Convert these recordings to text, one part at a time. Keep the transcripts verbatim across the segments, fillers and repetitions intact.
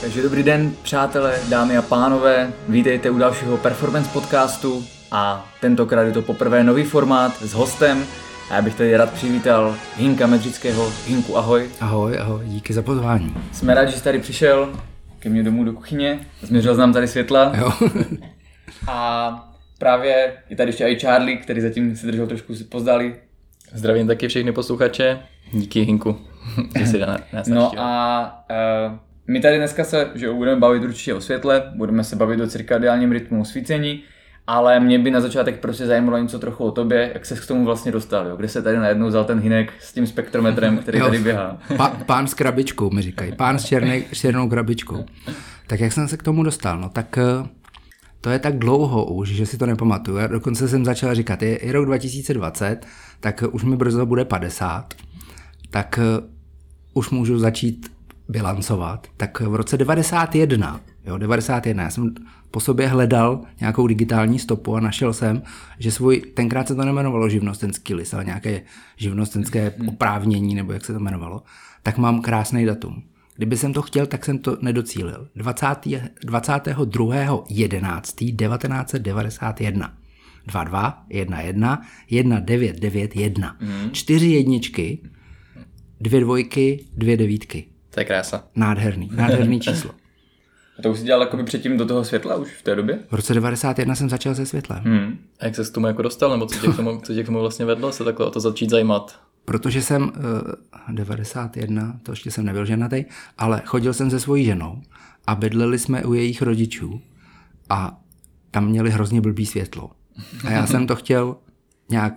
Takže dobrý den, přátelé, dámy a pánové, vítejte u dalšího Performance podcastu a tentokrát je to poprvé nový formát s hostem a já bych tady rád přivítal Hinka Medřického. Hinku, ahoj. Ahoj, ahoj, díky za pozvání. Jsme rádi, že jsi tady přišel ke mně domů do kuchyně, změřil nám tady světla. Jo. A právě je tady ještě i Charlie, který zatím se držel trošku pozdálí. Zdravím taky všechny posluchače, díky Hinku, že jsi nás navštívil. No a uh, my tady dneska se že budeme bavit určitě o světle, budeme se bavit o cirkadiálním rytmu osvícení, ale mě by na začátek prostě zajímalo něco trochu o tobě, jak ses k tomu vlastně dostal, jo? Kde se tady najednou vzal ten Hinek s tím spektrometrem, který jo, tady běhá. Pa, pán s krabičkou mi říkají, pán s, černej, s černou krabičkou. Tak jak jsem se k tomu dostal, no tak to je tak dlouho už, že si to nepamatuju. Já dokonce jsem začal říkat, je, je rok dva tisíce dvacet, tak už mi brzo bude padesát, tak už můžu začít bilancovat. Tak v roce devadesát jedna, jo, devadesát jedna, já jsem po sobě hledal nějakou digitální stopu a našel jsem, že svůj, tenkrát se to nemenovalo živnostenský list, ale nějaké živnostenské oprávnění, nebo jak se to jmenovalo, tak mám krásný datum. Kdyby jsem to chtěl, tak jsem to nedocílil. dvacátého druhého jedenáctého devatenáct set devadesát jedna. dva dva jedna jedna jedna devět devět jedna. Mm. Čtyři jedničky, dvě dvojky, dvě devítky. To je krása. Nádherný, nádherný číslo. A to už jsi dělal jakoby předtím do toho světla už v té době? V roce devadesát jedna jsem začal se světlem. Hmm. A jak se k tomu jako dostal, nebo co tě k tomu, co tě k tomu vlastně vedlo se takhle o to začít zajímat? Protože jsem uh, devadesát jedna, to ještě jsem nebyl ženatý, ale chodil jsem se svojí ženou a bydleli jsme u jejich rodičů a tam měli hrozně blbý světlo. A já jsem to chtěl nějak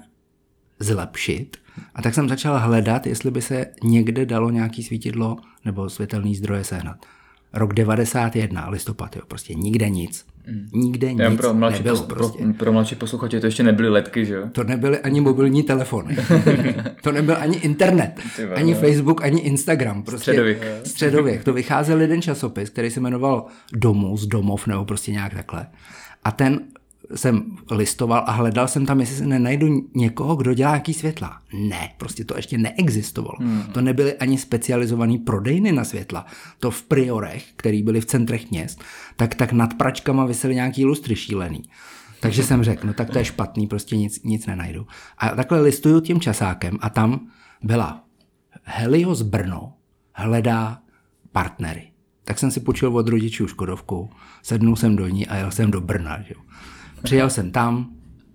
zlepšit a tak jsem začal hledat, jestli by se někde dalo nějaký svítidlo nebo světelný zdroje sehnat. Rok devadesát jedna, listopad, jo, prostě nikde nic. Nikde nic pro mladší nebylo pos, prostě. Pro, pro mladší posluchače to ještě nebyly ledky, že jo? To nebyly ani mobilní telefony. To nebyl ani internet, ani Facebook, ani Instagram. Prostě středověk. Středověk. To vycházel jeden časopis, který se jmenoval Domus, Domov, nebo prostě nějak takhle. A ten jsem listoval a hledal jsem tam, jestli se nenajdu někoho, kdo dělá nějaký světla. Ne, prostě to ještě neexistovalo. Hmm. To nebyly ani specializovaný prodejny na světla. To v priorech, který byly v centrech měst, tak, tak nad pračkama visely nějaký lustry šílený. Takže jsem řekl, no tak to je špatný, prostě nic, nic nenajdu. A takhle listuju tím časákem a tam byla Helios Brno hledá partnery. Tak jsem si půjčil od rodičů Škodovku, sednul jsem do ní a jel jsem do Brna, že jo. Přijel jsem tam,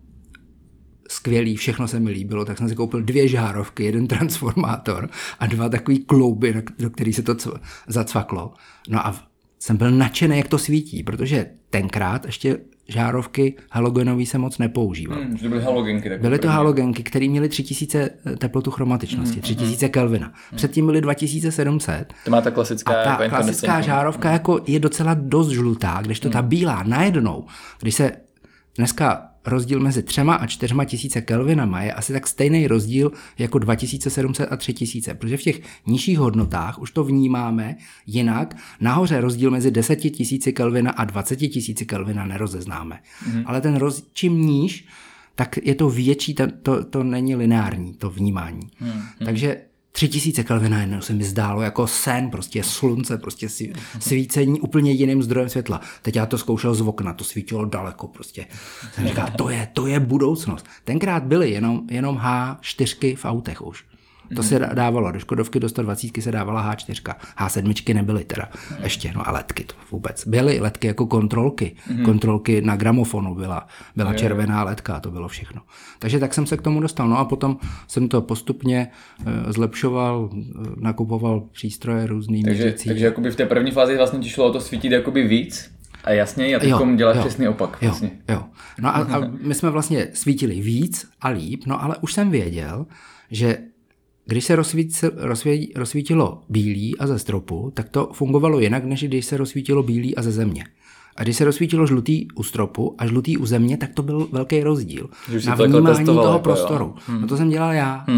skvělý, všechno se mi líbilo, tak jsem si koupil dvě žárovky, jeden transformátor a dva takový klouby, do kterých se to zacvaklo. No a jsem byl nadšený, jak to svítí, protože tenkrát ještě žárovky halogenový se moc nepoužíval. Hmm, to byly halogenky. Byly to halogenky, které měly tři tisíce teplotu chromatičnosti, hmm, tři tisíce Kelvina. Hmm. Předtím byly dva tisíce sedm set. To má ta klasická a ta klasická žárovka hmm. jako je docela dost žlutá, kdežto hmm. ta bílá najednou, když se dneska rozdíl mezi třema a čtyřma tisíce Kelvinama je asi tak stejný rozdíl jako dva tisíce sedm set a tři tisíce, protože v těch nižších hodnotách už to vnímáme jinak. Nahoře rozdíl mezi deseti tisíci Kelvina a dvaceti tisíci Kelvina nerozeznáme. Mm-hmm. Ale ten rozdíl, čím níž, tak je to větší, to, to, to není lineární, to vnímání. Mm-hmm. Takže tři tisíce Kelvina jednou se mi zdálo jako sen, prostě slunce, prostě svícení úplně jiným zdrojem světla. Teď já to zkoušel z okna, to svítilo daleko prostě. Jsem říkal, to je, to je budoucnost. Tenkrát byly jenom, jenom há čtyři v autech už. To se dávalo, do Škodovky do sto dvacet se dávala há čtyři. há sedm nebyly teda ještě, no a ledky to vůbec. Byly ledky jako kontrolky. Mm-hmm. Kontrolky na gramofonu byla, byla je, červená ledka, to bylo všechno. Takže tak jsem se k tomu dostal. No a potom jsem to postupně uh, zlepšoval, uh, nakupoval přístroje různý takže, měřící. Takže jakoby v té první fázi vlastně ti šlo o to svítit jakoby víc a jasně, a teď děláš přesný opak. Jo, vlastně. jo. No a, a my jsme vlastně svítili víc a líp, no ale už jsem věděl, že když se rozsvít, rozsvít, rozsvítilo bílý a ze stropu, tak to fungovalo jinak, než když se rozsvítilo bílý a ze země. A když se rozsvítilo žlutý u stropu a žlutý u země, tak to byl velký rozdíl na vnímání toho prostoru. Hmm. No to jsem dělal já. Hmm.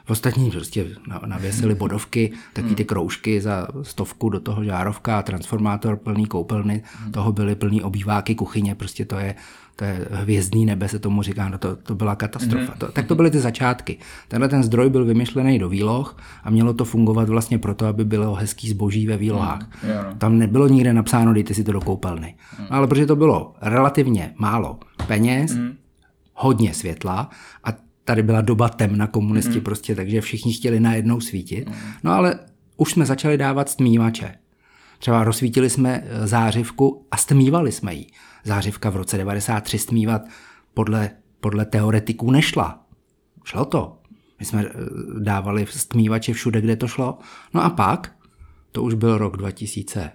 Ostatní prostě navěsili bodovky, taky ty kroužky za stovku do toho žárovka, transformátor plný koupelny, toho byly plný obýváky, kuchyně, prostě to je, to je hvězdný nebe, se tomu říká, no to, to byla katastrofa. To, tak to byly ty začátky. Tenhle ten zdroj byl vymyšlený do výloh a mělo to fungovat vlastně proto, aby bylo hezký zboží ve výlohách. Tam nebylo nikde napsáno, dejte si to do koupelny. No, ale protože to bylo relativně málo peněz, hodně světla a tady byla doba temna komunisti mm. prostě, takže všichni chtěli najednou svítit. No ale už jsme začali dávat stmívače. Třeba rozsvítili jsme zářivku a stmívali jsme ji. Zářivka v roce devadesát tři stmívat podle, podle teoretiků nešla. Šlo to. My jsme dávali stmívače všude, kde to šlo. No a pak, to už byl rok dva tisíce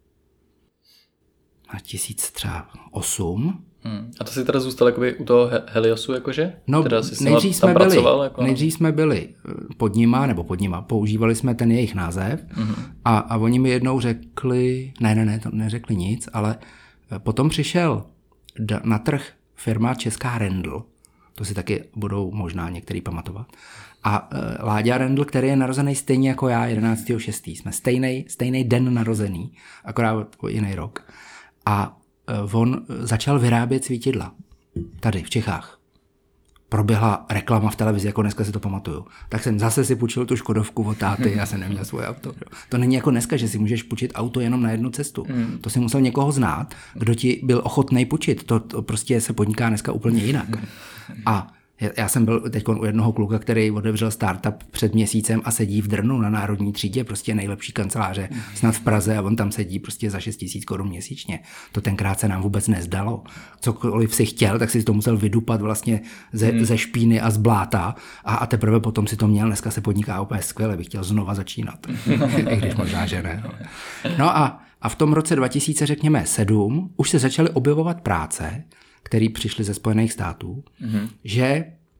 osm. Hmm. A to si teda zůstal jakoby u toho Heliosu, jakože? No, teda jsi nejdřív, jsme byli, jako... nejdřív jsme byli pod nima, nebo pod nima, používali jsme ten jejich název mm-hmm. a, a oni mi jednou řekli, ne, ne, ne, to neřekli nic, ale potom přišel na trh firma česká Rendl, to si taky budou možná některý pamatovat, a uh, Láďa Rendl, který je narozený stejně jako já, jedenáctého šestého Jsme stejnej, stejnej den narozený, akorát jiný rok. A on začal vyrábět svítidla. Tady, v Čechách. Proběhla reklama v televizi, jako dneska si to pamatuju. Tak jsem zase si půjčil tu Škodovku od táty, já jsem neměl svoje auto. To není jako dneska, že si můžeš půjčit auto jenom na jednu cestu. Mm. To si musel někoho znát, kdo ti byl ochotný půjčit. To, to prostě se podniká dneska úplně jinak. A já jsem byl teď u jednoho kluka, který otevřel startup před měsícem a sedí v Drnu na Národní třídě, prostě nejlepší kanceláře snad v Praze a on tam sedí prostě za šest tisíc korun měsíčně. To tenkrát se nám vůbec nezdalo. Cokoliv si chtěl, tak si to musel vydupat vlastně ze, hmm. ze špíny a z bláta a, a teprve potom si to měl. Dneska se podniká úplně skvěle, bych chtěl znova začínat. I když možná, že ne. No a, a v tom roce dva tisíce, řekněme, sedm už se začaly objevovat práce, který přišli ze Spojených států, mm-hmm. že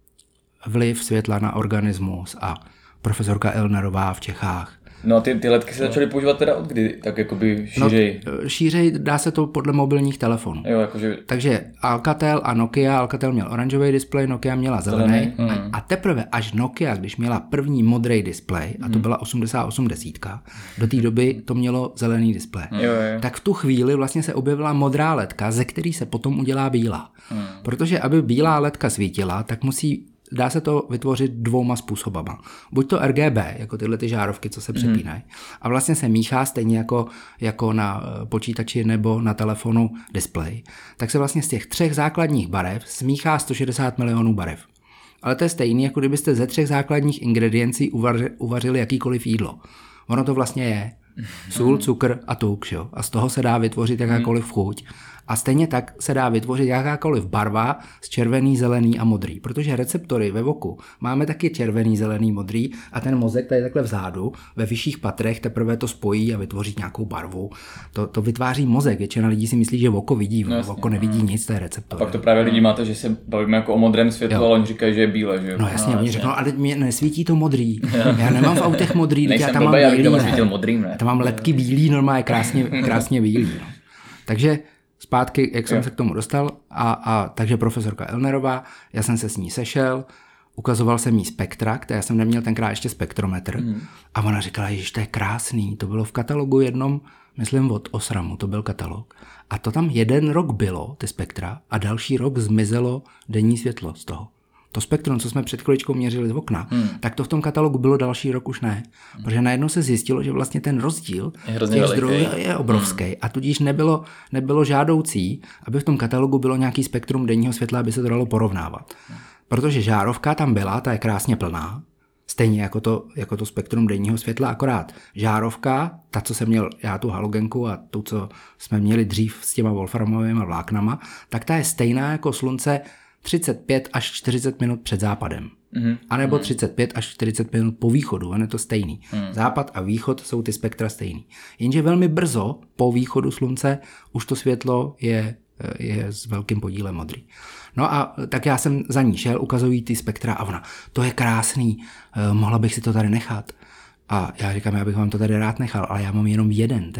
vliv světla na organismus a profesorka Elnerová v Čechách. No a ty, ty ledky se začaly používat teda od kdy? Tak jakoby šířej? No, šířej dá se to podle mobilních telefonů. Jo, jakože... Takže Alcatel a Nokia, Alcatel měl oranžový displej, Nokia měla zelený. Mm. A teprve až Nokia, když měla první modrý displej, a to byla osmdesát osm desítka, do té doby to mělo zelený displej. Jo, jo. Tak v tu chvíli vlastně se objevila modrá ledka, ze který se potom udělá bílá. Mm. Protože aby bílá ledka svítila, tak musí dá se to vytvořit dvouma způsobama. Buď to R G B, jako tyhle ty žárovky, co se přepínají. Mm. A vlastně se míchá stejně jako, jako na počítači nebo na telefonu displej. Tak se vlastně z těch třech základních barev smíchá sto šedesát milionů barev. Ale to je stejný, jako kdybyste ze třech základních ingrediencí uvařili, uvařili jakýkoliv jídlo. Ono to vlastně je sůl, cukr a tuk, jo? A z toho se dá vytvořit jakákoliv chuť. A stejně tak se dá vytvořit jakákoliv barva z červený, zelený a modrý. Protože receptory ve voku máme taky červený, zelený, modrý a ten mozek tady takhle vzadu, ve vyšších patrech teprve to spojí a vytvoří nějakou barvu. To, to vytváří mozek. Většina lidí si myslí, že oko vidí, no, oko nevidí nic, to je receptor. A pak to právě lidi máte, že se bavíme jako o modrém světlu, jo. Ale oni říkají, že je bílé, že jo? No jasně, no, oni řeknou, ale mě nesvítí to modrý. Já nemám v autech modrý, já tam blbej, mám bílý, ne. Modrým, ne. Já tam mám ledky bílý, normálně krásně, krásně bílý. No. Takže zpátky, jak jsem jo. se k tomu dostal, a, a takže profesorka Elnerová, já jsem se s ní sešel, ukazoval jsem jí spektra, které jsem neměl tenkrát ještě spektrometr, mm. a ona říkala, že to je krásný, to bylo v katalogu jednom, myslím od Osramu, to byl katalog. A to tam jeden rok bylo, ty spektra, a další rok zmizelo denní světlo z toho. To spektrum, co jsme před chviličkou měřili z okna, hmm. tak to v tom katalogu bylo, další rok už ne. Hmm. Protože najednou se zjistilo, že vlastně ten rozdíl těch zdrojů je obrovský hmm. a tudíž nebylo, nebylo žádoucí, aby v tom katalogu bylo nějaký spektrum denního světla, aby se to dalo porovnávat. Hmm. Protože žárovka tam byla, ta je krásně plná, stejně jako to, jako to spektrum denního světla, akorát žárovka, ta, co jsem měl já tu halogenku a tu, co jsme měli dřív s těma wolframovými vláknama, tak ta je stejná jako slunce třicet pět až čtyřicet minut před západem. Mm-hmm. A nebo třicet pět až čtyřicet minut po východu, on je to stejný. Mm. Západ a východ jsou ty spektra stejný. Jenže velmi brzo po východu slunce už to světlo je, je s velkým podílem modrý. No a tak já jsem za ní šel, ukazují ty spektra a ona, to je krásný, mohla bych si to tady nechat. A já říkám, já bych vám to tady rád nechal, ale já mám jenom jeden ten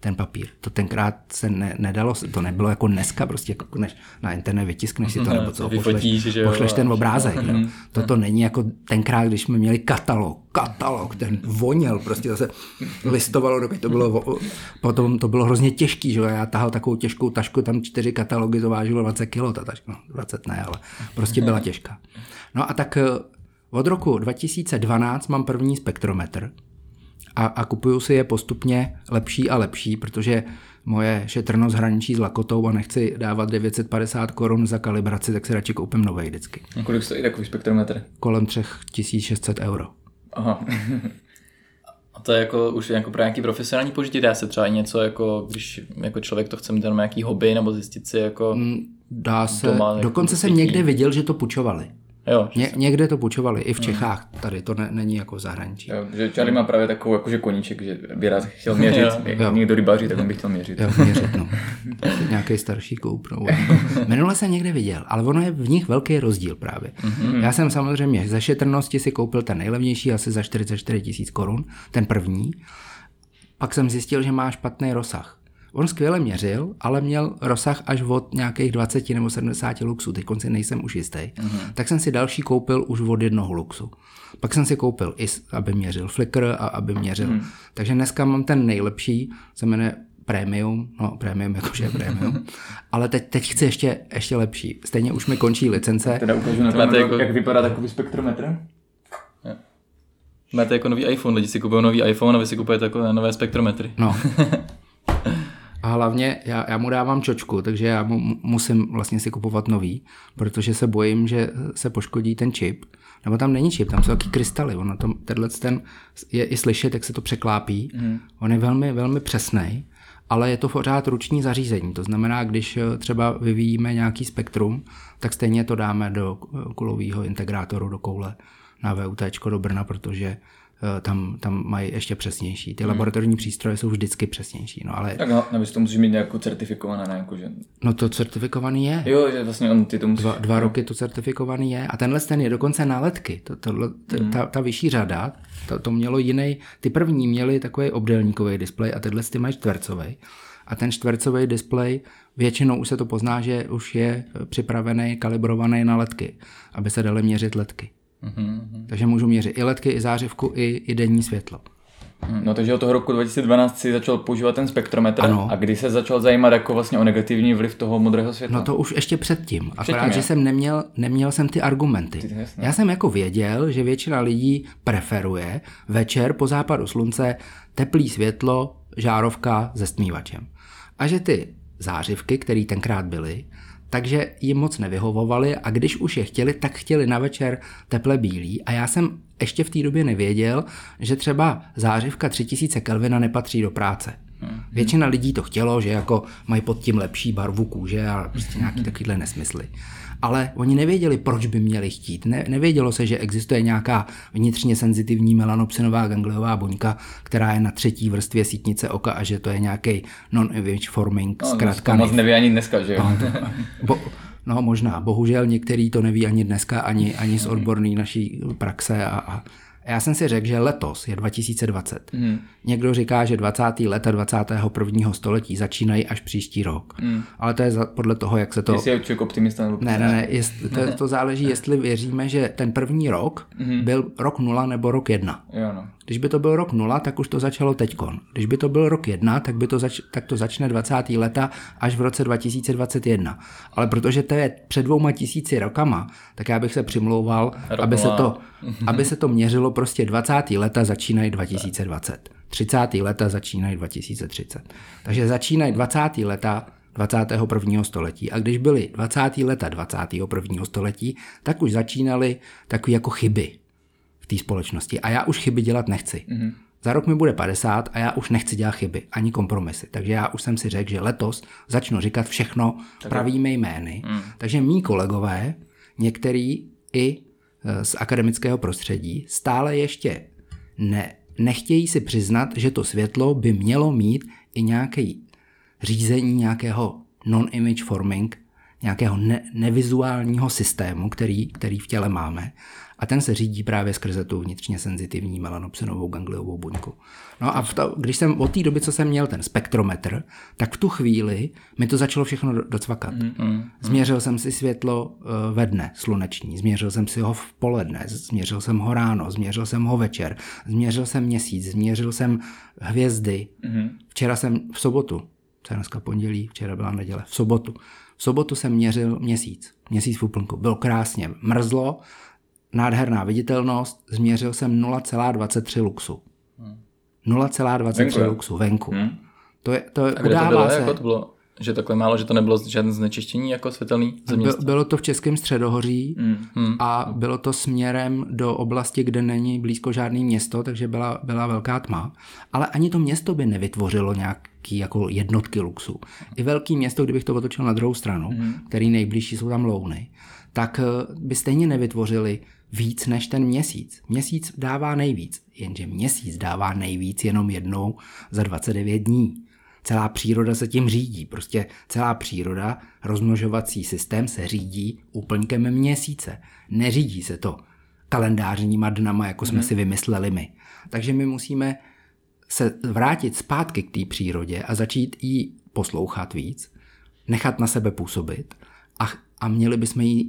ten papír. To tenkrát se ne, nedalo, to nebylo jako dneska, prostě jako než na internet vytiskneš si to, nebo co, Vyfotíš, pošleš, pošleš ten obrázek. Jo. Toto není jako tenkrát, když jsme měli katalog, katalog, ten voněl, prostě to se listovalo, dokud to bylo, potom to bylo hrozně těžký, že já tahal takovou těžkou tašku, tam čtyři katalogy, to vážilo dvacet kilo, ta taška, no dvacet ne, ale prostě byla těžká. No a tak od roku dva tisíce dvanáct mám první spektrometr a, a kupuju si je postupně lepší a lepší, protože moje šetrnost hraničí s lakotou a nechci dávat devět set padesát korun za kalibraci, tak si radši koupím novej vždycky. A kolik stojí takový spektrometr? Kolem tři tisíce šest set euro. Aha. A to je jako už jako pro nějaký profesionální použití, dá se třeba něco, jako když jako člověk to chce mít jenom nějaký hobby nebo zjistit si jako... Dá se, doma, dokonce jsem někde viděl, že to půjčovali. Jo, Ně, někde to půjčovali, i v Čechách, tady to ne, není jako v zahraničí. Jo, že Charlie má právě takovou jakože koníček, že by rád chtěl měřit, jak jo. někdo rybaří, tak on by chtěl měřit. Jo, měřit, no. Nějaký starší koup. No. Minule jsem někde viděl, ale ono je v nich velký rozdíl právě. Mm-hmm. Já jsem samozřejmě ze šetrnosti si koupil ten nejlevnější, asi za čtyřicet čtyři tisíc korun, ten první. Pak jsem zjistil, že má špatný rozsah. On skvěle měřil, ale měl rozsah až od nějakých dvacet nebo sedmdesát luxů, teď si nejsem už jistý. Mm-hmm. Tak jsem si další koupil už od jednoho luxu. Pak jsem si koupil i, aby měřil flicker a aby měřil. Mm. Takže dneska mám ten nejlepší, se jmenuje Premium, no Premium jakože Premium, ale teď, teď chci ještě, ještě lepší. Stejně už mi končí licence. Teda ukážu na to, jako... jak vypadá takový spektrometr. Máte jako nový iPhone, lidi si kupují nový iPhone a vy si kupujete jako nové spektrometry. No. A hlavně já, já mu dávám čočku, takže já mu musím vlastně si kupovat nový, protože se bojím, že se poškodí ten čip. Nebo tam není čip, tam jsou taky krystaly. Ono tam, tenhle ten je i slyšet, jak se to překlápí. Mm. On je velmi, velmi přesnej, ale je to pořád ruční zařízení. To znamená, když třeba vyvíjíme nějaký spektrum, tak stejně to dáme do kulového integrátoru, do koule na V U T do Brna, protože Tam, tam mají ještě přesnější. Ty hmm. laboratorní přístroje jsou vždycky přesnější. No, ale... Tak no, navíc to musí mít nějakou certifikované, ne? Jako, že... No to certifikovaný je. Jo, že vlastně on ty to musí... Dva, dva roky to certifikovaný je. A tenhle ten je dokonce na ledky. To, to, to, hmm. ta, ta vyšší řada, to, to mělo jiný. Ty první měli takový obdélníkový displej a tenhle ty mají čtvercový. A ten čtvercový displej, většinou už se to pozná, že už je připravený, kalibrovaný na ledky, aby se daly měřit ledky. Mm-hmm. Takže můžu měřit i ledky, i zářivku, i, i denní světlo. No takže od toho roku dva tisíce dvanáct si začal používat ten spektrometr. Ano. A kdy se začal zajímat jako vlastně o negativní vliv toho modrého světla? No to už ještě předtím. Předtím akorát, že jsem neměl, neměl jsem ty argumenty. Ty, Já jsem jako věděl, že většina lidí preferuje večer po západu slunce teplý světlo, žárovka se stmívačem. A že ty zářivky, které tenkrát byly, takže jim moc nevyhovovaly a když už je chtěli, tak chtěli na večer teple bílý a já jsem ještě v té době nevěděl, že třeba zářivka tři tisíce Kelvina nepatří do práce. Většina lidí to chtělo, že jako mají pod tím lepší barvu kůže a prostě nějaký takovýhle nesmysly. Ale oni nevěděli, proč by měli chtít. Ne, nevědělo se, že existuje nějaká vnitřně senzitivní melanopsinová gangliová buňka, která je na třetí vrstvě sítnice oka a že to je nějaký non-image forming no, zkrátka. To moc neví ani dneska, že jo? No, bo, no možná, bohužel některý to neví ani dneska, ani, ani z odborné naší praxe a, a já jsem si řekl, že letos je dva tisíce dvacet. Mm. Někdo říká, že dvacátá léta dvacátého prvního století začínají až příští rok. Mm. Ale to je za, podle toho, jak se to... Jestli je člověk optimista nebo... Ne, ne, ne, jest, to, to záleží, jestli věříme, že ten první rok mm. byl rok nula nebo rok jedna. Jo, no. Když by to byl rok nula, tak už to začalo teďkon. Když by to byl rok jedna, tak, by to zač, tak to začne dvacátá léta až v roce dva tisíce dvacet jedna. Ale protože to je před dvouma tisíci rokama, tak já bych se přimlouval, aby se, to, aby se to měřilo prostě dvacátá léta začínají dva tisíce dvacet. třicátá léta začínají dva tisíce třicet. Takže začínají dvacátá léta dvacátého prvního století. A když byly dvacátá léta dvacátého prvního století, tak už začínaly takové jako chyby v té společnosti. A já už chyby dělat nechci. Mm-hmm. Za rok mi bude padesát a já už nechci dělat chyby, ani kompromisy. Takže já už jsem si řekl, že letos začnu říkat všechno tak pravými jmény. Mm. Takže mý kolegové, některý i z akademického prostředí, stále ještě ne, nechtějí si přiznat, že to světlo by mělo mít i nějaké řízení nějakého non-image forming, nějakého ne, nevizuálního systému, který, který v těle máme. A ten se řídí právě skrze tu vnitřně senzitivní melanopsinovou gangliovou buňku. No a v to, když jsem od té doby, co jsem měl ten spektrometr, tak v tu chvíli mi to začalo všechno docvakat. Mm, mm, změřil jsem si světlo ve dne sluneční, změřil jsem si ho v poledne, změřil jsem ho ráno, změřil jsem ho večer, změřil jsem měsíc, změřil jsem hvězdy. Mm. Včera jsem v sobotu, co je dneska pondělí, včera byla neděle, v sobotu. V sobotu jsem měřil měsíc, měsíc v úplnku. Bylo krásně, mrzlo, nádherná viditelnost, změřil jsem nula celá dvacet tři luxu. nula celá dvacet tři luxu venku. Hmm. To je, to je, a kde to bylo, se... jako to bylo? Že takhle málo, že to nebylo žádné znečištění jako světelný zeměstí? By, bylo to v Českém středohoří hmm. a bylo to směrem do oblasti, kde není blízko žádný město, takže byla, byla velká tma. Ale ani to město by nevytvořilo nějaký jako jednotky luxu. I velký město, kdybych to otočil na druhou stranu, hmm. který nejbližší jsou tam louny, tak by stejně nevytvořili víc než ten měsíc. Měsíc dává nejvíc, jenže měsíc dává nejvíc jenom jednou za dvacet devět dní. Celá příroda se tím řídí. Prostě celá příroda, rozmnožovací systém se řídí úplňkem měsíce. Neřídí se to kalendářníma dnama, jako jsme mm. si vymysleli my. Takže my musíme se vrátit zpátky k té přírodě a začít jí poslouchat víc, nechat na sebe působit a, a měli bychom ji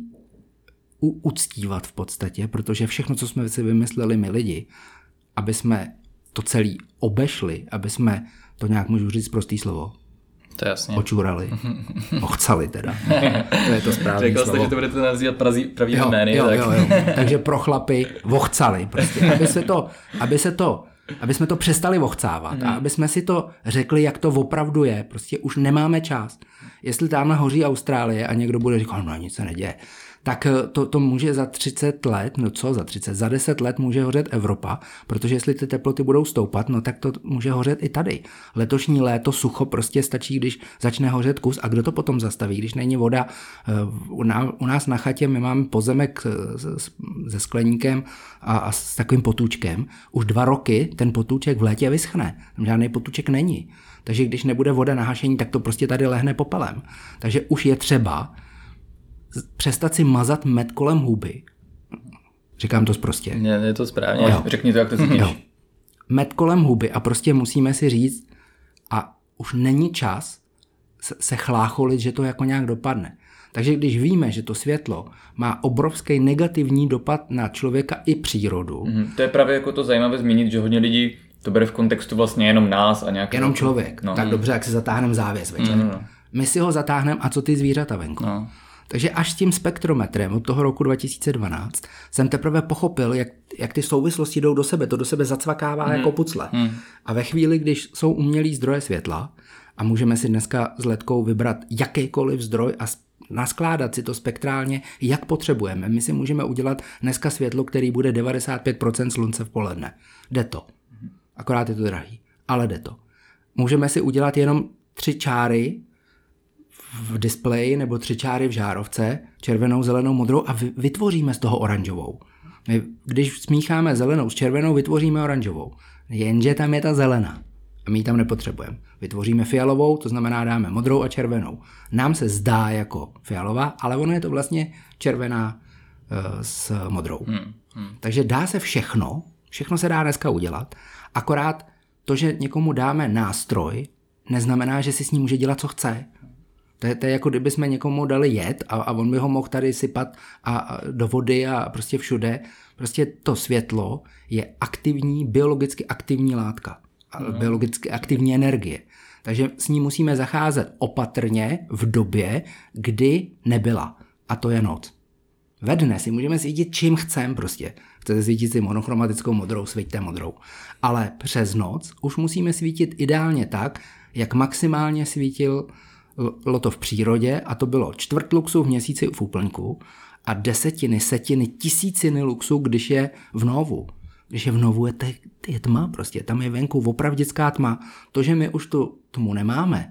uctívat v podstatě, protože všechno, co jsme si vymysleli my lidi, aby jsme to celý obešli, aby jsme to nějak, můžu říct prostý slovo, to je jasně. očurali, ochcali teda. To je to správné Řekl slovo. jste, že to budete nazývat pravý jmény. Jo, tak. jo, jo. Takže pro chlapy ochcali prostě, aby se to, aby se to, aby jsme to přestali ochcávat mm. a aby jsme si to řekli, jak to opravdu je. Prostě už nemáme čas. Jestli tamhle hoří Austrálie a někdo bude říkat, no nic se neděje, tak to, to může za třicet let, no co za třicet, za deset let může hořet Evropa, protože jestli ty teploty budou stoupat, no tak to může hořet i tady. Letošní léto sucho prostě stačí, když začne hořet kus a kdo to potom zastaví, když není voda. U nás na chatě my máme pozemek se skleníkem a, a s takovým potůčkem. Už dva roky ten potůček v létě vyschne, tam žádný potůček není. Takže když nebude voda na hašení, tak to prostě tady lehne popelem. Takže už je třeba přestat si mazat med kolem huby. Říkám to prostě. Ne, je to správně. Jo. Řekni to, jak to cítíš. Med kolem huby a prostě musíme si říct, a už není čas se chlácholit, že to jako nějak dopadne. Takže když víme, že to světlo má obrovský negativní dopad na člověka i přírodu. Mm, to je právě jako to zajímavé zmínit, že hodně lidí to bere v kontextu vlastně jenom nás a nějak. Jenom člověk. No. Tak dobře, jak si zatáhneme závěs večer. Mm, no. My si ho zatáhneme a co ty zvířata venku. No. Takže až s tím spektrometrem od toho roku dva tisíce dvanáct jsem teprve pochopil, jak, jak ty souvislosti jdou do sebe. To do sebe zacvakává hmm. jako pucle. Hmm. A ve chvíli, když jsou umělý zdroje světla a můžeme si dneska s ledkou vybrat jakýkoliv zdroj a naskládat si to spektrálně, jak potřebujeme. My si můžeme udělat dneska světlo, který bude devadesát pět procent slunce v poledne. Jde to. Akorát je to drahý, ale jde to. Můžeme si udělat jenom tři čáry v displeji nebo tři čáry v žárovce, červenou, zelenou, modrou a vytvoříme z toho oranžovou. My, když smícháme zelenou s červenou, vytvoříme oranžovou. Jenže tam je ta zelená a my ji tam nepotřebujeme. Vytvoříme fialovou, to znamená dáme modrou a červenou. Nám se zdá jako fialová, ale ono je to vlastně červená uh, s modrou. Hmm, hmm. Takže dá se všechno, všechno se dá dneska udělat, akorát to, že někomu dáme nástroj, neznamená, že si s ním může dělat, co chce. To je, to je jako kdyby jsme někomu dali jed a, a on by ho mohl tady sypat a, a do vody a prostě všude. Prostě to světlo je aktivní, biologicky aktivní látka. Mm. Biologicky aktivní energie. Takže s ní musíme zacházet opatrně v době, kdy nebyla. A to je noc. Ve dne si můžeme svítit čím chcem prostě. Chcete svítit si monochromatickou modrou, svíťte modrou. Ale přes noc už musíme svítit ideálně tak, jak maximálně svítil bylo to v přírodě a to bylo čtvrt luxu v měsíci v úplňku a desetiny, setiny, tisíciny luxu, když je v novu. Když je v novu, je, t- je tma prostě, tam je venku opravdická tma. To, že my už tu tmu nemáme,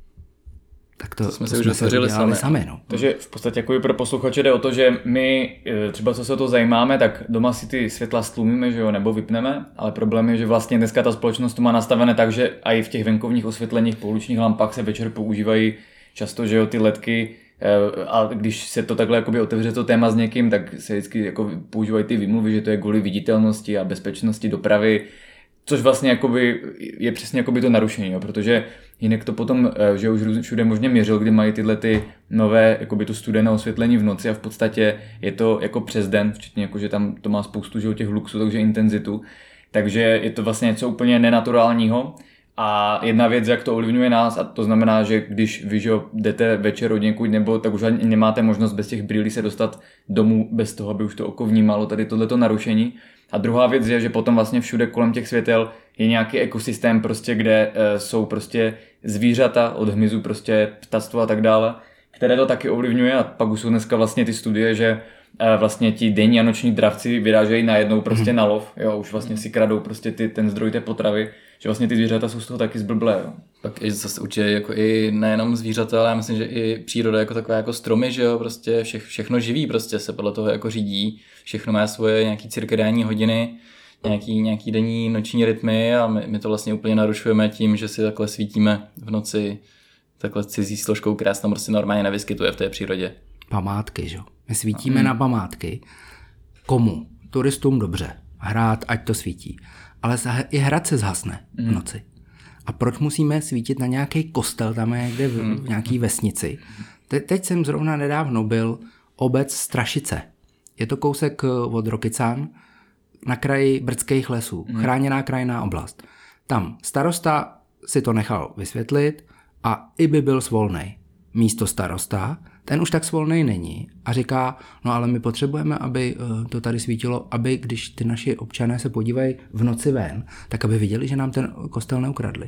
tak to, to jsme to si už udělali sami. sami. No. Takže v podstatě jako pro posluchače jde o to, že my třeba co se o to zajímáme, tak doma si ty světla stlumíme, že jo, nebo vypneme, ale problém je, že vlastně dneska ta společnost to má nastavené tak, že i v těch venkovních osvětleních pouličních lampách se večer používají často, že jo, ty ledky a když se to takhle jakoby otevře to téma s někým, tak se vždycky jako používají ty výmluvy, že to je kvůli viditelnosti a bezpečnosti dopravy, což vlastně jakoby je přesně jakoby to narušení, jo, protože jinak to potom, že už všude možně měřil, kdy mají tyhle ty nové, jakoby to studené osvětlení v noci a v podstatě je to jako přes den, včetně jako, že tam to má spoustu že, těch luxů, takže intenzitu, takže je to vlastně něco úplně nenaturálního. A jedna věc, jak to ovlivňuje nás, a to znamená, že když vy že jdete večer od někud, nebo tak už ani nemáte možnost bez těch brýlí se dostat domů bez toho, aby už to oko vnímalo tady tohleto narušení. A druhá věc je, že potom vlastně všude kolem těch světel je nějaký ekosystém, prostě, kde e, jsou prostě zvířata od hmyzu, prostě ptactvo a tak dále, které to taky ovlivňuje. A pak už jsou dneska vlastně ty studie, že e, vlastně ti denní a noční dravci vyrážejí najednou prostě na lov, jo, už vlastně si kradou prostě ty, ten zdroj té potravy, že vlastně ty zvířata jsou z toho taky zblblé. Jo. Tak i zase určitě jako i nejenom zvířata, ale já myslím, že i příroda jako taková jako stromy, že jo, prostě vše, všechno živý prostě se podle toho jako řídí, všechno má svoje nějaký cirkadiální hodiny, nějaký, nějaký denní noční rytmy a my, my to vlastně úplně narušujeme tím, že si takhle svítíme v noci takhle cizí složkou, která se tam prostě normálně nevyskytuje v té přírodě. Památky, že jo. My svítíme mm. na památky. Komu? Turistům dobře. Hrát, ať to svítí. Ale i hrad se zhasne v noci. A proč musíme svítit na nějaký kostel tam někde v, v nějaký vesnici? Te, teď jsem zrovna nedávno byl obec Strašice. Je to kousek od Rokycan na kraji Brdských lesů. Chráněná krajinná oblast. Tam starosta si to nechal vysvětlit a i by byl svolnej. Místo starosta, ten už tak svolnej není a říká, no ale my potřebujeme, aby to tady svítilo, aby když ty naši občané se podívají v noci ven, tak aby viděli, že nám ten kostel neukradli.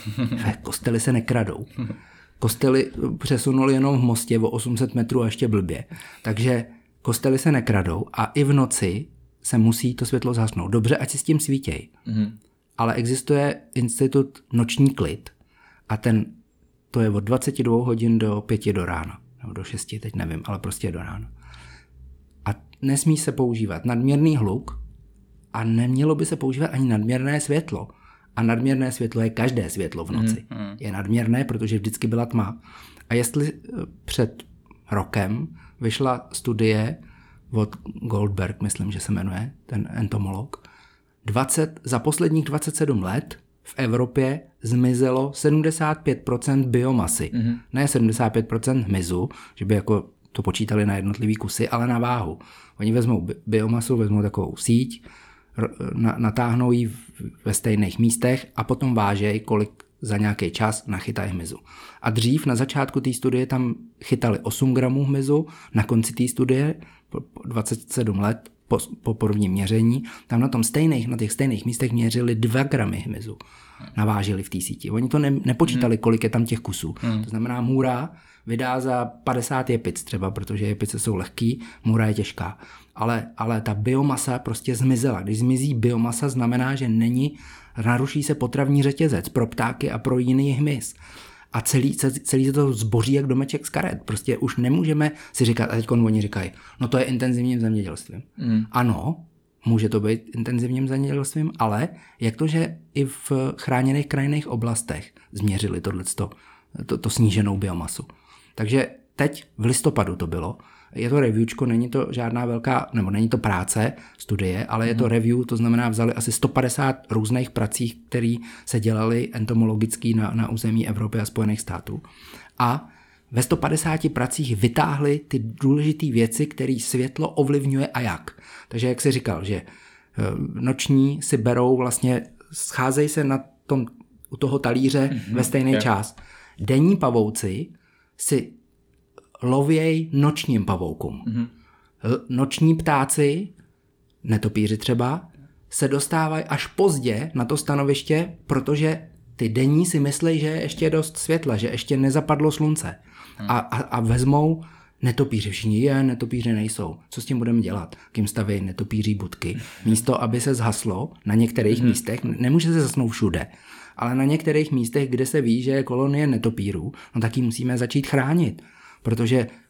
Kostely se nekradou. Kostely přesunuli jenom v Mostě o osm set metrů a ještě blbě. Takže kostely se nekradou a i v noci se musí to světlo zhasnout. Dobře, ať si s tím svítěj. Mm-hmm. Ale existuje institut noční klid a ten to je od dvacet dva hodin do pěti do rána. Nebo do šesti, teď nevím, ale prostě do rána. A nesmí se používat nadměrný hluk a nemělo by se používat ani nadměrné světlo. A nadměrné světlo je každé světlo v noci. Mm, mm. Je nadměrné, protože vždycky byla tma. A jestli před rokem vyšla studie od Goldberg, myslím, že se jmenuje, ten entomolog, dvacet, za posledních dvacet sedm let v Evropě zmizelo sedmdesát pět procent biomasy. Mm-hmm. Ne sedmdesát pět procent hmyzu, že by jako to počítali na jednotlivý kusy, ale na váhu. Oni vezmou biomasu, vezmou takovou síť, natáhnou ji ve stejných místech a potom vážejí, kolik za nějaký čas nachytají hmyzu. A dřív na začátku té studie tam chytali osm gramů hmyzu, na konci té studie, po dvacet sedm let, po, po prvním měření, tam na tom stejných, na těch stejných místech měřili dva gramy hmyzu. Navážili v té síti. Oni to ne, nepočítali, kolik je tam těch kusů. Hmm. To znamená, můra vydá za padesát jepic třeba, protože jepice jsou lehký, můra je těžká. Ale, ale ta biomasa prostě zmizela. Když zmizí biomasa, znamená, že není, naruší se potravní řetězec pro ptáky a pro jiný hmyz. A celý, celý se to zboří jak domeček z karet. Prostě už nemůžeme si říkat, a teď oni říkají, no to je intenzivním zemědělstvím. Hmm. Ano, může to být intenzivním zemědělstvím, ale jak to, že i v chráněných krajinných oblastech změřili tohleto, to, to sníženou biomasu. Takže teď v listopadu to bylo. Je to reviewčko, není to žádná velká, nebo není to práce, studie, ale je to review, to znamená vzali asi sto padesát různých prací, které se dělaly entomologický na, na území Evropy a Spojených států. A ve sto padesáti pracích vytáhli ty důležité věci, které světlo ovlivňuje a jak. Takže jak jsi říkal, že noční si berou vlastně, scházejí se na tom, u toho talíře mm-hmm, ve stejný yeah. čas. Denní pavouci si lověj nočním pavoukům. Mm-hmm. Noční ptáci, netopíři třeba, se dostávají až pozdě na to stanoviště, protože ty denní si myslí, že ještě je dost světla, že ještě nezapadlo slunce. Mm. A, a, a vezmou netopíři. Všichni je, netopíři nejsou. Co s tím budeme dělat? Kým staví netopíří budky? Místo, aby se zhaslo na některých mm. místech, nemůže se zasnout všude, ale na některých místech, kde se ví, že je kolonie netopírů, no tak ji musíme začít chránit. Protože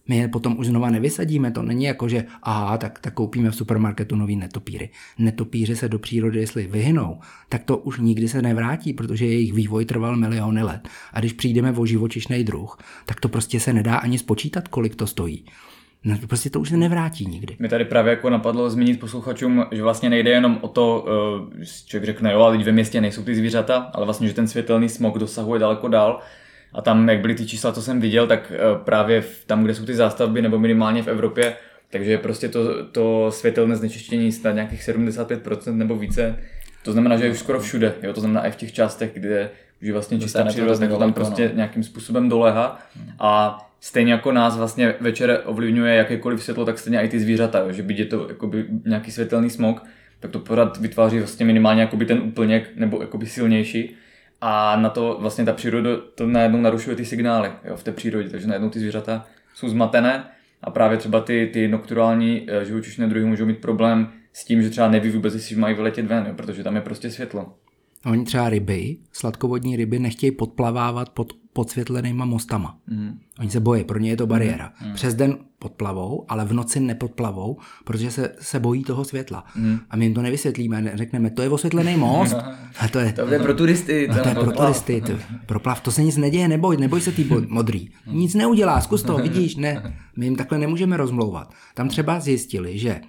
My je potom už znova nevysadíme, to není jako, že aha, tak, tak koupíme v supermarketu nový netopíry. Netopíři se do přírody, jestli vyhynou, tak to už nikdy se nevrátí, protože jejich vývoj trval miliony let. A když přijdeme o živočišný druh, tak to prostě se nedá ani spočítat, kolik to stojí. No, prostě to už se nevrátí nikdy. Mě tady právě jako napadlo zmínit posluchačům, že vlastně nejde jenom o to, že člověk řekne, jo, ale ve městě nejsou ty zvířata, ale vlastně, že ten světelný smog dosahuje daleko dál. A tam, jak byly ty čísla, co jsem viděl, tak právě tam, kde jsou ty zástavby, nebo minimálně v Evropě, takže prostě to, to světelné znečištění snad nějakých sedmdesát pět procent nebo více. To znamená, že je už skoro všude, jo, to znamená i v těch částech, kde už je vlastně čistá příroda, tak to tam prostě nějakým způsobem doléhá. A stejně jako nás vlastně večer ovlivňuje jakékoliv světlo, tak stejně i ty zvířata, jo, že byť je to jakoby nějaký světelný smog, tak to pořád vytváří vlastně minimálně jakoby ten úplněk nebo jakoby silnější. A na to vlastně ta příroda to najednou narušuje ty signály, jo, v té přírodě, takže najednou ty zvířata jsou zmatené a právě třeba ty, ty nokturální živočišné druhy můžou mít problém s tím, že třeba neví vůbec, jestli mají vyletět ven, jo, protože tam je prostě světlo. Oni třeba ryby, sladkovodní ryby, nechtějí podplavávat pod podsvětlenýma mostama. Mm. Oni se bojí, pro ně je to bariéra. Mm. Přes den podplavou, ale v noci nepodplavou, protože se, se bojí toho světla. Mm. A my jim to nevysvětlíme, řekneme, to je osvětlený most. A to je, to je pro turisty. No, to je pro turisty. To, pro plav, to se nic neděje, neboj, neboj se tý modrý. Nic neudělá, zkus to, vidíš, ne. My jim takhle nemůžeme rozmlouvat. Tam třeba zjistili, že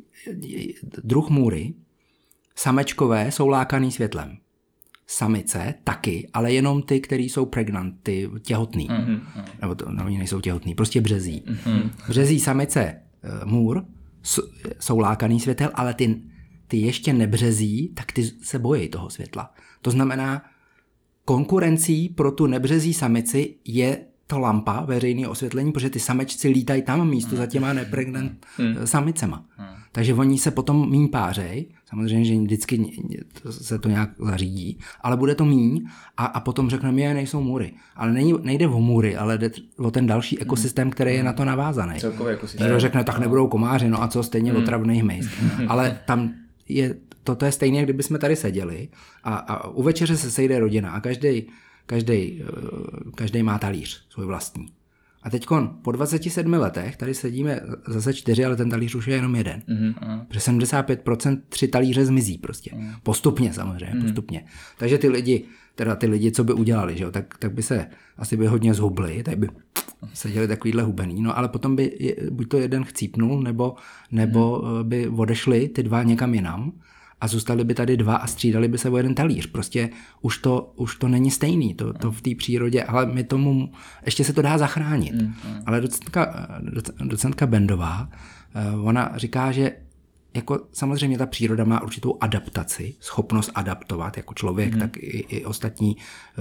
druh můry, samečkové jsou lákaný světlem. Samice taky, ale jenom ty, který jsou pregnant, ty těhotný. Mm-hmm. Nebo to, no, oni nejsou těhotný, prostě březí. Mm-hmm. Březí samice můr jsou lákaný světel, ale ty, ty ještě nebřezí, tak ty se bojí toho světla. To znamená, konkurencí pro tu nebřezí samici je to lampa, veřejné osvětlení, protože ty samečci lítají tam místo za těma nepregnant mm. samicema. Mm. Takže oni se potom míň pářej, samozřejmě, že vždycky se to nějak zařídí, ale bude to míň a, a potom řekneme, že nejsou můry. Ale nej, nejde o můry, ale jde o ten další ekosystém, který je na to navázaný. Celkový ekosystém. Někdo řekne, tak nebudou komáři, no a co, stejně mm. otravný hmyz. Ale tam je, toto je stejně, kdyby jsme tady seděli a, a u večeře se sejde rodina a každý Každý, každý má talíř svůj vlastní. A teď po dvaceti sedmi letech tady sedíme zase čtyři, ale ten talíř už je jenom jeden. Mm-hmm. Protože sedmdesát pět procent tři talíře zmizí prostě. Mm. Postupně samozřejmě, mm. postupně. Takže ty lidi, teda ty lidi, co by udělali, že jo, tak, tak by se asi by hodně zhubli, tak by seděli takovýhle hubený, no ale potom by je, buď to jeden chcípnul, nebo, nebo mm. by odešli ty dva někam jinam. A zůstali by tady dva a střídali by se o jeden talíř. Prostě už to, už to není stejný, to, to v té přírodě, ale my tomu, ještě se to dá zachránit. Mm, mm. Ale docentka, docentka Bendová, ona říká, že jako samozřejmě ta příroda má určitou adaptaci, schopnost adaptovat, jako člověk, mm. tak i, i ostatní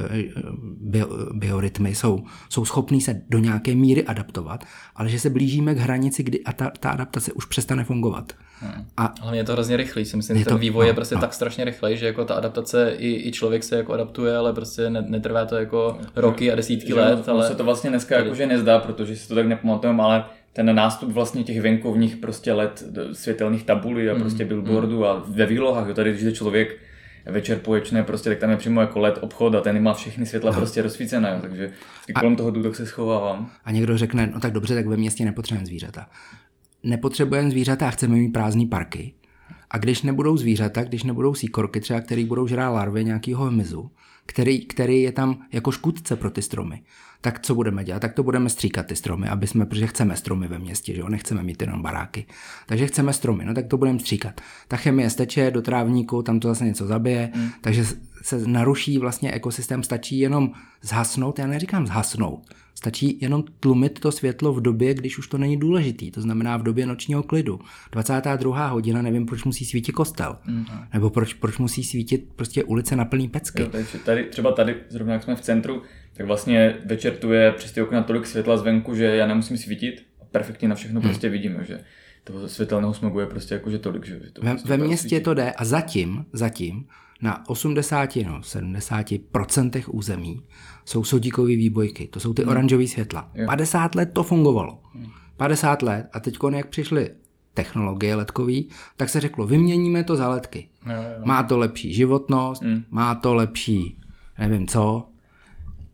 bio, biorytmy jsou, jsou schopní se do nějaké míry adaptovat, ale že se blížíme k hranici, kdy a ta, ta adaptace už přestane fungovat. Hmm. A hlavně je to hrozně rychlý, si myslím, že ten to, vývoj no, je prostě no. tak strašně rychlej, že jako ta adaptace, i, i člověk se jako adaptuje, ale prostě netrvá to jako roky a desítky že, let. Že ale se to vlastně dneska tady... jakože nezdá, protože si to tak nepamatujeme, ale ten nástup vlastně těch venkovních prostě let světelných tabulí a hmm. prostě billboardů a ve výlohách, jo, tady když je člověk večer poječné, prostě tak tam je přímo jako led obchod a ten má všechny světla no. prostě rozsvícené, jo, takže a, kolem toho důtok se schovávám. A někdo řekne, no tak dobře, tak ve městě nepotřebujeme zvířata. Nepotřebujeme zvířata a chceme mít prázdný parky. A když nebudou zvířata, když nebudou síkorky třeba, který budou žrát larvy nějakého hmyzu, který, který je tam jako škůdce pro ty stromy, tak co budeme dělat? Tak to budeme stříkat ty stromy, aby jsme, protože chceme stromy ve městě, že jo? Nechceme mít jenom baráky. Takže chceme stromy, no tak to budeme stříkat. Ta chemie steče do trávníku, tam to zase něco zabije, mm. takže se naruší vlastně ekosystém, stačí jenom zhasnout, já neříkám zhasnout, stačí jenom tlumit to světlo v době, když už to není důležitý, to znamená v době nočního klidu. dvacátá druhá hodina, nevím, proč musí svítit kostel, mm. nebo proč, proč musí svítit prostě ulice na plný pecky. Jo, takže tady, třeba tady, zrovna jak jsme v centru, tak vlastně večer tu je přes ty okna tolik světla zvenku, že já nemusím svítit a perfektně na všechno hmm. prostě vidím, že toho světelného smogu je prostě jakože tolik, že to ve, prostě ve městě svítit. To jde a zatím, zatím na osmdesát, no sedmdesát procent území jsou sodíkové výbojky, to jsou ty hmm. oranžové světla. Jo. padesát let to fungovalo. Hmm. padesát let a teď, jak přišly technologie ledkový, tak se řeklo, vyměníme to za ledky. Jo, jo. Má to lepší životnost, hmm. má to lepší, nevím co,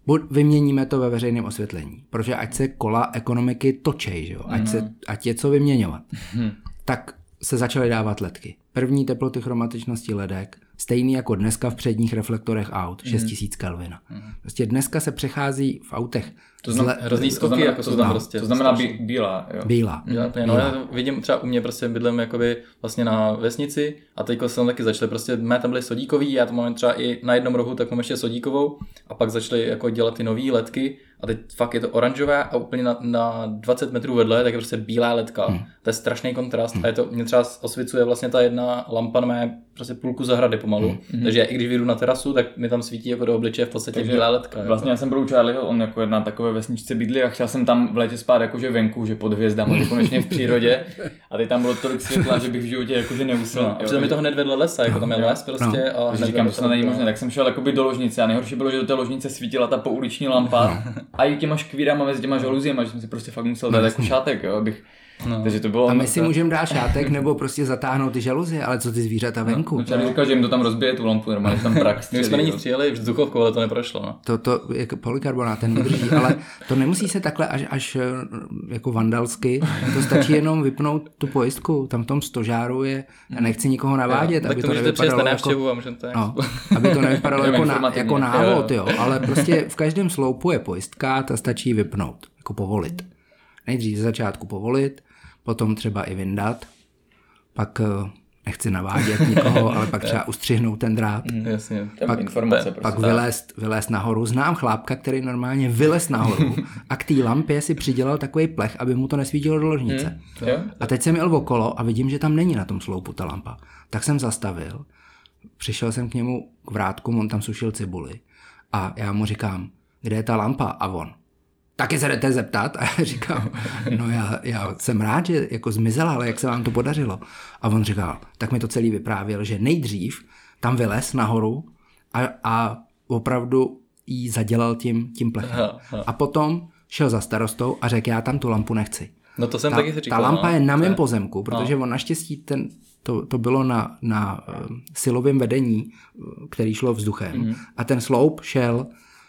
Buď vyměníme to ve veřejném osvětlení, protože ať se kola ekonomiky točej, že jo? Ať, se, ať je co vyměňovat, mm. tak se začaly dávat ledky. První teploty chromatičnosti ledek, stejný jako dneska v předních reflektorech aut, šest tisíc Kelvina. Mm. Prostě dneska se přechází v autech. To znamená hrozný skoky, to znamená, jako to, tam prostě. To znamená bí, bílá, jo. Bílá. Já, no, bílá. Já to vidím třeba u mě, prostě bydlím jakoby vlastně na vesnici a teďko se tam taky začaly, prostě mé tam byly sodíkový, já to mám třeba i na jednom rohu, tak mám ještě sodíkovou a pak začaly jako dělat ty nový ledky a teď fakt je to oranžové a úplně na, na dvacet metrů vedle, tak je prostě bílá ledka. Hmm. To je strašný kontrast hmm. a je to, mě třeba osvěcuje vlastně ta jedna lampa na mé prostě půlku zahrady pomalu. Hmm. Takže i když vyjdu na terasu, tak mi tam svítí jako do obličeje v podstatě takže bílá ledka. Vlastně jako. Já jsem byl u Charlieho, on jako jedna takové vesničce bydlí a chtěl jsem tam v létě spát jakože venku, že pod hvězdama, že konečně v přírodě a teď tam bylo tolik světla, že bych v životě jakože neusl. No, a přitom mi to hned vedle lesa, jako tam je les prostě no. A říkám, že to není možné, tak jsem šel jakoby do ložnice a nejhorší bylo, že do té ložnice svítila ta pouliční lampa a i těma škvírama mezi těma žaluziema, že jsem si prostě fakt musel dát jako šátek, jo, abych. No. Takže to bylo. A my si můžeme dát šátek nebo prostě zatáhnout ty žaluzie, ale co ty zvířata venku? No, no říkal, že jim to tam rozbije tu lampu, normálně tam prak. My jsme na ní stříleli vzduchovkou, ale to neprošlo. No. To, to je polykarbonát, ten vydrží, ale to nemusí se takhle až, až jako vandalsky, to stačí jenom vypnout tu pojistku, tam v tom stožáru je, já nechci nikoho navádět, jo, aby to, to nevypadalo jako, a to no, aby to nevypadalo jako, na, jako návod, jo, ale prostě v každém sloupu je pojistka, ta stačí vypnout, jako povolit. Nejdřív ze začátku povolit, potom třeba i vyndat, pak nechci navádět nikoho, ale pak třeba ustřihnout ten drát. Mm, jasně, pak, informace pak, pak vylézt, vylézt nahoru. Znám chlápka, který normálně vylez nahoru a k té lampě si přidělal takový plech, aby mu to nesvítilo do ložnice. Mm, a teď jsem jel okolo a vidím, že tam není na tom sloupu ta lampa. Tak jsem zastavil, přišel jsem k němu k vrátku, on tam sušil cibuli a já mu říkám, kde je ta lampa? A on, taky se jdete zeptat? A já říkám, no já, já jsem rád, že jako zmizela, ale jak se vám to podařilo? A on říkal, tak mi to celý vyprávěl, že nejdřív tam vylez nahoru a, a opravdu jí zadělal tím, tím plechem. Aha, aha. A potom šel za starostou a řekl, já tam tu lampu nechci. No to jsem ta, taky si říkal. Ta lampa no, je na mém je... pozemku, protože no. on naštěstí ten, to, to bylo na, na uh, silovém vedení, který šlo vzduchem mm. a ten sloup šel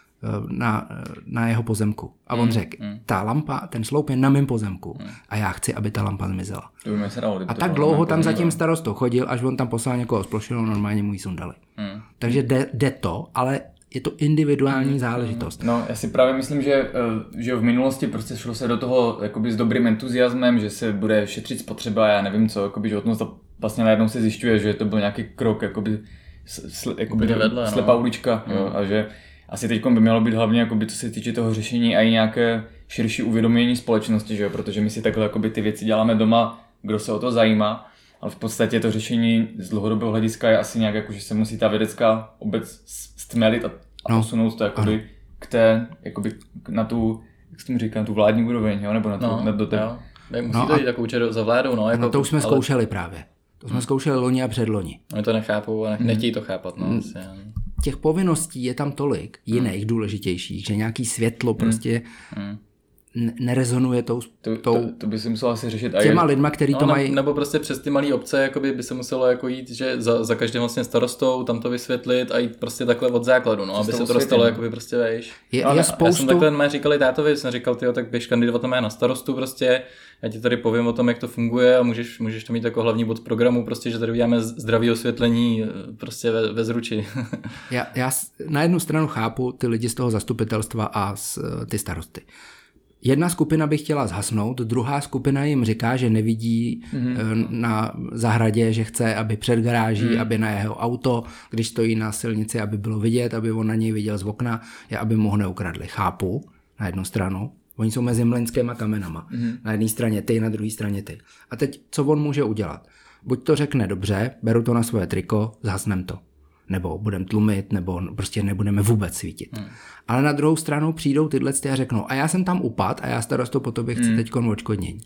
Na, na jeho pozemku. A on mm, řekl, mm. ta lampa, ten sloup je na mém pozemku mm. a já chci, aby ta lampa zmizela. Dalo, a tak dlouho tam za tím starostou chodil, až on tam poslal někoho splošilo, normálně mu ji sundali. Mm. Takže jde, jde to, ale je to individuální mm. záležitost. No, já si právě myslím, že, že v minulosti prostě šlo se do toho jakoby s dobrým entuziasmem, že se bude šetřit spotřeba, já nevím co, jakoby životnost a vlastně najednou se zjišťuje, že to byl nějaký krok, jakoby, sl, jakoby vedle, slepá no. ulička, mm. jo, a že asi teď by mělo být hlavně, jakoby, co se týče toho řešení a i nějaké širší uvědomění společnosti, že jo? Protože my si takhle jakoby, ty věci děláme doma, kdo se o to zajímá, ale v podstatě to řešení z dlouhodobého hlediska je asi nějak, jako, že se musí ta vědecká obec stmelit a, a no. posunout to jakoby, k té, jakoby, na tu, jak se tomu říká, na tu vládní úroveň, jo? Nebo na tu, no, na do té... Jo. Musí no to jít jako učit za vládou, no. Jako, no to už jsme ale... zkoušeli právě. To jsme hmm. zkoušeli loni a předloni. Oni to nechápou a nechtějí to chápat, no. Hmm. Těch povinností je tam tolik jiných hmm. důležitějších, že nějaký světlo prostě hmm. nerezonuje tou... To, tou to, to by se muselo asi řešit těma aj... lidma, který no, to mají... Nebo prostě přes ty malé obce jakoby by se muselo jako jít, že za, za každým vlastně starostou tam to vysvětlit a jít prostě takhle od základu, no, aby se to dostalo jakoby prostě vejš. Je, no, je spoustu... Já jsem takhle mé říkali tátovi, jsem říkal, tyjo, tak běž kandidovat na mé na starostu prostě, já ti tady povím o tom, jak to funguje a můžeš, můžeš to mít jako hlavní bod programu, prostě, že tady uděláme zdravý osvětlení prostě ve, ve zruči. já, já na jednu stranu chápu ty lidi z toho zastupitelstva a z, ty starosty. Jedna skupina by chtěla zhasnout, druhá skupina jim říká, že nevidí mm-hmm. na zahradě, že chce, aby před garáží, mm. aby na jeho auto, když stojí na silnici, aby bylo vidět, aby on na něj viděl z okna, je, aby mu ho neukradli. Chápu na jednu stranu. Oni jsou mezi mlynskýma kamenama. Mm. Na jedné straně ty, na druhé straně ty. A teď, co on může udělat? Buď to řekne dobře, beru to na svoje triko, zhasnem to. Nebo budeme tlumit, nebo prostě nebudeme vůbec svítit. Hmm. Ale na druhou stranu přijdou tyhle a řeknou, a já jsem tam upad a já starosto po tobě chci hmm. teďkon odškodnění.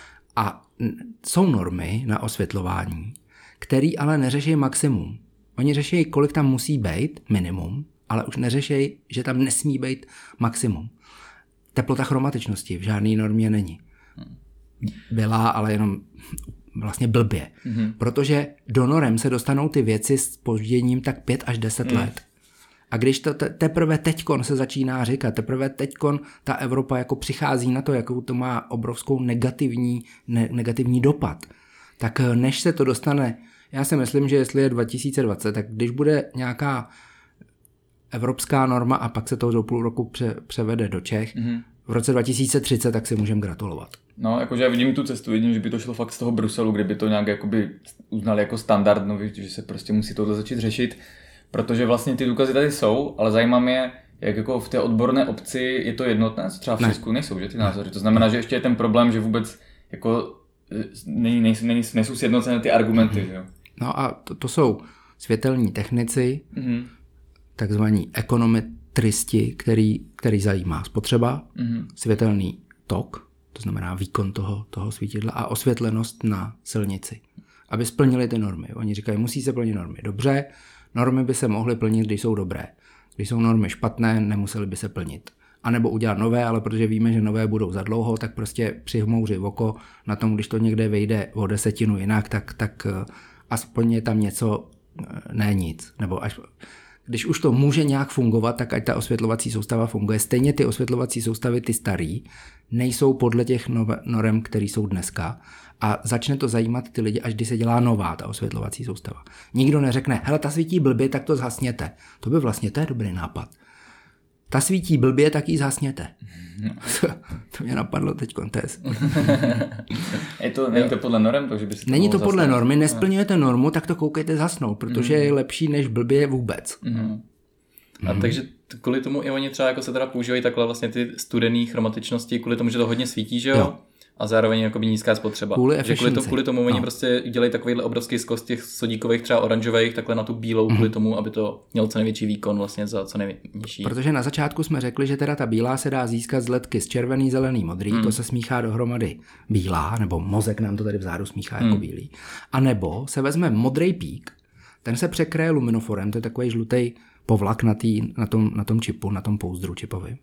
A jsou normy na osvětlování, který ale neřeší maximum. Oni řeší, kolik tam musí být, minimum, ale už neřeší, že tam nesmí být maximum. Teplota chromatičnosti v žádné normě není. Byla, ale jenom vlastně blbě. Mm-hmm. Protože do norem se dostanou ty věci s zpožděním tak pět až deset mm. let. A když to te- teprve teďkon se začíná říkat, teprve teďkon ta Evropa jako přichází na to, jakou to má obrovskou negativní, ne- negativní dopad, tak než se to dostane, já si myslím, že jestli je dva tisíce dvacet, tak když bude nějaká evropská norma a pak se to do půl roku pře- převede do Čech, mm-hmm. v roce dva tisíce třicet, tak si můžeme gratulovat. No, jakože já vidím tu cestu, vidím, že by to šlo fakt z toho Bruselu, kde by to nějak jakoby uznali jako standard, no, že se prostě musí tohle začít řešit, protože vlastně ty důkazy tady jsou, ale zajímá mě, jak jako v té odborné obci je to jednotné, třeba v Česku ne. nejsou, že ty názory. To znamená, že ještě je ten problém, že vůbec jako není, nejsou, nejsou sjednocené ty argumenty, že jo? No a to, to jsou světelní technici, mm-hmm. takzvaní ekonometristi, který, který zajímá spotřeba, mm-hmm. světelný tok, to znamená výkon toho, toho svítidla a osvětlenost na silnici, aby splnili ty normy. Oni říkají, musí se plnit normy. Dobře, normy by se mohly plnit, když jsou dobré. Když jsou normy špatné, nemusely by se plnit. A nebo udělat nové, ale protože víme, že nové budou za dlouho, tak prostě přihmouři oko na tom, když to někde vyjde o desetinu jinak, tak, tak aspoň je tam něco, ne nic. Nebo až, když už to může nějak fungovat, tak ať ta osvětlovací soustava funguje. Stejně ty osvětlovací soustavy, ty starý, nejsou podle těch norem, které jsou dneska. A začne to zajímat ty lidi, až když se dělá nová ta osvětlovací soustava. Nikdo neřekne, hele, ta svítí blbě, tak to zhasněte. To by vlastně, to je dobrý nápad. Ta svítí blbě, tak ji zhasněte. No. To mě napadlo teď kontest. Je to, není to podle norm? Takže by se to není to zasnout. Podle normy, nesplňujete normu, tak to koukejte zhasnout, protože mm. je lepší než blbě vůbec. Mm. A mm. takže kvůli tomu i oni třeba jako se teda používají takhle vlastně ty studený chromatičnosti, kvůli tomu, že to hodně svítí, že jo? jo. A zároveň jakoby nízká spotřeba. Kvůli, kvůli, to, kvůli tomu oni no. prostě dělají takovýhle obrovský skos těch sodíkových, třeba oranžových, takhle na tu bílou, kvůli mm. tomu, aby to mělo co největší výkon vlastně za co nejnižší. Protože na začátku jsme řekli, že teda ta bílá se dá získat z ledky z červený, zelený, modrý, mm. to se smíchá dohromady bílá, nebo mozek nám to tady vzadu smíchá mm. jako bílý. A nebo se vezme modrý pík, ten se překryje luminoforem, to je takový žlutý povlak na, tý, na, tom, na tom čipu, na tom pouzdru čipovým.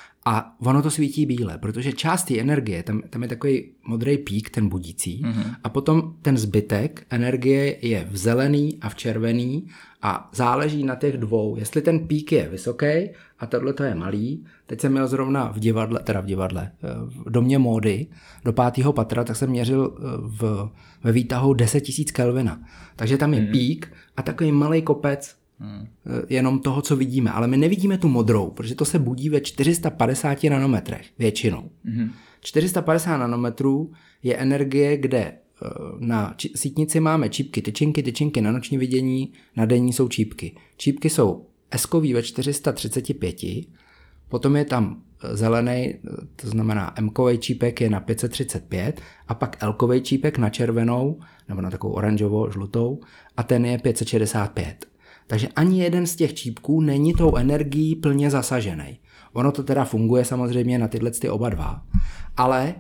A ono to svítí bíle, protože část té energie, tam, tam je takový modrý pík, ten budící, mm-hmm. a potom ten zbytek energie je v zelený a v červený a záleží na těch dvou. Jestli ten pík je vysoký a tohle to je malý, teď jsem měl zrovna v divadle, teda v divadle, v domě módy do pátého patra, tak jsem měřil v, ve výtahu deset tisíc Kelvina. Takže tam je mm-hmm. pík a takový malý kopec, Hmm. jenom toho, co vidíme. Ale my nevidíme tu modrou, protože to se budí ve čtyři sta padesát nanometrech většinou. Hmm. čtyři sta padesát nanometrů je energie, kde na sítnici máme čípky, tyčinky, tyčinky na noční vidění, na denní jsou čípky. Čípky jsou S-kový ve čtyři sta třicet pět, potom je tam zelený, to znamená M-kový čípek je na pět set třicet pět a pak L-kový čípek na červenou, nebo na takovou oranžovo-žlutou a ten je pět set šedesát pět. Takže ani jeden z těch čípků není tou energií plně zasažený. Ono to teda funguje samozřejmě na tyhle ty oba dva, ale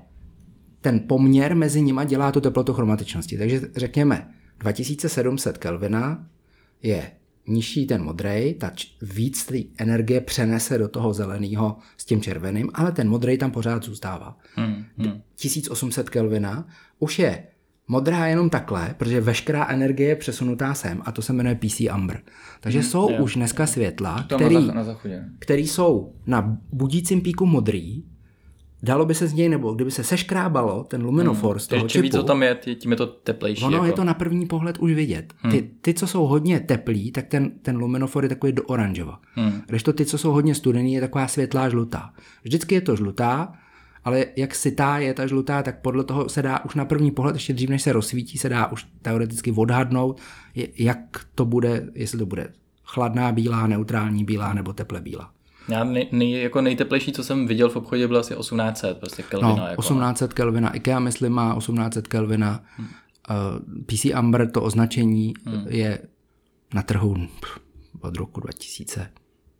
ten poměr mezi nima dělá tu teplotu chromatičnosti. Takže řekněme, dva tisíce sedm set Kelvina je nižší ten modrej, ta č- víc té energie přenese do toho zeleného s tím červeným, ale ten modrej tam pořád zůstává. Hmm, hmm. tisíc osm set Kelvina už je modrá jenom takhle, protože veškerá energie je přesunutá sem a to se jmenuje P C Amber. Takže hmm, jsou jo. už dneska světla, který, na který jsou na budícím píku modrý, dalo by se z něj, nebo kdyby se seškrábalo ten luminofor hmm. z toho čím čipu. Čím víc to tam je, tím je to teplejší. Ono jako. je to na první pohled už vidět. Hmm. Ty, ty, co jsou hodně teplý, tak ten, ten luminofor je takový do oranžova. Hmm. Kdežto ty, co jsou hodně studený, je taková světlá žlutá. Vždycky je to žlutá, ale jak sytá je ta žlutá, tak podle toho se dá už na první pohled, ještě dřív než se rozsvítí, se dá už teoreticky odhadnout, jak to bude, jestli to bude chladná bílá, neutrální bílá nebo teple bílá. Já nej, nej, jako nejteplejší, co jsem viděl v obchodě, bylo asi osmnáct set prostě Kelvina. No, jako. osmnáct set Kelvina. IKEA, myslím, má osmnáct set Kelvina. Hmm. Uh, P C Amber, to označení hmm. je na trhu od roku dva tisíce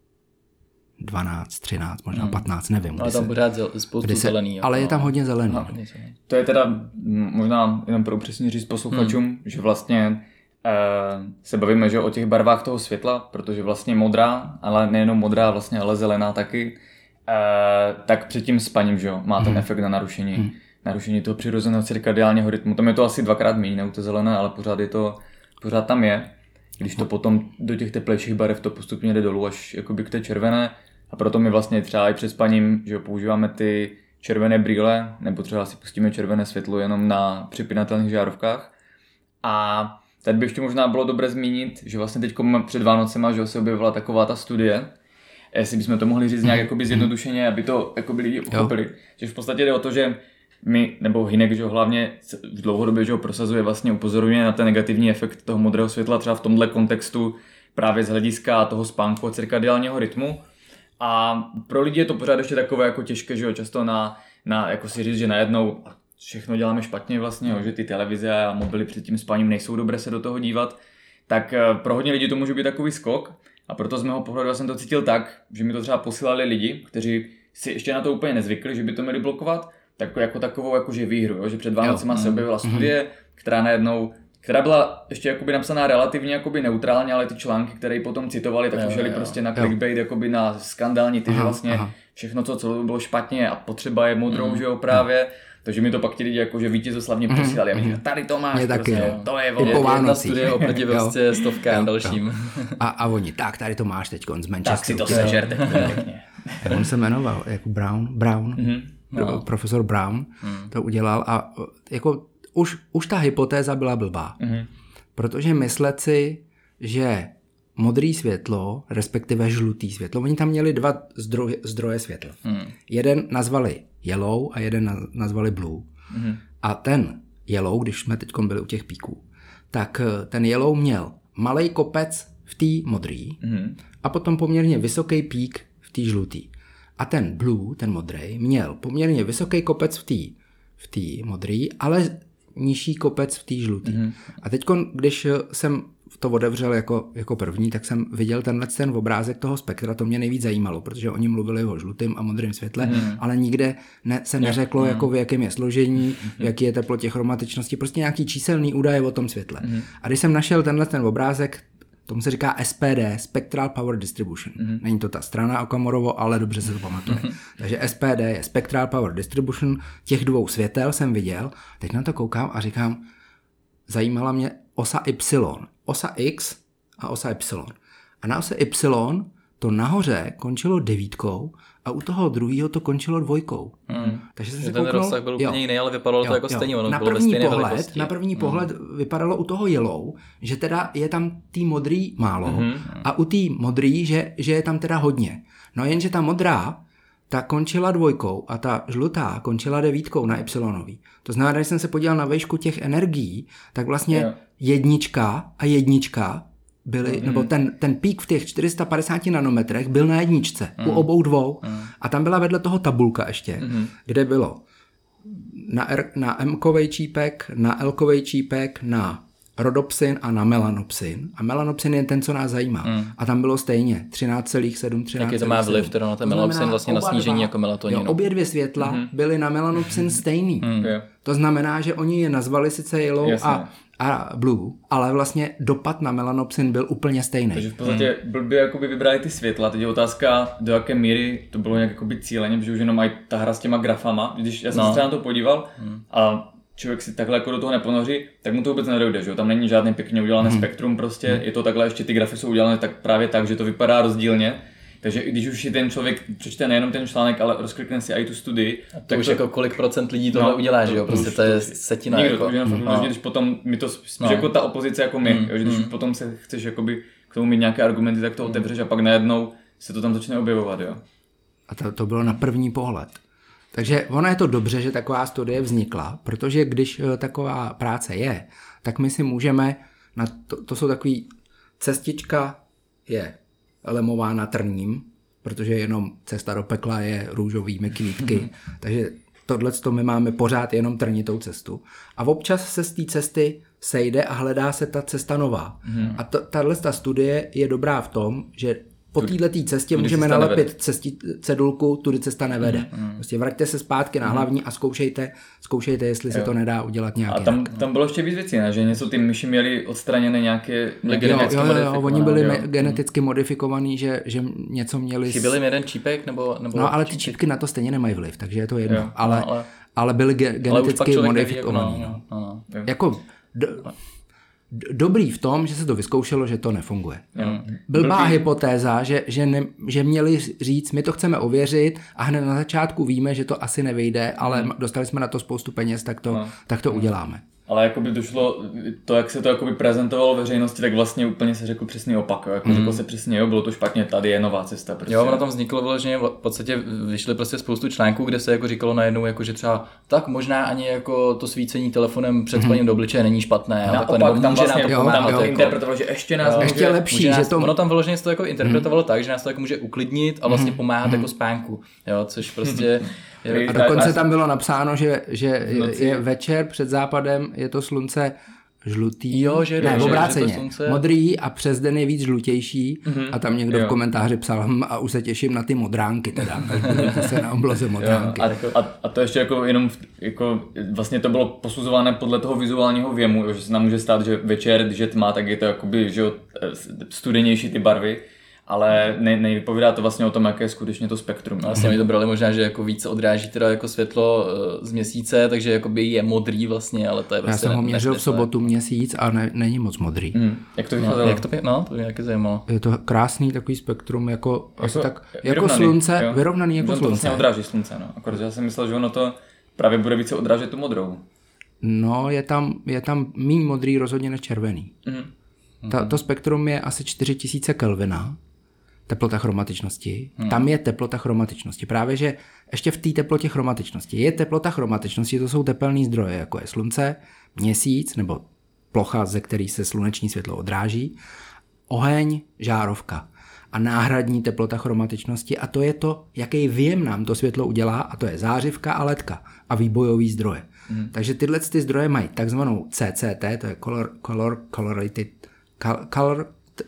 dvanáct, třináct, možná hmm. patnáct, nevím. Ale tam pořád spoustu se, zelený. Jako, ale je tam hodně zelený. No, no. To je teda možná jenom pro upřesnění říct posluchačům, hmm. že vlastně eh, se bavíme že o těch barvách toho světla, protože vlastně modrá, ale nejenom modrá, vlastně ale zelená taky, eh, tak před tím spaním, že jo, má ten hmm. efekt na narušení, hmm. narušení toho přirozeného cirkadiálního rytmu. Tam je to asi dvakrát méně, ne u té zelené, ale pořád je to, pořád tam je. když to potom do těch teplejších barev to postupně jde dolů až jakoby k té červené. A proto my vlastně třeba i před spaním, že používáme ty červené brýle, nebo třeba si pustíme červené světlo jenom na připínatelných žárovkách. A tady by ještě možná bylo dobré zmínit, že vlastně teď před Vánocema, že se objevila taková ta studie, jestli bychom to mohli říct nějak jakoby zjednodušeně, aby to jakoby lidi pochopili. Jo. Že v podstatě jde o to, že my, nebo Hynek, že hlavně v dlouhodobě že ho prosazuje, vlastně upozorňuje na ten negativní efekt toho modrého světla třeba v tomhle kontextu právě z hlediska toho spánku a cirkadiálního rytmu. A pro lidi je to pořád ještě takové jako těžké, že jo, často na, na jako si říct, že najednou všechno děláme špatně vlastně, jo, že ty televize a mobily před tím spáním nejsou dobré se do toho dívat, tak pro hodně lidí to může být takový skok a proto z mého pohledu já jsem to cítil tak, že mi to třeba posílali lidi, kteří si ještě na to úplně nezvykli, že by to měli blokovat, tak jako takovou jakože výhru, jo, že před Vánocema se objevila studie, která najednou která byla ještě jakoby napsaná relativně jakoby neutrálně, ale ty články, které potom citovali, tak už jeli prostě na clickbait, jakoby na skandální, ty, že vlastně aha. všechno, co celou bylo špatně a potřeba je modrou, mm. že jo, právě. Takže mi to pak ti lidi jakože vítězoslavně mm. posílali. A my říkali, tady to máš, taky, prostě, jo. to je volno. Jedna studie oproti vlastně stovkám dalším. A, a oni, tak tady to máš teď z Manchesteru. Tak si to sežer teď pěkně. On se jmenoval jako Brown, Brown, mm-hmm. no. profesor Brown mm. to udělal a jako už, už ta hypotéza byla blbá. Mm-hmm. Protože myslet si, že modrý světlo, respektive žlutý světlo, oni tam měli dva zdroje, zdroje světla. Hmm. Jeden nazvali yellow a jeden nazvali blue. Hmm. A ten yellow, když jsme teď byli u těch píků, tak ten yellow měl malej kopec v té modrý hmm. a potom poměrně vysoký pík v té žlutý. A ten blue, ten modrý, měl poměrně vysoký kopec v té v té modrý, ale nižší kopec v té žlutý. Mm-hmm. A teď, když jsem to otevřel jako, jako první, tak jsem viděl tenhle ten obrázek toho spektra, to mě nejvíc zajímalo, protože oni mluvili o žlutém a modrém světle, mm-hmm. ale nikde ne, se neřeklo, mm-hmm. jako v jakém je složení, mm-hmm. jaký je teplotě, chromatičnosti, prostě nějaký číselný údaje o tom světle. Mm-hmm. A když jsem našel tenhle ten obrázek, tomu se říká S P D, Spectral Power Distribution. Mm-hmm. Není to ta strana Okamorovo, ale dobře se to pamatuje. Mm-hmm. Takže S P D je Spectral Power Distribution těch dvou světel jsem viděl. Teď na to koukám a říkám, zajímala mě osa Y, osa X a osa Y. A na ose Y to nahoře končilo devítkou a u toho druhého to končilo dvojkou. Mm. Takže jsem si ten kouknul, rozsah byl úplně jiný, ale vypadalo jo, to jako jo. stejně. Ono na, bylo první pohled, velikosti. na první mm. pohled vypadalo u toho yellow, že teda je tam tý modrý málo mm-hmm. a u tý modrý, že, že je tam teda hodně. No jenže ta modrá, ta končila dvojkou a ta žlutá končila devítkou na Y. To znamená, když jsem se podíval na výšku těch energií, tak vlastně jo. jednička a jednička byly, mm. nebo ten, ten pík v těch čtyři sta padesát nanometrech byl na jedničce, mm. u obou dvou. Mm. A tam byla vedle toho tabulka ještě, mm. kde bylo na, R, na M-kovej čípek, na L-kovej čípek, na rodopsin a na melanopsin. A melanopsin je ten, co nás zajímá. Mm. A tam bylo stejně třináct celá sedm, třináct celá sedm. Jaký to má vliv teda na ten melanopsin vlastně na snížení dva, jako melatoninu? Jo, obě dvě světla mm. byly na melanopsin stejný. Mm. To znamená, že oni je nazvali sice yellow a a blue, ale vlastně dopad na melanopsin byl úplně stejný. Takže v podstatě hmm. blbě jakoby vybrali ty světla. Teď je otázka, do jaké míry to bylo nějak jakoby cíleně, protože už jenom mají ta hra s těma grafama. Když já jsem no. se na to podíval hmm. a člověk si takhle jako do toho neponoří, tak mu to vůbec nedojde, že jo? Tam není žádný pěkně udělané hmm. spektrum prostě, hmm. je to takhle, ještě ty grafy jsou udělané tak právě tak, že to vypadá rozdílně. Takže když už si ten člověk přečte nejenom ten článek, ale rozklikne si i tu studii, a to tak už to, jako kolik procent lidí tohle no, udělá, že jo? Prostě to, to je setina. Nikdo jako. to už jenom no. když potom my to spíš no. jako ta opozice jako my, mm, jo, že když mm. potom se chceš jakoby k tomu mít nějaké argumenty, tak to mm. otevřeš a pak najednou se to tam začne objevovat, jo. A to, to bylo na první pohled. Takže ono je to dobře, že taková studie vznikla, protože když taková práce je, tak my si můžeme, na to, to jsou takový cestička je lemována trním, protože jenom cesta do pekla je růžovými kvítky, takže tohleto my máme pořád jenom trnitou cestu. A občas se z té cesty sejde a hledá se ta cesta nová. Hmm. A tato studie je dobrá v tom, že po této cestě tudy můžeme nalepit cesti, cedulku, tudy cesta nevede. Mm, mm. Prostě vraťte se zpátky na hlavní a zkoušejte, zkoušejte, jestli jo. se to nedá udělat nějak A tam, jinak. tam bylo ještě víc věcí, ne? Že něco ty myši měly odstraněné nějaké geneticky jo, jo, jo, jo, oni byli jo. geneticky modifikovaní, že, že něco měli... Chyběl jim jeden čípek? Nebo, nebo no ale ty čípky? čípky na to stejně nemají vliv, takže je to jedno. Jo, ale, no, ale, ale byli ge- geneticky ale modifikovaní. No, no, no. Jako... D- dobrý v tom, že se to vyzkoušelo, že to nefunguje. Jo. Blbá Blbý. hypotéza, že, že, ne, že měli říct, my to chceme ověřit a hned na začátku víme, že to asi nevyjde, ale hmm. dostali jsme na to spoustu peněz, tak to, no. tak to uděláme. Ale jakoby došlo, to, jak se to jakoby prezentovalo veřejnosti, tak vlastně úplně se řekl přesný opak. Jo. Jako mm. řeklo se přesně, jo, bylo to špatně, tady je nová cesta. Prostě. Jo, ono tam vzniklo vyloženě, v podstatě vyšly prostě spoustu článků, kde se jako říkalo najednou, jako, že třeba tak možná ani jako to svícení telefonem před spaním mm. do obličeje není špatné. No, takhle, opak, nebo tam může vlastně nám to jo, pomáhat. tam to jako, interpretoval, že ještě nás jo, může, ještě lepší, může nás, že to... Ono tam vyloženě to jako interpretovalo mm. tak, že nás to jako může uklidnit a vlastně pomáhat mm. jako spánku. Jo, což prostě... A dokonce tam bylo napsáno, že, že je večer před západem, je to slunce žlutý, jo, že ne, že, obráceně, že to slunce... modrý a přes den je víc žlutější mm-hmm. a tam někdo jo. v komentáři psal hm, a už se těším na ty modránky teda, tak se na obloze modránky. Jo, a, a, a to ještě jako jenom, jako vlastně to bylo posuzované podle toho vizuálního věmu, že se nám může stát, že večer, když je tma, tak je to jakoby, že studenější ty barvy. Ale ne, nevypovídá to vlastně o tom, jaké je skutečně to spektrum. Vlastně mi to brali možná, že jako více odráží teda jako světlo z měsíce, takže jakoby je modrý vlastně, ale to je prostě... Já jsem ho měřil v sobotu měsíc a ne, není moc modrý. Hmm. Jak to vycházelo? No, jak to, no, to by nějaké zajímalo. Je to krásný takový spektrum, jako, jako, tak, jako slunce, jo? vyrovnaný jako slunce. To vlastně odráží slunce, no. Akorát já jsem myslel, že ono to právě bude více odrážet tu modrou. No, je tam, je tam míň modrý rozhodně než červený. Hmm. Ta, to spektrum je asi čtyři tisíce Kelvina. Teplota chromatičnosti. Hmm. Tam je teplota chromatičnosti. Právě, že ještě v té teplotě chromatičnosti je teplota chromatičnosti, to jsou tepelné zdroje, jako je slunce, měsíc nebo plocha, ze který se sluneční světlo odráží, oheň, žárovka a náhradní teplota chromatičnosti a to je to, jaký věm nám to světlo udělá a to je zářivka a ledka a výbojový zdroje. Hmm. Takže tyhle ty zdroje mají takzvanou C C T, to je color, color, colorated, color,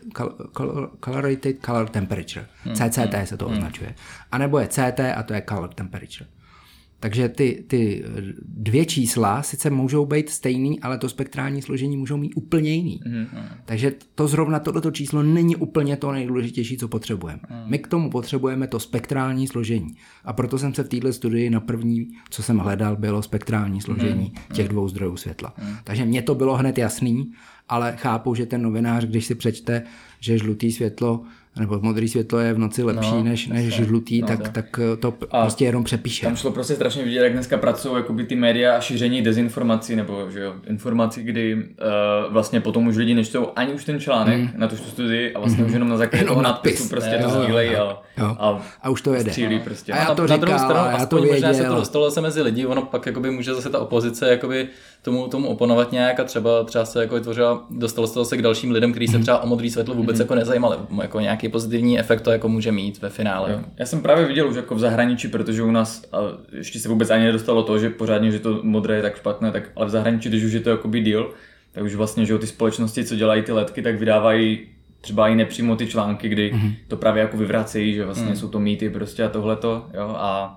Color, colorated color temperature. Hmm. C C T se to hmm. označuje. A nebo je C T a to je color temperature. Takže ty, ty dvě čísla sice můžou být stejný, ale to spektrální složení můžou mít úplně jiný. Hmm. Takže to zrovna tohleto číslo není úplně to nejdůležitější, co potřebujeme. Hmm. My k tomu potřebujeme to spektrální složení. A proto jsem se v této studii na první, co jsem hledal, bylo spektrální složení hmm. těch dvou zdrojů světla. Hmm. Takže mně to bylo hned jasný, ale chápu, že ten novinář, když si přečte, že žlutý světlo nebo modrý světlo je v noci lepší no, než, než žlutý, no, tak, tak to a prostě jenom přepíše. Tam šlo prostě strašně vidět, jak dneska pracují jakoby ty média a šíření dezinformací nebo že jo, informací, kdy uh, vlastně potom už lidi nečtou ani už ten článek mm. na tu studii a vlastně mm. už jenom na základě toho nadpisu prostě jo, to sdílejí a, a, a už to jede. Střílí prostě. A já to říkal, a já to věděl. Možná se to dostalo se mezi lidi, ono pak jakoby může zase ta opozice jakoby tomu, tomu oponovat nějak a třeba, třeba se jako vytvořila, dostalo se zase k dalším lidem, kteří se třeba o modrý světlo vůbec mm. jako nezajímali, jako nějaký pozitivní efekt to jako může mít ve finále. Jo. Já jsem právě viděl už jako v zahraničí, protože u nás a ještě se vůbec ani nedostalo to, že pořádně, že to modré je tak špatné, tak ale v zahraničí, když už je to jakoby deal, tak už vlastně, že ty společnosti, co dělají ty letky, tak vydávají třeba i nepřímo ty články, kdy mm. to právě jako vyvracejí, že vlastně mm. jsou to mýty prostě a tohleto, jo, a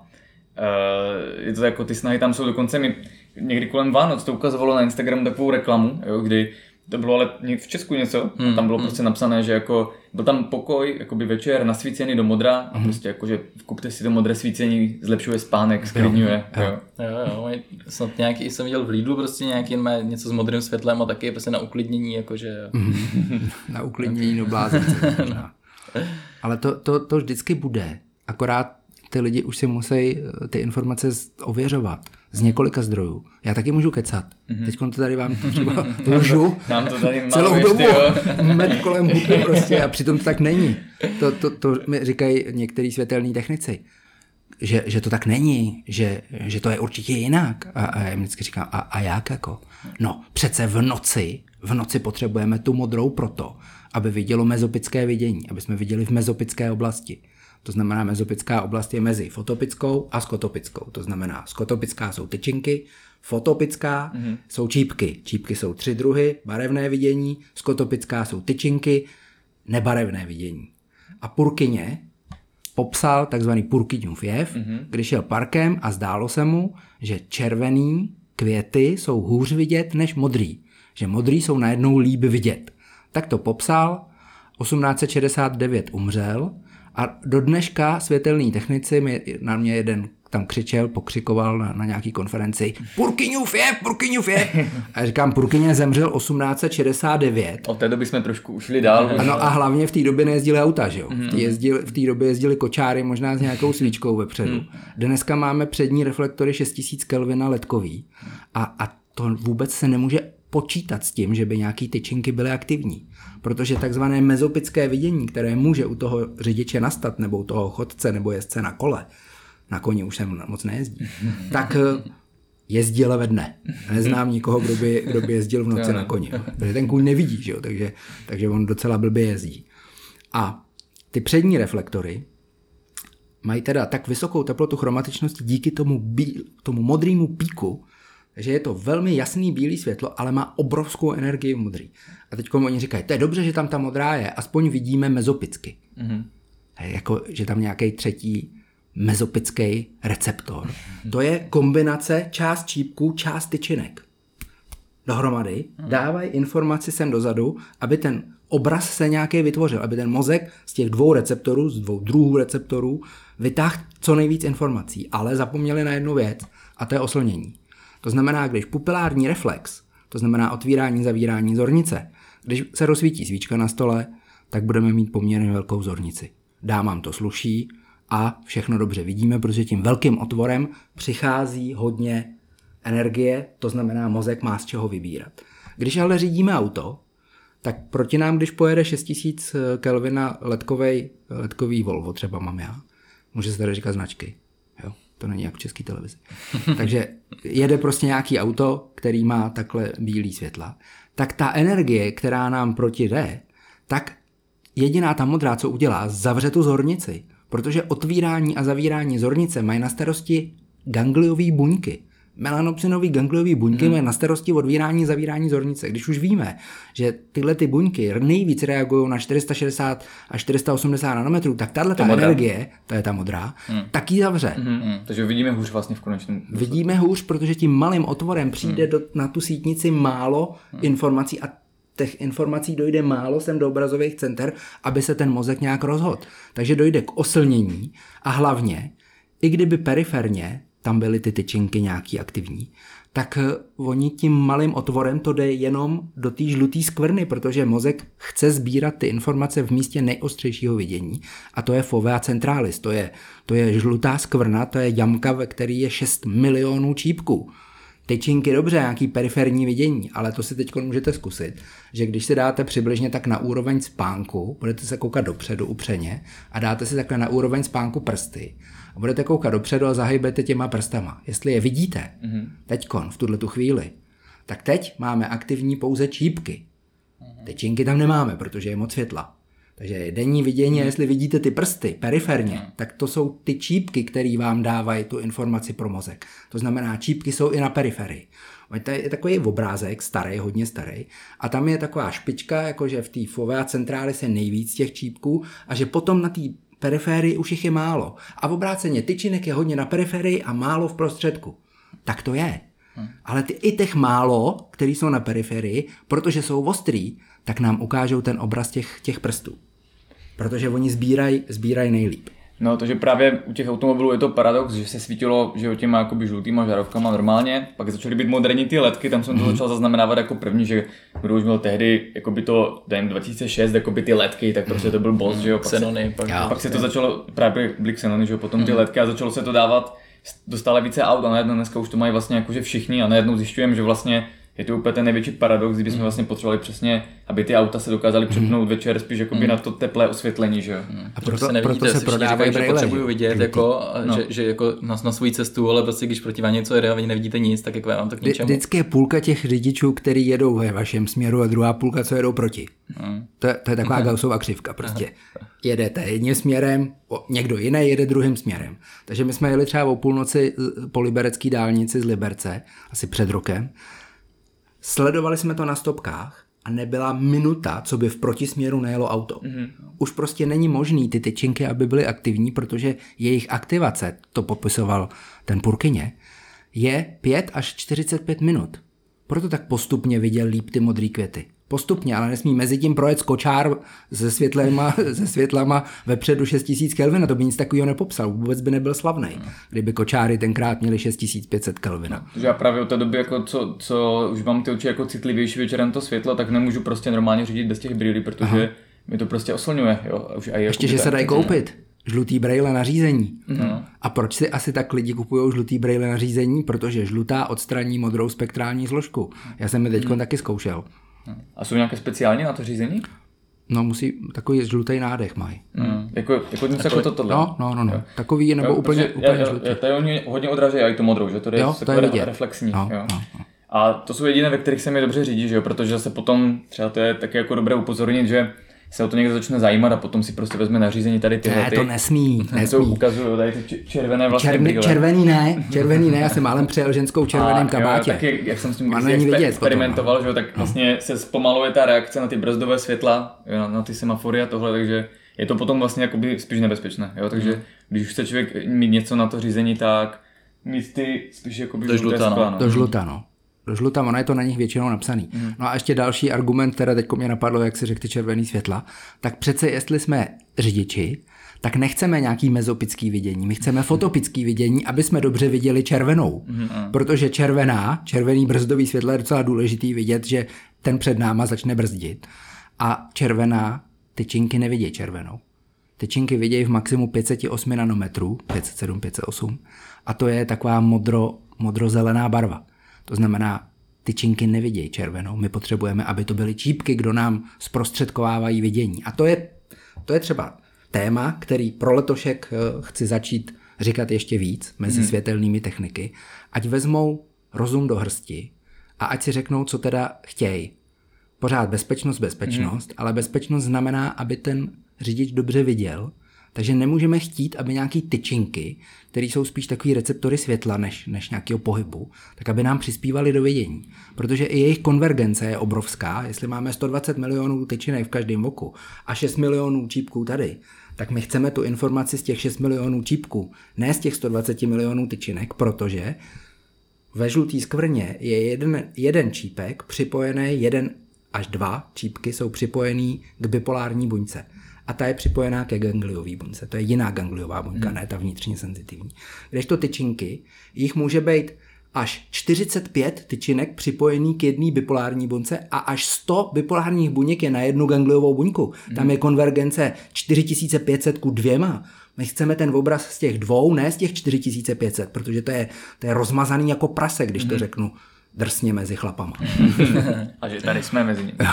uh, je to jako ty snahy tam jsou dokonce mi někdy kolem Vánoc to ukazovalo na Instagramu takovou reklamu, jo, kdy to bylo ale v Česku něco, hmm, a tam bylo hmm. prostě napsané, že jako byl tam pokoj, jakoby večer nasvícený do modra a hmm. prostě jako, že kupte si to modré svícení, zlepšuje spánek, sklidňuje. Jo, jo. jo, jo, jo. Snad nějaký, jsem viděl v Lidlu prostě nějaký má něco s modrým světlem a taky prostě na uklidnění, jakože... na uklidnění do blázence. Ale to, to, to vždycky bude, akorát ty lidi už si musí ty informace ověřovat z několika zdrojů. Já taky můžu kecat. Mm-hmm. Teď to tady vám třeba lžu celou dobu med kolem huby prostě a přitom to tak není. To, to, to mi říkají některý světelní technici, že, že to tak není, že, že to je určitě jinak. A, a já jim vždycky říkám, a, a jak jako? No přece v noci, v noci potřebujeme tu modrou proto, aby vidělo mezopické vidění, aby jsme viděli v mezopické oblasti. To znamená, mezopická oblast je mezi fotopickou a skotopickou. To znamená, skotopická jsou tyčinky, fotopická mm-hmm. jsou čípky. Čípky jsou tři druhy, barevné vidění, skotopická jsou tyčinky, nebarevné vidění. A Purkyně popsal takzvaný Purkyňův jev, mm-hmm. když šel parkem a zdálo se mu, že červený květy jsou hůř vidět než modrý. Že modrý jsou najednou líp vidět. Tak to popsal, osmnáct set šedesát devět umřel, a do dneška světelní technici, na mě jeden tam křičel, pokřikoval na, na nějaký konferenci Purkyňův je, Purkyňův je. A já říkám, Purkyně zemřel osmnáct set šedesát devět. Od té doby jsme trošku ušli dál. Ano a hlavně v té době nejezdili auta, že jo? V té, jezdili, v té době jezdili kočáry možná s nějakou svíčkou vepředu. Dneska máme přední reflektory šest tisíc Kelvina ledkový a, a to vůbec se nemůže počítat s tím, že by nějaký tyčinky byly aktivní. Protože takzvané mezopické vidění, které může u toho řidiče nastat, nebo u toho chodce, nebo jezdce na kole, na koni už jsem moc nejezdí, tak jezdil ve dne. Neznám nikoho, kdo by, kdo by jezdil v noci na koni. Protože ten kůň nevidí, že jo? Takže, takže on docela blbě jezdí. A ty přední reflektory mají teda tak vysokou teplotu chromatičnosti díky tomu, bí, tomu modrému píku, že je to velmi jasný bílý světlo, ale má obrovskou energii v modrý. A teď oni říkají, to je dobře, že tam ta modrá je, aspoň vidíme mezopicky. Mm-hmm. Jako, že tam nějaký třetí mezopický receptor. To je kombinace část čípků, část tyčinek. Dohromady dávají informaci sem dozadu, aby ten obraz se nějaký vytvořil, aby ten mozek z těch dvou receptorů, z dvou druhů receptorů, vytáhl co nejvíc informací. Ale zapomněli na jednu věc, a to je oslnění. To znamená, když pupilární reflex, to znamená otvírání, zavírání zornice, když se rozsvítí svíčka na stole, tak budeme mít poměrně velkou zornici. Dámám to sluší a všechno dobře vidíme, protože tím velkým otvorem přichází hodně energie, to znamená, mozek má z čeho vybírat. Když ale řídíme auto, tak proti nám, když pojede šest tisíc Kelvina ledkovej, ledkový Volvo, třeba mám já, může se tady říkat značky, jo? To není jako v české televizi. Takže jede prostě nějaký auto, který má takhle bílý světla, tak ta energie, která nám proti jde, tak jediná ta modrá, co udělá, zavře tu zornici, protože otvírání a zavírání zornice mají na starosti gangliové buňky. Melanopsinové gangliové buňky hmm. mají na starosti otvírání a zavírání zornice. Když už víme, že tyhle ty buňky nejvíc reagují na čtyři sta šedesát až čtyři sta osmdesát nanometrů, tak tahle energie, to je ta modrá, hmm. tak ji zavře. Hmm. Hmm. Takže vidíme hůř vlastně v konečném. Vidíme hůř, protože tím malým otvorem přijde hmm. do, na tu sítnici málo hmm. informací a těch informací dojde málo sem do obrazových center, aby se ten mozek nějak rozhodl. Takže dojde k oslnění a hlavně, i kdyby periferně tam byly ty tyčinky nějaký aktivní, tak oni tím malým otvorem to jde jenom do té žluté skvrny, protože mozek chce sbírat ty informace v místě nejostřejšího vidění a to je fovea centralis, to je, to je žlutá skvrna, to je jamka, ve které je šest milionů čípků. Tyčinky dobře, nějaký periferní vidění, ale to si teď můžete zkusit, že když si dáte přibližně tak na úroveň spánku, budete se koukat dopředu upřeně a dáte si takhle na úroveň spánku prsty a budete koukat dopředu a zahybete těma prstama. Jestli je vidíte, mm-hmm. teďkon, v tuhle tu chvíli, tak teď máme aktivní pouze čípky. Mm-hmm. Tyčinky tam nemáme, protože je moc světla. Takže denní vidění, mm. jestli vidíte ty prsty periferně, mm. tak to jsou ty čípky, které vám dávají tu informaci pro mozek. To znamená, čípky jsou i na periferii. To je takový obrázek, starý, hodně starý, a tam je taková špička, jakože v té fovea centralis je nejvíc těch čípků a že potom na té periferii už jich je málo. A v obráceně tyčinek je hodně na periferii a málo v prostředku. Tak to je. Mm. Ale ty, i těch málo, který jsou na periferii, protože jsou ostrý, tak nám ukážou ten obraz těch, těch prstů. Protože oni sbírají sbíraj nejlíp. No, takže právě u těch automobilů je to paradox, že se svítilo, že o těma jakoby žlutýma žárovkama normálně, pak začaly být moderní ty ledky, tam jsem to mm. začal zaznamenávat jako první, že kdo už měl tehdy jakoby to dva tisíce šest, jakoby ty ledky, tak prostě to byl boss, mm. že jo. Pak Xenony, se, pak, jo, pak se to začalo, právě byly Xenony, že jo, potom mm. ty ledky a začalo se to dávat do stále více aut a najednou dneska už to mají vlastně jakože všichni a najednou zjišťujeme, že vlastně je to úplně ten největší paradox, kdyby jsme vlastně potřebovali přesně, aby ty auta se dokázaly přepnout večer spíš jakoby mm. na to teplé osvětlení, že jo. Mm. A proto se, proto se prodávají brýle, že potřebuju vidět jako, no. že, že jako na, na svou cestu, ale prostě když proti vám něco jede a vy nevidíte nic, tak jako já vám to k ničemu. Vždycky je půlka těch řidičů, kteří jedou ve vašem směru a druhá půlka, co jedou proti. Mm. To, to je taková Gaussova křivka prostě. Jedete jedním směrem, někdo jiný jede druhým směrem. Takže my jsme jeli třeba o půlnoci po liberecké dálnici z Liberce, asi před rokem. Sledovali jsme to na stopkách a nebyla minuta, co by v protisměru nejelo auto. Mm-hmm. Už prostě není možný ty tyčinky, aby byly aktivní, protože jejich aktivace, to popisoval ten Purkyně, je pět až čtyřicet pět minut. Proto tak postupně viděl líp ty modrý květy. postupně, ale nesmí mezi tím projet kočár se světlama, se světlama vepředu šest tisíc Kelvina, to by nic takového nepopsal, vůbec by nebyl slavný, kdyby kočáry tenkrát měli šest tisíc pět set Kelvina. Takže já právě od té doby, jako co, co už mám ty oči jako citlivější večerem to světlo, tak nemůžu prostě normálně řídit bez těch brýlí, protože Aha. mi to prostě oslňuje. Jo? Už aj ještě, že se dají koupit. Žlutý brejle na řízení. No. A proč si asi tak lidi kupují žlutý brejle na řízení? Protože žlutá odstraní modrou spektrální složku. Já jsem je teď hmm. taky zkoušel. A jsou nějaké speciální na to řízení? No musí, takový žlutý nádech mají. Hmm. Jako, jako něco jako tohle. No, no, no, no. Takový nebo jo, úplně, úplně já, žlutý. Já, tady oni hodně odrážejí i tu modrou, že to je, jo, to je vidět. Reflexní. No, jo. No, no. A to jsou jediné, ve kterých se mi dobře řídí, že jo? Protože se potom, třeba to je taky jako dobré upozornit, že se o to někdo začne zajímat a potom si prostě vezme nařízení tady tyhle. Ne, to nesmí, nesmí. To ukazuju, tady ty červené vlastně Červený, červený ne, červený ne, já jsem málem přejel ženskou červeném kabátě. A taky, jak jsem s tím exper- vidět experimentoval, potom, že jo, tak vlastně se zpomaluje ta reakce na ty brzdové světla, jo, na, na ty semafory a tohle, takže je to potom vlastně jakoby spíš nebezpečné, jo, takže mm. když už chce člověk mít něco na to řízení, tak mít ty spíš jakoby do žluta, skla, no. Do žluta, no. Do žluta, ono je to na nich většinou napsaný. Mm. No a ještě další argument, teda teďko mě napadlo, jak si řekl ty červený světla, tak přece jestli jsme řidiči, tak nechceme nějaký mezopický vidění, my chceme fotopický vidění, aby jsme dobře viděli červenou. Mm. Protože červená, červený brzdový světlo je docela důležitý vidět, že ten před náma začne brzdit. A červená, tyčinky nevidějí červenou. Tyčinky vidějí v maximu pět set osm nanometrů, pět set sedm, pět set osm, a to je taková modro, modrozelená barva. To znamená, tyčinky nevidějí červenou. My potřebujeme, aby to byly čípky, kdo nám zprostředkovávají vidění. A to je, to je třeba téma, který pro letošek chci začít říkat ještě víc mezi hmm. světelnými techniky. Ať vezmou rozum do hrsti a ať si řeknou, co teda chtějí. Pořád bezpečnost, bezpečnost, hmm. ale bezpečnost znamená, aby ten řidič dobře viděl. Takže nemůžeme chtít, aby nějaký tyčinky, které jsou spíš takový receptory světla než, než nějakého pohybu, tak aby nám přispívali do vidění. Protože i jejich konvergence je obrovská. Jestli máme sto dvacet milionů tyčinek v každém oku a šest milionů čípků tady, tak my chceme tu informaci z těch šest milionů čípků, ne z těch sto dvacet milionů tyčinek, protože ve žlutý skvrně je jeden, jeden čípek připojený, jeden až dva čípky jsou připojený k bipolární buňce. A ta je připojená ke gangliové buňce. To je jiná gangliová buňka, hmm. ne ta vnitřně senzitivní. Kdežto tyčinky, jich může být až čtyřicet pět tyčinek připojený k jedné bipolární buňce a až sto bipolárních buněk je na jednu gangliovou buňku. Hmm. Tam je konvergence čtyři tisíce pět set ku dvěma. My chceme ten obraz z těch dvou, ne z těch čtyři tisíce pět set, protože to je, to je rozmazaný jako prase, když hmm. to řeknu drsně mezi chlapama. A že tady jsme mezi nimi.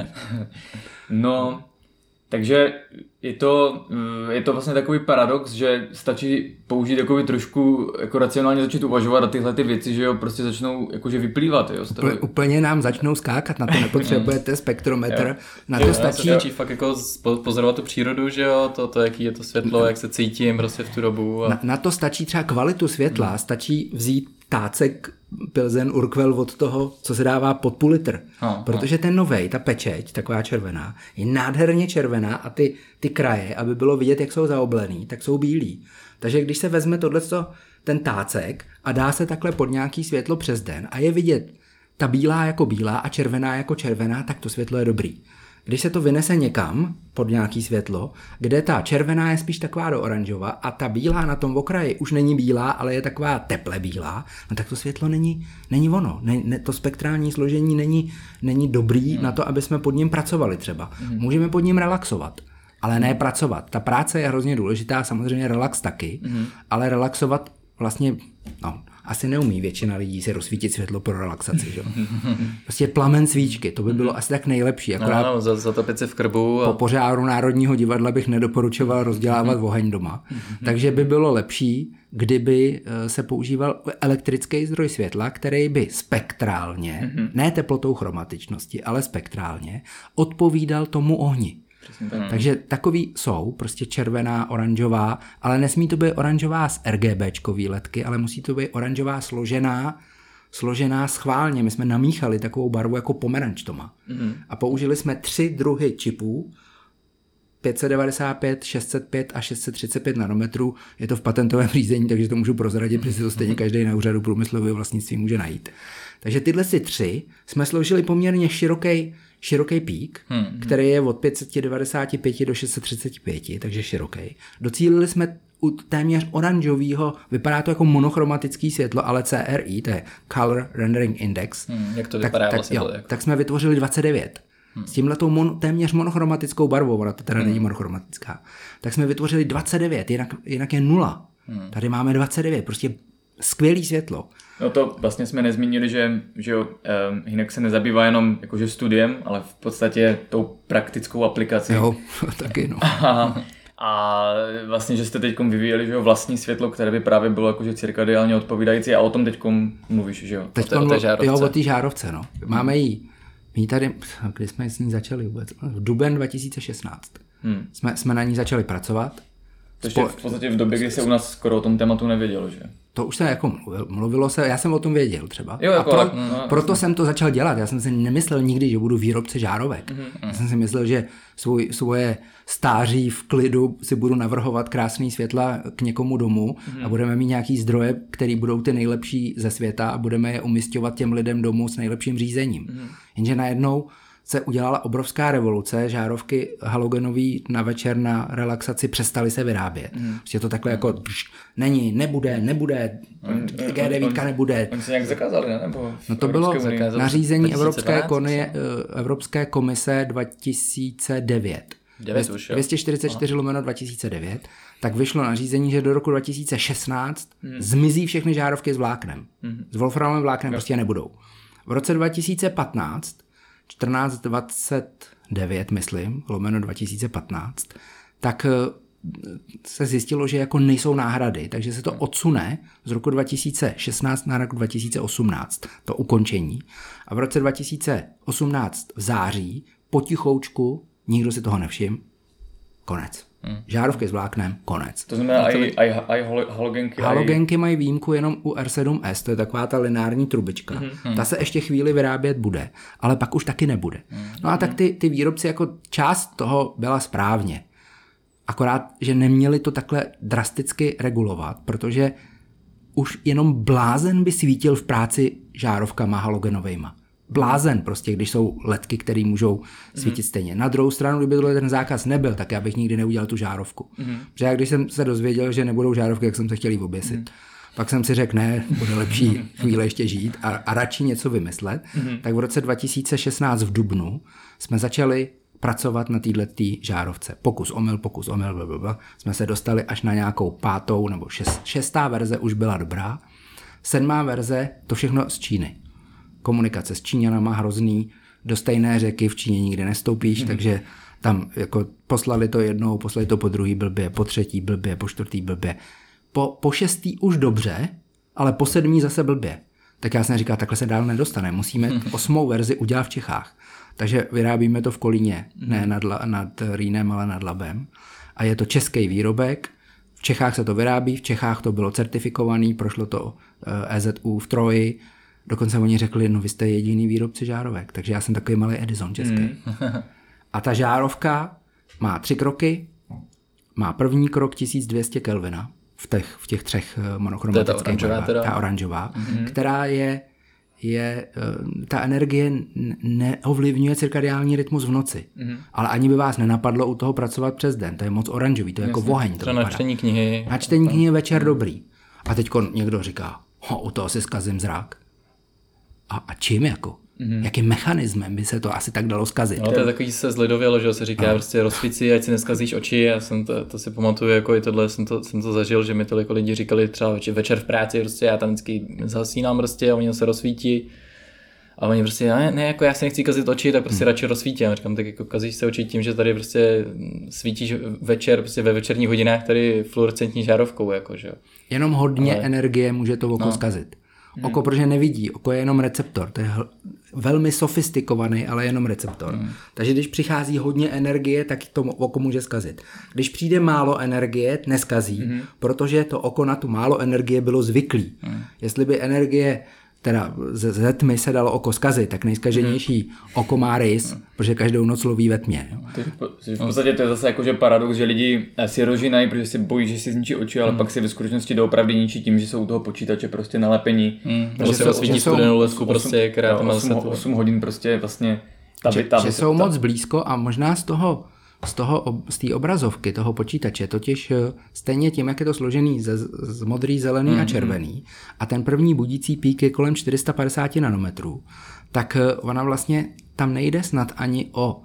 No... Takže je to, je to vlastně takový paradox, že stačí použít takový trošku jako racionálně začít uvažovat a tyhle ty věci, že jo, prostě začnou jakože vyplývat, jo. Úplně, úplně nám začnou skákat, na to nepotřebujete spektrometr, na to jo, stačí... stačí fakt jako pozorovat tu přírodu, že jo, to, to jaký je to světlo, jak se cítím prostě v tu dobu. A... Na, na to stačí třeba kvalitu světla, hmm. stačí vzít tácek Pilsen Urquell od toho, co se dává pod půl litr. No, protože no. ten novej, ta pečeť, taková červená, je nádherně červená a ty, ty kraje, aby bylo vidět, jak jsou zaoblený, tak jsou bílí. Takže když se vezme tohleto, ten tácek a dá se takhle pod nějaký světlo přes den a je vidět ta bílá jako bílá a červená jako červená, tak to světlo je dobrý. Když se to vynese někam pod nějaký světlo, kde ta červená je spíš taková do oranžova a ta bílá na tom okraji už není bílá, ale je taková teple bílá, no tak to světlo není, není ono. Ne, ne, to spektrální složení není, není dobrý mm. na to, aby jsme pod ním pracovali třeba. Mm. Můžeme pod ním relaxovat, ale ne pracovat. Ta práce je hrozně důležitá, samozřejmě relax taky, mm. ale relaxovat vlastně... No, asi neumí většina lidí si rozsvítit světlo pro relaxaci, že? Prostě plamen svíčky, to by bylo asi tak nejlepší. Akorát no, no, zatopit si v krbu. A... Po požáru Národního divadla bych nedoporučoval rozdělávat oheň doma. Takže by bylo lepší, kdyby se používal elektrický zdroj světla, který by spektrálně, ne teplotou chromatičnosti, ale spektrálně, odpovídal tomu ohni. Tak. Takže takový jsou, prostě červená, oranžová, ale nesmí to být oranžová z RGBčkový ledky, ale musí to být oranžová složená, složená schválně. My jsme namíchali takovou barvu jako pomeranč to má. Mm. A použili jsme tři druhy čipů, pět set devadesát pět, šest set pět a šest set třicet pět nanometrů. Je to v patentovém řízení, takže to můžu prozradit, protože to stejně každý na úřadu průmyslového vlastnictví může najít. Takže tyhle si tři jsme složili poměrně široký, široký pík, hmm. který je od pět set devadesát pět do šest set třicet pět, takže široký. Docílili jsme u téměř oranžového, vypadá to jako monochromatický světlo, ale C R I, to je Color Rendering Index. Hmm, jak to vypadá tak, vlastně? Tak, jo, jako... tak jsme vytvořili dvacet devět. Hmm. S tímhletou mon, téměř monochromatickou barvou, ona to teda hmm. není monochromatická, tak jsme vytvořili dvacet devět, jinak, jinak je nula. Hmm. Tady máme dvacet devět, prostě skvělý světlo. No to vlastně jsme nezmínili, že, že jo, um, Hynek se nezabývá jenom jakože studiem, ale v podstatě tou praktickou aplikací. Jo, taky no. A, a vlastně, že jste teďkom vyvíjeli, že jo, vlastní světlo, které by právě bylo jakože cirkadiálně odpovídající a o tom teďkom mluvíš, že jo? Teďkom, o té žárovce. Jo, o té žárovce, no. Máme ji, my tady, kdy jsme s ní začali vůbec? V duben dva tisíce šestnáct. Hmm. Jsme, jsme na ní začali pracovat. To ještě v podstatě v době, kdy se u nás skoro o tom tématu nevědělo, že? To už se jako mluvil, mluvilo se, já jsem o tom věděl třeba. Jo, jako, a pro, tak, no, proto jsem to začal dělat, já jsem si nemyslel nikdy, že budu výrobce žárovek. Mm-hmm. Já jsem si myslel, že svůj, svoje stáří v klidu si budu navrhovat krásný světla k někomu domů mm-hmm. a budeme mít nějaký zdroje, které budou ty nejlepší ze světa a budeme je umisťovat těm lidem domů s nejlepším řízením. Mm-hmm. Jenže najednou se udělala obrovská revoluce, žárovky halogenový na večer na relaxaci přestaly se vyrábět. Mm. Prostě to takhle mm. jako pš, není, nebude, nebude, on, G devět on, nebude. Oni se nějak zakázali, ne? Nebo no to bylo nařízení Evropské, konie, Evropské komise dva tisíce devět. dvě stě čtyřicet čtyři lomeno dva tisíce devět, tak vyšlo nařízení, že do roku dva tisíce šestnáct mm. zmizí všechny žárovky s vláknem. Mm. S wolframovým vláknem no. prostě nebudou. V roce dva tisíce patnáct čtrnáct dvacet devět, myslím, lomeno dva tisíce patnáct, tak se zjistilo, že jako nejsou náhrady, takže se to odsune z roku dva tisíce šestnáct na rok dva tisíce osmnáct, to ukončení. A v roce dva tisíce osmnáct v září, potichoučku, nikdo si toho nevšiml, konec. Hmm. Žárovky s vláknem, konec. To znamená, no, i, i, i halogenky. Halogenky mají výjimku jenom u R sedm S, to je taková ta lineární trubička. Hmm. Ta se ještě chvíli vyrábět bude, ale pak už taky nebude. Hmm. No a tak ty, ty výrobci jako část toho byla správně. Akorát, že neměli to takhle drasticky regulovat, protože už jenom blázen by svítil v práci žárovkama halogenovejma. Blázen prostě, když jsou ledky, které můžou svítit mm. stejně. Na druhou stranu, kdyby tohle ten zákaz nebyl, tak já bych nikdy neudělal tu žárovku. Mm. Protože já když jsem se dozvěděl, že nebudou žárovky, jak jsem se chtěl jí oběsit. Mm. Pak jsem si řekl, ne, bude lepší chvíle ještě žít a, a radši něco vymyslet. Mm. Tak v roce dva tisíce šestnáct v dubnu jsme začali pracovat na této žárovce. Pokus, omyl, pokus, omyl, blablabla. Jsme se dostali až na nějakou pátou nebo šest, šestá verze už byla dobrá. Sedmá verze, to všechno z Číny. Komunikace s Číňanama hrozný, do stejné řeky v Číně nikdy nestoupíš, mm. takže tam jako poslali to jednou, poslali to po druhý blbě, po třetí blbě, po čtvrtý blbě. Po, po šestý už dobře, ale po sedmý zase blbě. Tak já jsem říkal, takhle se dál nedostane, musíme osmou verzi udělat v Čechách. Takže vyrábíme to v Kolíně, ne nad, nad Rýnem, ale nad Labem. A je to český výrobek, v Čechách se to vyrábí, v Čechách to bylo certifikovaný, prošlo to E Z U v Troji, dokonce oni řekli, no vy jste jediný výrobce žárovek, takže já jsem takový malý Edison český. Mm. A ta žárovka má tři kroky, má první krok tisíc dvě stě Kelvina v těch, v těch třech monochromatických barvách, ta, ta oranžová, mm. která je, je, ta energie neovlivňuje cirkadiální rytmus v noci, mm. ale ani by vás nenapadlo u toho pracovat přes den, to je moc oranžový, to je jako voheň. To na čtení knihy. Na čtení knihy večer dobrý. A teďko někdo říká, ho, u toho si zkazím zrak. A, a čím jako? Mm-hmm. Jakým mechanismem by se to asi tak dalo zkazit? No to je takový se zlidovělo, že se říká no. prostě rozsvíci, ať si neskazíš oči. Já jsem to, to si pamatuju, jako i tohle jsem to, jsem to zažil, že mi toliko lidi říkali třeba večer v práci, prostě já tam vždycky zhasínám prostě a oni se rozsvítí. A oni prostě, ne, ne, jako já si nechci kazit oči, tak prostě hmm. radši rozsvítí. A říkám, tak jako kazíš se oči tím, že tady prostě svítíš večer, prostě ve večerních hodinách tady fluorescentní žárovkou, jako, že jo. Jenom hodně ale... energie může to oko no. zkazit. Oko, hmm. protože nevidí, oko je jenom receptor, to je velmi sofistikovaný, ale jenom receptor. Hmm. Takže když přichází hodně energie, tak to oko může zkazit. Když přijde málo energie, neskazí, hmm. protože to oko na tu málo energie bylo zvyklý. Hmm. Jestli by energie, teda ze tmy se dalo oko zkazit, tak nejskaženější hmm. oko má rys, hmm. protože každou noc loví ve tmě. V podstatě to je zase jakože paradox, že lidi si rožinají, protože se bojí, že si zničí oči, ale hmm. pak si ve skutečnosti doopravdy ničí tím, že jsou u toho počítače prostě nalepení. Hmm. Že se osvítí studenou lesku prostě, která tam osm hodin prostě vlastně Ta že, by, ta že by, jsou ta... moc blízko a možná z toho z toho, z té obrazovky toho počítače, totiž stejně tím, jak je to složený z, z modrý, zelený mm, a červený a ten první budící pík je kolem čtyři sta padesát nanometrů, tak ona vlastně tam nejde snad ani o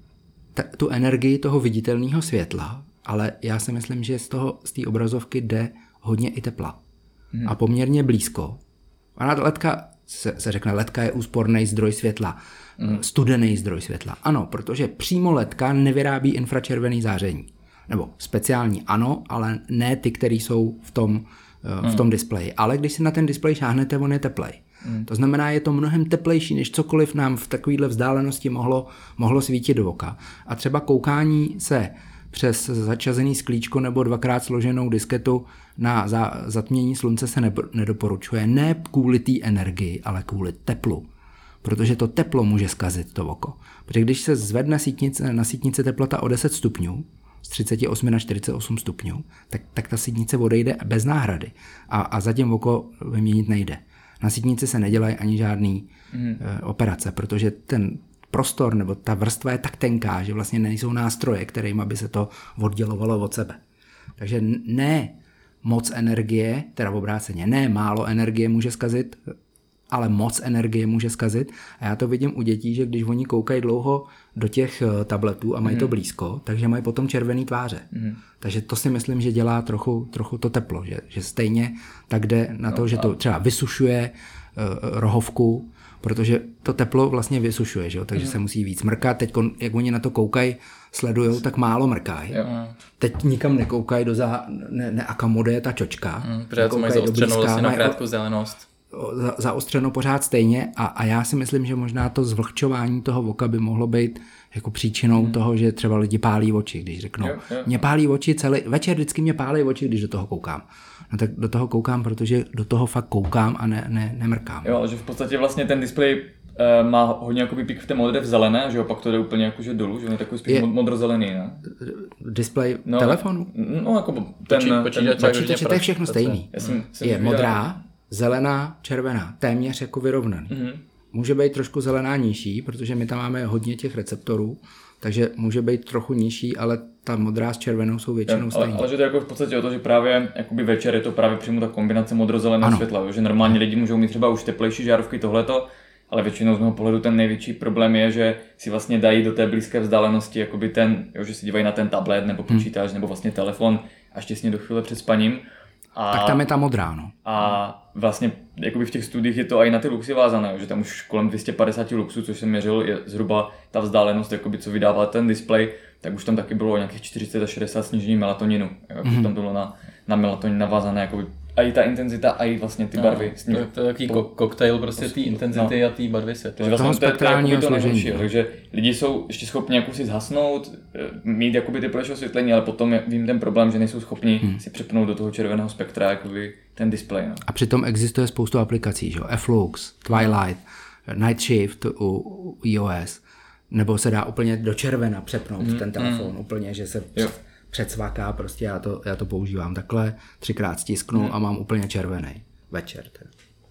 t- tu energii toho viditelného světla, ale já si myslím, že z toho, z té obrazovky jde hodně i tepla. Mm. A poměrně blízko. Ona ledka, se, se řekne, ledka je úsporný zdroj světla. Mm. Studený zdroj světla. Ano, protože přímo ledka nevyrábí infračervený záření. Nebo speciální ano, ale ne ty, které jsou v tom, mm. v tom displeji. Ale když si na ten displej šáhnete, on je teplej. Mm. To znamená, je to mnohem teplejší, než cokoliv nám v takovéhle vzdálenosti mohlo, mohlo svítit do oka. A třeba koukání se přes začazený sklíčko nebo dvakrát složenou disketu na zatmění slunce se nedoporučuje. Ne kvůli té energii, ale kvůli teplu. Protože to teplo může zkazit to oko. Protože když se zvedne sítnice, na sítnici teplota o deset stupňů, z třicet osm na čtyřicet osm stupňů, tak, tak ta sítnice odejde bez náhrady. A, a zatím oko vyměnit nejde. Na sítnici se nedělají ani žádný mm. e, operace, protože ten prostor nebo ta vrstva je tak tenká, že vlastně nejsou nástroje, kterými by se to oddělovalo od sebe. Takže ne moc energie, teda v obráceně, ne málo energie může zkazit, ale moc energie může zkazit. A já to vidím u dětí, že když oni koukají dlouho do těch tabletů a mají mm. to blízko, takže mají potom červený tváře. Mm. Takže to si myslím, že dělá trochu, trochu to teplo, že, že stejně tak jde na to, no, že to třeba vysušuje uh, rohovku, protože to teplo vlastně vysušuje, že? Takže mm. se musí víc mrkat. Teď, jak oni na to koukají, sledujou, tak málo mrkají. Teď nikam nekoukají do za... Ne, ne akamode je ta čočka. Mm, protože to mají zaostřenou vlastně na krátkou zelenost. Za, zaostřeno pořád stejně a, a já si myslím, že možná to zvlhčování toho oka by mohlo být jako příčinou mm. toho, že třeba lidi pálí oči, když řeknou, jo, jo. Mě pálí oči celý, večer vždycky mě pálí oči, když do toho koukám. No tak do toho koukám, protože do toho fakt koukám a ne, ne, nemrkám. Jo, ale že v podstatě vlastně ten displej e, má hodně jakoby pík v té modré v zelené, že jo, pak to jde úplně jakože dolů, že on je takový spíš je modrozelený, ne? Displej no, telefonu? No, jako ten... Počítač, počítač, počítač, to je všechno stejný. Jsem, jsem je modrá, zelená, červená, téměř jako vyrovnaný. Mm-hmm. Může být trošku zelená nižší, protože my tam máme hodně těch receptorů, takže může být trochu nižší, ale ta modrá s červenou jsou většinou ale, stejné. Ale že to je jako v podstatě o to, že právě jakoby večer je to právě přímo ta kombinace modrozeleného světla, že normálně lidi můžou mít třeba už teplejší žárovky tohleto, ale většinou z mého pohledu ten největší problém je, že si vlastně dají do té blízké vzdálenosti jakoby ten, jo, že si dívají na ten tablet nebo počítač hmm. nebo vlastně telefon až těsně do chvíle před spaním. A, tak tam je ta modrá, no. A vlastně jakoby v těch studiích je to i na ty luxy vázané, že tam už kolem dvě stě padesát luxů, což jsem měřil, je zhruba ta vzdálenost, jakoby, co vydává ten displej, tak už tam taky bylo nějakých čtyřicet až šedesát snížení melatoninu. Mm-hmm. Tam bylo na, na melatonin navázané, jakoby, a i ta intenzita, a i vlastně ty barvy. No, to, to je takový po, koktejl prostě té intenzity no. a té barvy světla. Takže vlastně to je, to je jakoby to nejhorší, takže lidi jsou ještě schopni jako si zhasnout, mít jakoby teplejší osvětlení, ale potom vím ten problém, že nejsou schopni hmm. si přepnout do toho červeného spektra jakoby ten displej. No. A přitom existuje spoustu aplikací, že? F-Lux, Twilight, Night Shift u iOS, nebo se dá úplně do červena přepnout hmm. ten telefon, hmm. úplně, že se... Jo. Předsvaká, prostě já to, já to používám takhle, třikrát stisknu hmm. a mám úplně červený večer. Teda.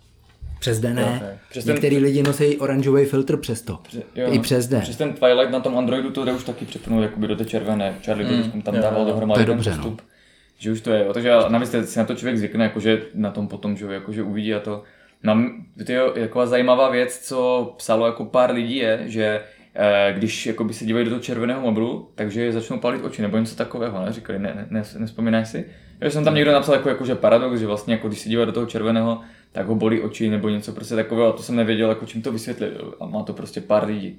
Přes den ne. Přes Některý ten... lidi nosí oranžový filtr přes to. Pře... Jo, I přes den. Přes ten Twilight na tom Androidu to jde už taky přepnout jakoby do té červené. Charlie hmm. tam dával dohromady ten dobře, postup. No. Že už to je. Jo. Takže navíc si na to člověk zvykne, jakože na tom potom, že, jakože uvidí a to. No, to je taková zajímavá věc, co psalo jako pár lidí je, že když jakoby se dívají do toho červeného mobilu, takže začnou pálit oči, nebo něco takového, ne? Říkali, ne, ne, ne, nespomínáš si? Já jsem tam někdo napsal jako, jako že paradox, že vlastně jako když se dívá do toho červeného, tak ho bolí oči nebo něco prostě takového, a to jsem nevěděl, jako čím to vysvětlit, a má to prostě pár lidí.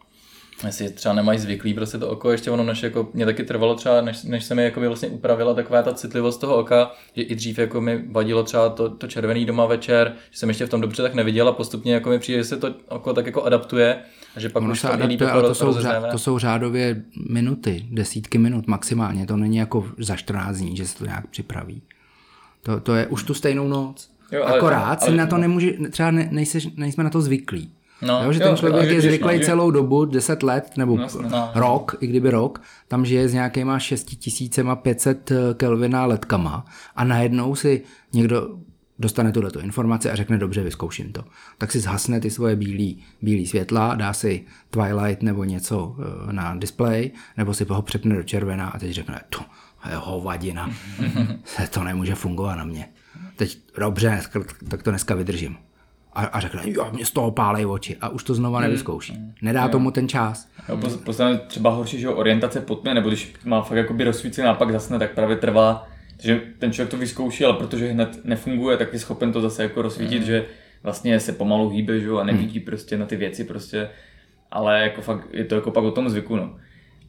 Jestli třeba nemají zvyklý prostě to oko, ještě ono, než jako mě taky trvalo třeba, než, než se mi jako vlastně upravila taková ta citlivost toho oka, že i dřív jako mi vadilo třeba to, to červený doma večer, že jsem ještě v tom dobře tak neviděl a postupně jako mi přijde, že se to oko tak jako adaptuje a že pak ono už to adaptuje, ale to jsou, řád, to jsou řádově minuty, desítky minut maximálně, to není jako za čtrnáct dní, že se to nějak připraví. To, to je už tu stejnou noc. Jo, ale, Akorát ale, si ale, na to nemůže, třeba ne, nejseš, nejsme na to zvyklí. No, jo, že ten člověk jo, je zvyklý celou dobu, deset let nebo no, no. rok, i kdyby rok, tam žije s nějakýma šest tisíc pět set kelvina ledkama a najednou si někdo dostane tuhletu informaci a řekne, dobře, vyzkouším to. Tak si zhasne ty svoje bílý, bílý světla, dá si Twilight nebo něco na display, nebo si ho přepne do červená a teď řekne, to je hovadina, to nemůže fungovat na mě. Teď, dobře, tak to dneska vydržím. A, a řekne, jo, mě z toho pálej oči a už to znova nevyzkouší. Nedá jo. tomu ten čas. Postavíme třeba horší, že orientace pod tmě, nebo když má fakt jakoby rozsvícený a pak zasne, tak právě trvá, že ten člověk to vyzkouší, ale protože hned nefunguje, tak je schopen to zase jako rozsvítit, mm. že vlastně se pomalu hýbe, že, a nevidí mm. prostě na ty věci prostě, ale jako fakt je to jako pak o tom zvyku, no.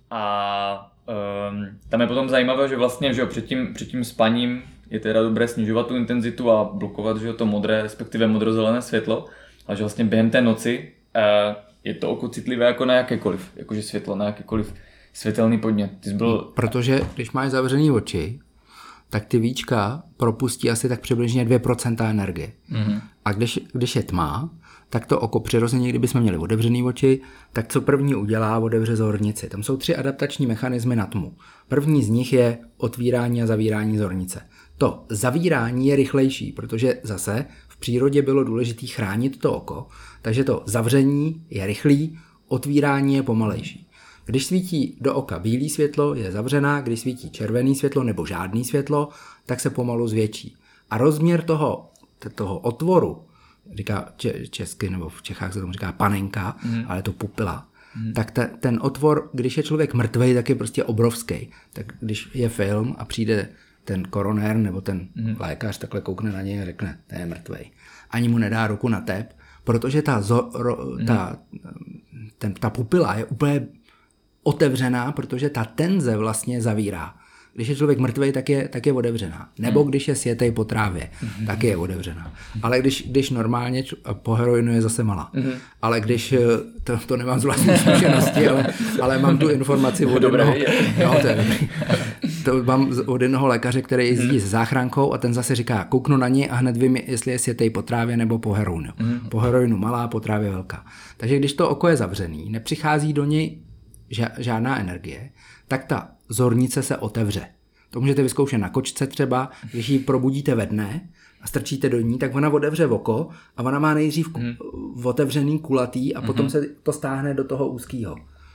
A um, tam je potom zajímavé, že vlastně, že před tím, před tím spaním je teda dobré snižovat tu intenzitu a blokovat, že to modré, respektive modrozelené světlo, ale že vlastně během té noci uh, je to oko citlivé jako na jakékoliv, jakože světlo, na jakýkoliv světelný podnět. Ty jsi byl... Protože když máš zavřený oči, tak ty víčka propustí asi tak přibližně dvě procenta energie. Mm-hmm. A když, když je tma, tak to oko přirozeně, kdybychom měli otevřený oči, tak co první udělá, otevře zornici. Tam jsou tři adaptační mechanismy na tmu. První z nich je otvírání a zavírání zornice. To zavírání je rychlejší, protože zase v přírodě bylo důležité chránit to oko, takže to zavření je rychlý, otvírání je pomalejší. Když svítí do oka bílé světlo, je zavřená, když svítí červené světlo nebo žádné světlo, tak se pomalu zvětší. A rozměr toho, toho otvoru, říká česky nebo v Čechách se tomu říká panenka, mm. ale to pupila, mm. tak te, ten otvor, když je člověk mrtvej, tak je prostě obrovský. Tak když je film a přijde ten koronér nebo ten mm. lékař, takhle koukne na něj a řekne, ten je mrtvej. Ani mu nedá ruku na tep, protože ta, zo, ro, mm. ta, ten, ta pupila je úplně otevřená, protože ta tenze vlastně zavírá. Když je člověk mrtvej, tak je, tak je otevřená. Nebo když je sjetej po trávě, mm-hmm. tak je otevřená. Ale když, když normálně, po heroinu je zase malá. Mm-hmm. Ale když, to, to nemám z vlastní zkušenosti, ale, ale mám tu informaci od jednoho, no, to, je dobrý. To mám od jednoho lékaře, který jezdí mm-hmm. s záchrankou a ten zase říká, kouknu na ní a hned vím, jestli je sjetej po trávě nebo po heroinu. Mm-hmm. Po heroinu malá, po trávě velká. Takže když to oko je zavřený, nepřichází do něj žádná energie, tak ta zornice se otevře. To můžete vyzkoušet na kočce třeba, když ji probudíte ve dne a strčíte do ní, tak ona otevře oko a ona má nejdřív mm. otevřený kulatý a potom mm-hmm. se to stáhne do toho úzkýho.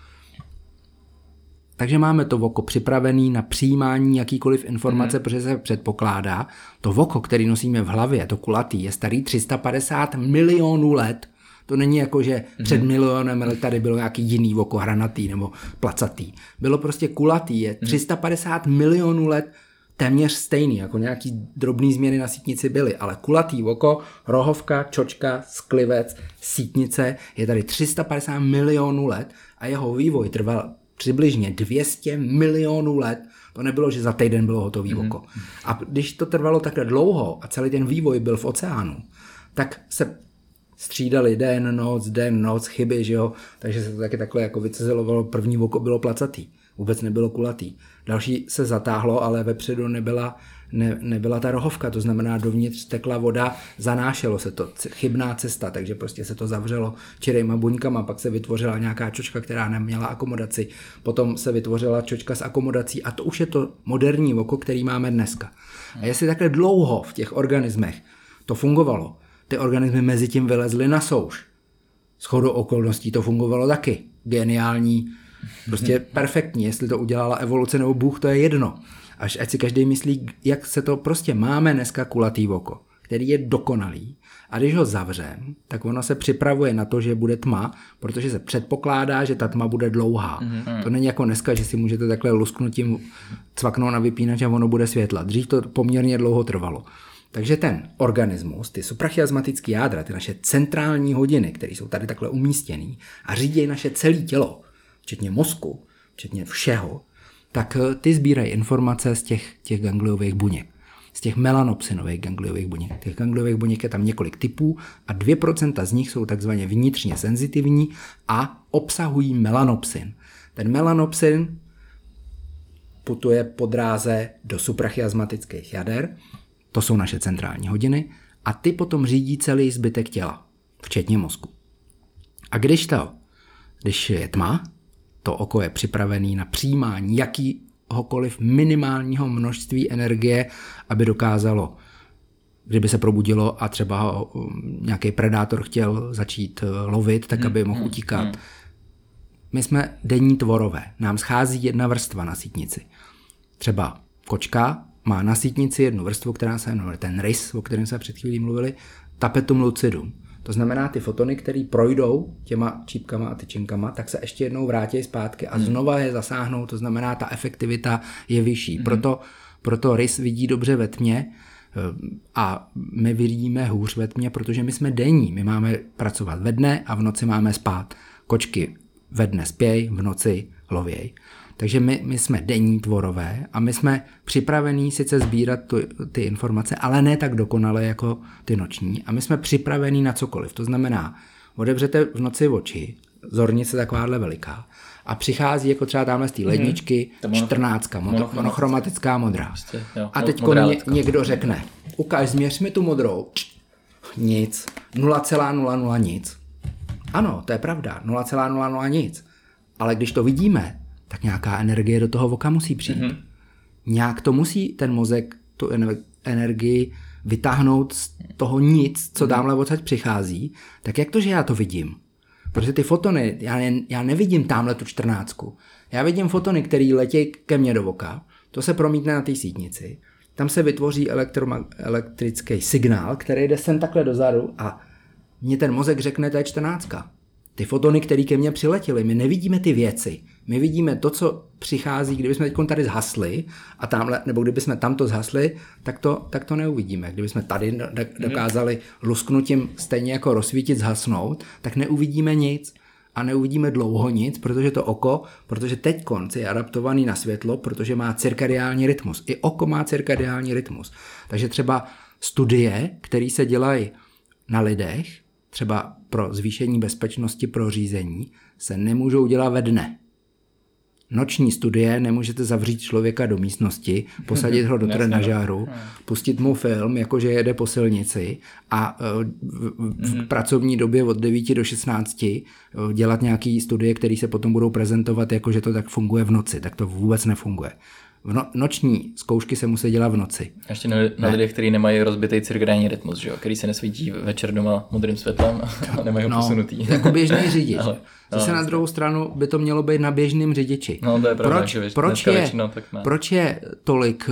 Takže máme to oko připravené na přijímání jakýkoliv informace, mm. protože se předpokládá, to oko, který nosíme v hlavě, to kulatý, je starý tři sta padesát milionů let. To není jako, že mm-hmm. před milionem let tady bylo nějaký jiný oko, hranatý nebo placatý. Bylo prostě kulatý, je tři sta padesát milionů let téměř stejný, jako nějaký drobný změny na sítnici byly, ale kulatý oko, rohovka, čočka, sklivec, sítnice je tady tři sta padesát milionů let a jeho vývoj trval přibližně dvě stě milionů let. To nebylo, že za týden bylo hotový mm-hmm. oko. A když to trvalo takhle dlouho a celý ten vývoj byl v oceánu, tak se střídali den, noc, den, noc, chyby, že jo, takže se to taky takhle jako vycizelovalo, první oko bylo placatý, vůbec nebylo kulatý. Další se zatáhlo, ale vepředu nebyla, ne, nebyla ta rohovka, to znamená dovnitř tekla voda, zanášelo se to, chybná cesta, takže prostě se to zavřelo čirejma buňkama, pak se vytvořila nějaká čočka, která neměla akomodaci, potom se vytvořila čočka s akomodací a to už je to moderní oko, který máme dneska. A jestli takhle dlouho v těch organismech to fungovalo, ty organismy mezi tím vylezly na souš. Shodou okolností to fungovalo taky. Geniální, prostě perfektní. Jestli to udělala evoluce nebo Bůh, to je jedno. Až ať si každý myslí, jak se to prostě máme dneska kulatý oko, který je dokonalý. A když ho zavřem, tak ono se připravuje na to, že bude tma, protože se předpokládá, že ta tma bude dlouhá. Mm-hmm. To není jako dneska, že si můžete takhle lusknutím cvaknout na vypínač a ono bude světla. Dřív to poměrně dlouho trvalo. Takže ten organismus, ty suprachiasmatické jádra, ty naše centrální hodiny, které jsou tady takhle umístěné a řídí naše celé tělo, včetně mozku, včetně všeho, tak ty sbírají informace z těch, těch gangliových buněk, z těch melanopsinových gangliových buněk. Těch gangliových buněk je tam několik typů a dvě procenta z nich jsou takzvaně vnitřně senzitivní a obsahují melanopsin. Ten melanopsin putuje po dráze do suprachiasmatických jader, to jsou naše centrální hodiny, a ty potom řídí celý zbytek těla, včetně mozku. A když to, když je tma, to oko je připravené na přijímání jakýhokoliv minimálního množství energie, aby dokázalo kdyby se probudilo a třeba ho nějaký predátor chtěl začít lovit, tak aby mohl utíkat. My jsme denní tvorové. Nám schází jedna vrstva na sítnici. Třeba kočka má na sítnici jednu vrstvu, která se jmenuje ten rys, o kterém jsme před chvílí mluvili, tapetum lucidum. To znamená, ty fotony, které projdou těma čípkama a tyčinkama, tak se ještě jednou vrátí zpátky a znova je zasáhnou, to znamená, ta efektivita je vyšší. Mm. Proto, proto rys vidí dobře ve tmě a my vidíme hůř ve tmě, protože my jsme denní, my máme pracovat ve dne a v noci máme spát. Kočky ve dne spěj, v noci lověj. Takže my, my jsme denní tvorové a my jsme připravení sice sbírat tu, ty informace, ale ne tak dokonale jako ty noční. A my jsme připravení na cokoliv. To znamená, otevřete v noci oči, zornice takováhle veliká, a přichází jako třeba tamhle z té ledničky mm-hmm. čtrnáctka, monochromatická modrá. Prostě, jo, a teď ně, někdo řekne, ukáž, změř mi tu modrou. Nic. nula celá nula nula nic. Ano, to je pravda. nula celá nula nula nic. Ale když to vidíme, tak nějaká energie do toho voka musí přijít. Mm-hmm. Nějak to musí ten mozek tu energii vytáhnout z toho nic, co tamhle odsaď přichází. Tak jak to, že já to vidím? Protože ty fotony, já, ne, já nevidím tamhle tu čtrnáctku. Já vidím fotony, které letí ke mně do voka. To se promítne na té sítnici. Tam se vytvoří elektroma- elektrický signál, který jde sem takhle dozadu a mně ten mozek řekne, to je čtrnáctka. Ty fotony, které ke mně přiletěly, my nevidíme ty věci. My vidíme to, co přichází, kdybychom teď tady zhasli, a tamhle, nebo kdybychom tamto zhasli, tak to, tak to neuvidíme. Kdybychom tady dokázali lusknutím stejně jako rozsvítit, zhasnout, tak neuvidíme nic. A neuvidíme dlouho nic, protože to oko, protože teď konc je adaptovaný na světlo, protože má cirkadiální rytmus. I oko má cirkadiální rytmus. Takže třeba studie, které se dělají na lidech, třeba pro zvýšení bezpečnosti pro řízení, se nemůžou dělat ve dne. Noční studie nemůžete zavřít člověka do místnosti, posadit ho do trenažáru, pustit mu film, jakože jede po silnici a v, v pracovní době od devíti do šestnácti dělat nějaký studie, které se potom budou prezentovat, jakože to tak funguje v noci. Tak to vůbec nefunguje. V no, noční zkoušky se musí dělat v noci. Ještě na, na lidech, kteří nemají rozbitý cirkadiální rytmus, že jo? Který se nesvítí večer doma modrým světlem a nemají ho no, posunutý. Jako běžný řidič. Ale, Zase no, na druhou stranu by to mělo být na běžným řidiči. No to je pravda, proč, že proč, je, většinou, tak ne. proč je tolik,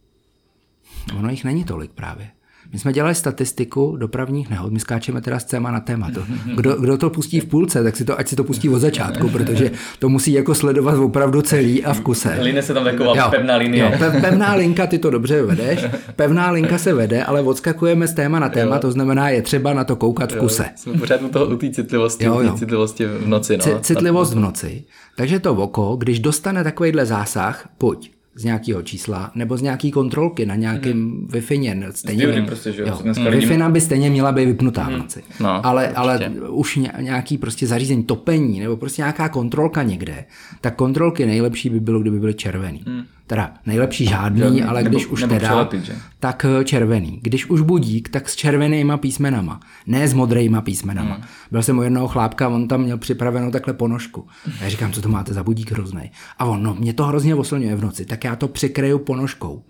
ono jich není tolik právě. My jsme dělali statistiku dopravních nehod, my skáčeme teda z téma na téma. To. Kdo, kdo to pustí v půlce, tak si to, ať si to pustí od začátku, protože to musí jako sledovat opravdu celý a v kuse. Line se tam taková jo, pevná linie. Jo, pe, pevná linka, ty to dobře vedeš, pevná linka se vede, ale odskakujeme z téma na téma, jo. To znamená, je třeba na to koukat v kuse. Jo, jsme pořád u toho u té citlivosti, jo, jo. citlivosti v noci. No. C- citlivost v noci. Takže to oko, když dostane takovýhle zásah, pojď. Z nějakého čísla, nebo z nějaký kontrolky na nějakém mm. Wi-Fi. Stejně, Diody prostě, že jo? Wi-Fi by stejně měla být vypnutá mm. v noci. No, ale, ale už nějaký prostě zařízení topení, nebo prostě nějaká kontrolka někde, tak kontrolky nejlepší by bylo, kdyby byly červený. Mm. Teda nejlepší žádný, žádný ale když nebo, už nebo teda, přelepit, tak červený. Když už budík, tak s červenýma písmenama, ne s modrýma písmenama. Mm. Byl jsem u jednoho chlápka, on tam měl připravenou takhle ponožku. A já říkám, co to máte za budík hroznej. A on, no, mě to hrozně oslňuje v noci, tak já to přikryju ponožkou.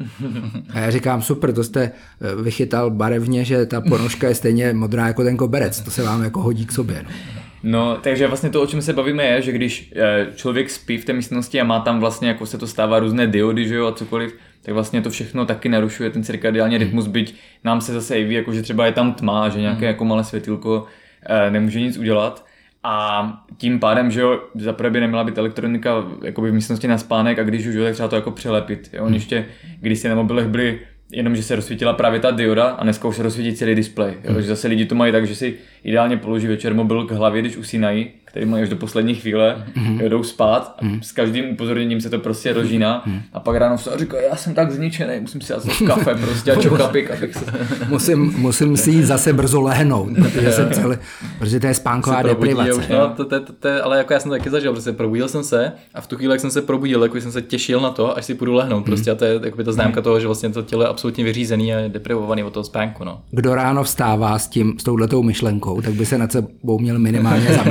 A já říkám, super, to jste vychytal barevně, že ta ponožka je stejně modrá jako ten koberec. To se vám jako hodí k sobě. No. No, takže vlastně to, o čem se bavíme, je, že když člověk spí v té místnosti a má tam vlastně, jako se to stává, různé diody, že jo, a cokoliv, tak vlastně to všechno taky narušuje ten cirkadiální rytmus, byť nám se zase jeví, jako že třeba je tam tma, že nějaké jako malé světýlko nemůže nic udělat. A tím pádem, že jo, zaprvé by neměla být elektronika jakoby v místnosti na spánek a když už jo, tak třeba to jako přelepit. Jo. Ještě, když si na mobilech byly jenom, že se rozsvítila právě ta dioda a dneska už se rozsvítí celý displej. Jo. Takže zase lidi to mají tak, že si ideálně položí večer mobil k hlavě, když usínají, který mají až do poslední chvíle, mm-hmm. jdou spát a s každým upozorněním se to prostě rozžíná mm-hmm. a pak ráno se říká, já jsem tak zničený, musím si dát kafe prostě a čokapik, abych se... musím, musím si jít zase brzo lehnout, protože, jsem celý, protože to je spánková deprivace. Už, no, to, to, to, to, ale jako já jsem to taky zažil, protože probudil jsem se a v tu chvíli, jak jsem se probudil, jako jsem se těšil na to, až si půjdu lehnout. Prostě mm. a to je jakoby ta známka mm. toho, že vlastně to tělo je absolutně vyřízený a je deprivovaný od toho spánku. No. Kdo ráno vstává s tím, s touhletou myšlenkou, tak by se nad sebou měl minimálně zamyslet.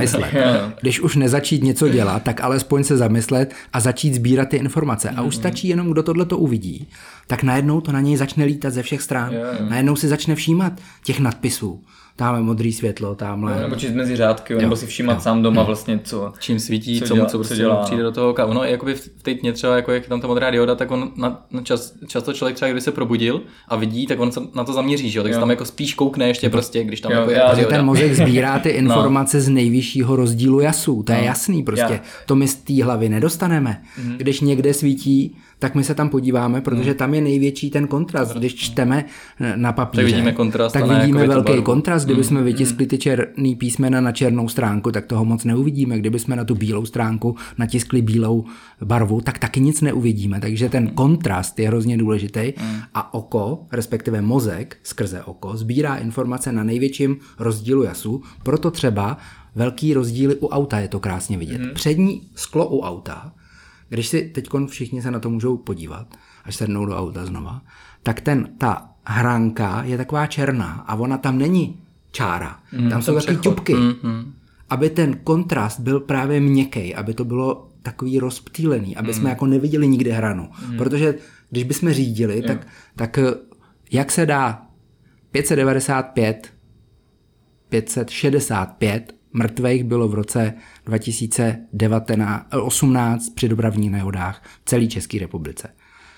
Když už nezačít něco dělat, tak alespoň se zamyslet a začít sbírat ty informace. A už stačí jenom, kdo tohle to uvidí, tak najednou to na něj začne lítat ze všech stran. Najednou si začne všímat těch nadpisů. Tamhle modrý světlo, tamhle. Nebo číst mezi řádky, nebo si všímat jo. sám doma vlastně, co čím svítí, co, co, dělá, co prostě dělá. přijde do toho oka. Ono jakoby v té tmě třeba, jako jak tam ta modrá dioda, tak on na, na čas, často člověk třeba, když se probudil a vidí, tak on se na to zaměří, že jo? Tak se tam jako spíš koukne ještě prostě, když tam jo, jako je já, dioda. Ten mozek sbírá ty informace no. z nejvyššího rozdílu jasů, to je no. jasný prostě. Já. To my z té hlavy nedostaneme. Mm. Když někde svítí, tak my se tam podíváme, protože tam je největší ten kontrast. Když čteme na papíře, tak vidíme, kontrast, tak vidíme velký kontrast. Kdybychom vytiskli ty černý písmena na černou stránku, tak toho moc neuvidíme. Kdybychom na tu bílou stránku natiskli bílou barvu, tak taky nic neuvidíme. Takže ten kontrast je hrozně důležitý a oko, respektive mozek skrze oko, sbírá informace na největším rozdílu jasu, proto třeba velký rozdíly u auta je to krásně vidět. Přední sklo u auta, když si teď všichni se na to můžou podívat, až sednou do auta znova, tak ten, ta hránka je taková černá a ona tam není čára. Mm, tam jsou taky ťupky. Mm, mm. Aby ten kontrast byl právě měkkej, aby to bylo takový rozptýlený, aby mm. jsme jako neviděli nikde hranu. Mm. Protože když bychom řídili, tak, tak jak se dá pět set devadesát pět, pět set šedesát pět mrtvejch bylo v roce dva tisíce osmnáct při dopravních nehodách v celé České republice.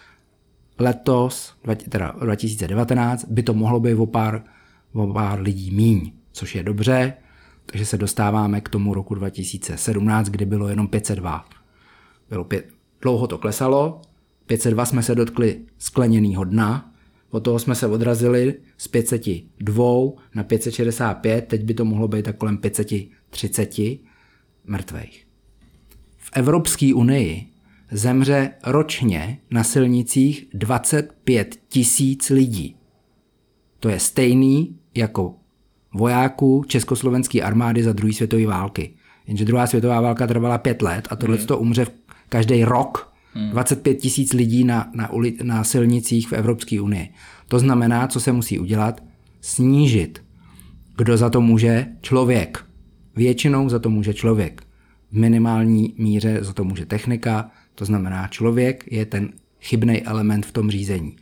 Letos, teda dva tisíce devatenáct, by to mohlo být o pár, o pár lidí míň, což je dobře, takže se dostáváme k tomu roku dva tisíce sedmnáct, kdy bylo jenom pět set dva. Bylo pět, dlouho to klesalo, pět set dva jsme se dotkli skleněného dna, od toho jsme se odrazili z pět set dva na pět set šedesát pět, teď by to mohlo být tak kolem pět set třicet mrtvejch. V Evropské unii zemře ročně na silnicích dvacet pět tisíc lidí. To je stejný jako vojáků československé armády za druhé světové války. Jenže druhá světová válka trvala pět let a tohle to umře každý rok. Hmm. dvacet pět tisíc lidí na, na, uli, na silnicích v Evropské unii. To znamená, co se musí udělat? Snížit. Kdo za to může? Člověk. Většinou za to může člověk. V minimální míře za to může technika, to znamená člověk je ten chybný element v tom řízení.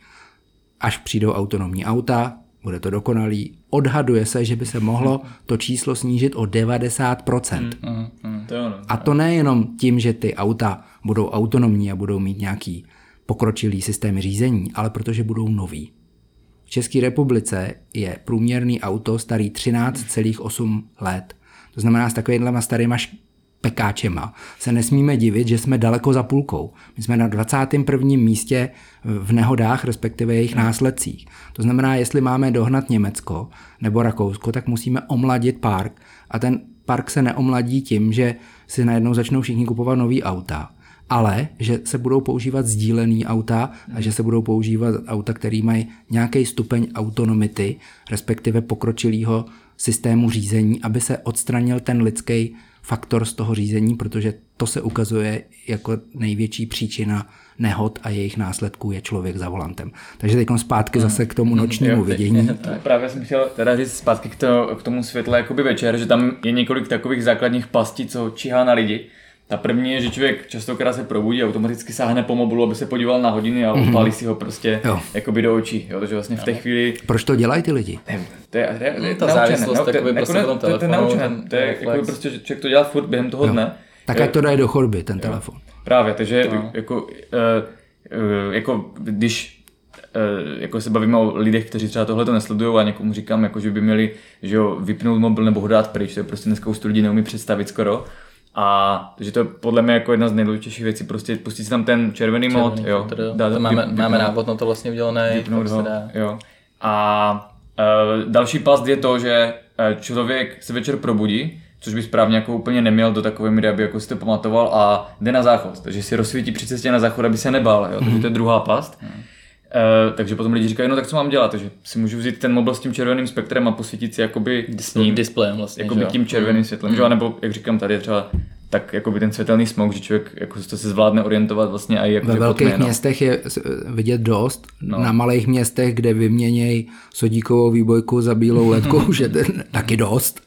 Až přijdou autonomní auta, bude to dokonalý, odhaduje se, že by se mohlo to číslo snížit o devadesát procent. Mm, mm, mm, to ono, a to nejenom tím, že ty auta budou autonomní a budou mít nějaký pokročilý systém řízení, ale protože budou nový. V České republice je průměrný auto starý třináct celá osm let. To znamená, s takovýmhle starýma pekáčema se nesmíme divit, že jsme daleko za půlkou. My jsme na dvacátém prvním místě v nehodách, respektive jejich následcích. To znamená, jestli máme dohnat Německo nebo Rakousko, tak musíme omladit park. A ten park se neomladí tím, že si najednou začnou všichni kupovat nový auta, ale že se budou používat sdílený auta a že se budou používat auta, které mají nějaký stupeň autonomity, respektive pokročilého systému řízení, aby se odstranil ten lidský faktor z toho řízení, protože to se ukazuje jako největší příčina nehod a jejich následků je člověk za volantem. Takže teď zpátky zase k tomu nočnímu vidění. Právě jsem chtěl teda říct zpátky k, to, k tomu světle jakoby večer, že tam je několik takových základních pastí, co číhá na lidi. Ta první je, že člověk častokrát se probudí a automaticky sáhne po mobilu, aby se podíval na hodiny a upálí si ho prostě jakoby do očí. Jo? Takže vlastně v té chvíli... Proč to dělají ty lidi? Ne, to je, to je, to je ta naučené. závislost, No, takový prostě ne, po tom to, to, to je naučené. To je jakoby prostě, že člověk to dělá furt během toho jo. dne. Tak ať to dají do chodby, ten jo. telefon. Právě, takže to. jako, uh, uh, jako když uh, jako se bavíme o lidech, kteří třeba tohle to nesledují a někomu říkám, jako, že by měli že jo, vypnout mobil nebo ho dát pryč, to je prostě dneska už lidí neumí představit skoro. A takže to je podle mě jako jedna z nejdůležitějších věcí, prostě pustit si tam ten červený, červený mod, jo. jo. Dá, to máme, vyp, máme návod na to vlastně udělané. Vypnout ho, jo. A uh, další past je to, že člověk se večer probudí, což by správně jako úplně neměl do takové míry, aby jako si to pamatoval a jde na záchod, takže si rozsvítí při cestě na záchod, aby se nebál, jo. Takže to je druhá past. Mm. Uh, takže potom lidi říkají, no tak co mám dělat, takže si můžu vzít ten mobil s tím červeným spektrem a posvítit si jakoby s ním displejem vlastně, jakoby tím červeným světlem, mm. že? Nebo jak říkám tady třeba tak jakoby ten světelný smog, že člověk jako to se zvládne orientovat vlastně a i jako ve velkých potmě, no. městech je vidět dost, no. Na malých městech, kde vyměnějí sodíkovou výbojku za bílou ledku, už je taky dost. Mm.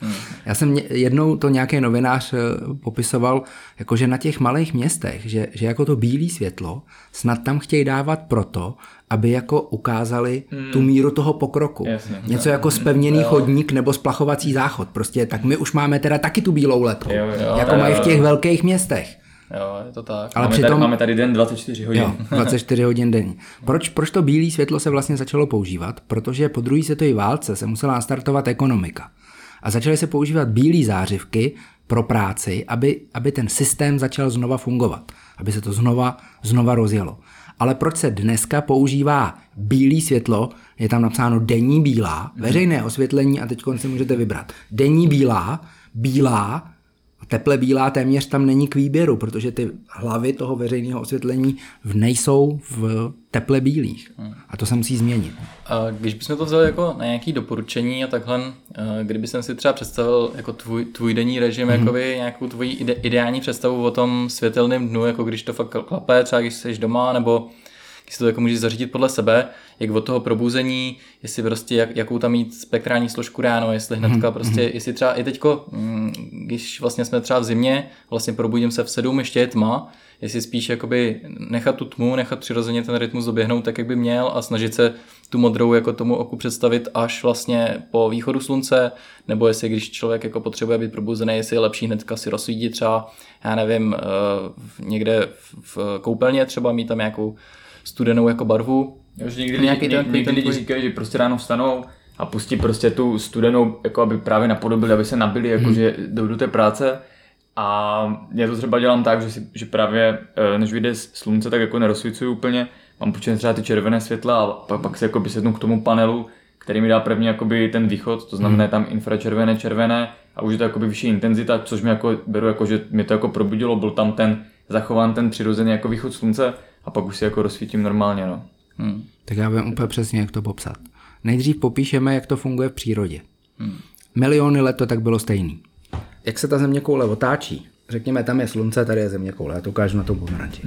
Já jsem jednou to nějaký novinář popisoval, jakože na těch malých městech, že, že jako to bílé světlo snad tam chtějí dávat proto, aby jako ukázali hmm. tu míru toho pokroku. Jasně, Něco jako spevněný jo. chodník nebo splachovací záchod. Prostě tak my už máme teda taky tu bílou lepku. Jo, jo, jako jo, mají v těch jo. velkých městech. Jo, je to tak. Ale máme, přitom, tady, máme tady den dvacet čtyři hodin. Jo, dvacet čtyři hodin denně. Proč, proč to bílé světlo se vlastně začalo používat? Protože po druhé světové válce se musela nastartovat ekonomika. A začaly se používat bílé zářivky pro práci, aby, aby ten systém začal znova fungovat. Aby se to znova, znova rozjelo. Ale proč se dneska používá bílé světlo, je tam napsáno denní bílá, veřejné osvětlení a teď si můžete vybrat. Denní bílá, bílá, teple bílá téměř tam není k výběru, protože ty hlavy toho veřejného osvětlení nejsou v teple bílých. A to se musí změnit. A když bychom to vzali jako na nějaké doporučení a takhle, kdyby jsem si třeba představil jako tvůj, tvůj denní režim, mm-hmm. jakoby nějakou tvoji ide, ideální představu o tom světelném dnu, jako když to fakt klape, třeba když jsi doma, nebo když si to jako můžeš zařídit podle sebe, jak od toho probuzení, jestli prostě jak, jakou tam mít spektrální složku ráno, jestli hnedka mm-hmm. prostě, jestli třeba i teďko, když vlastně jsme třeba v zimě, vlastně probudím se v sedm, ještě je tma, jestli spíš jakoby nechat tu tmu, nechat přirozeně ten rytmus doběhnout tak, jak by měl a snažit se tu modrou jako tomu oku představit až vlastně po východu slunce, nebo jestli když člověk jako potřebuje být probuzený, jestli je lepší hnedka si rozsvítit třeba, já nevím, někde v koupelně třeba mít tam nějakou studenou jako barvu. Už někdy, někdy, někdy, někdy lidi říkají, že prostě ráno vstanou a pustí prostě tu studenou, jako aby právě napodobili, aby se nabili, jako hmm. že jdou do té práce. A já to třeba dělám tak, že, si, že právě než vyjde slunce, tak jako nerozsvicuju úplně. Mám počítat třeba ty červené světla a pak, pak se jako sednu k tomu panelu, který mi dá první jakoby ten východ, to znamená tam infračervené, červené a už je to jakoby vyšší intenzita, což mi jako beru jako, že mě to jako probudilo, byl tam ten zachován ten přirozený jako východ slunce a pak už si jako rozsvítím normálně, no. Hmm. Tak já vím úplně přesně, jak to popsat. Nejdřív popíšeme, jak to funguje v přírodě. Hmm. Miliony let to tak bylo stejný. Jak se ta zeměkoule otáčí, řekněme, tam je slunce, tady je zeměkoule, já to ukážu na tom pomeranči.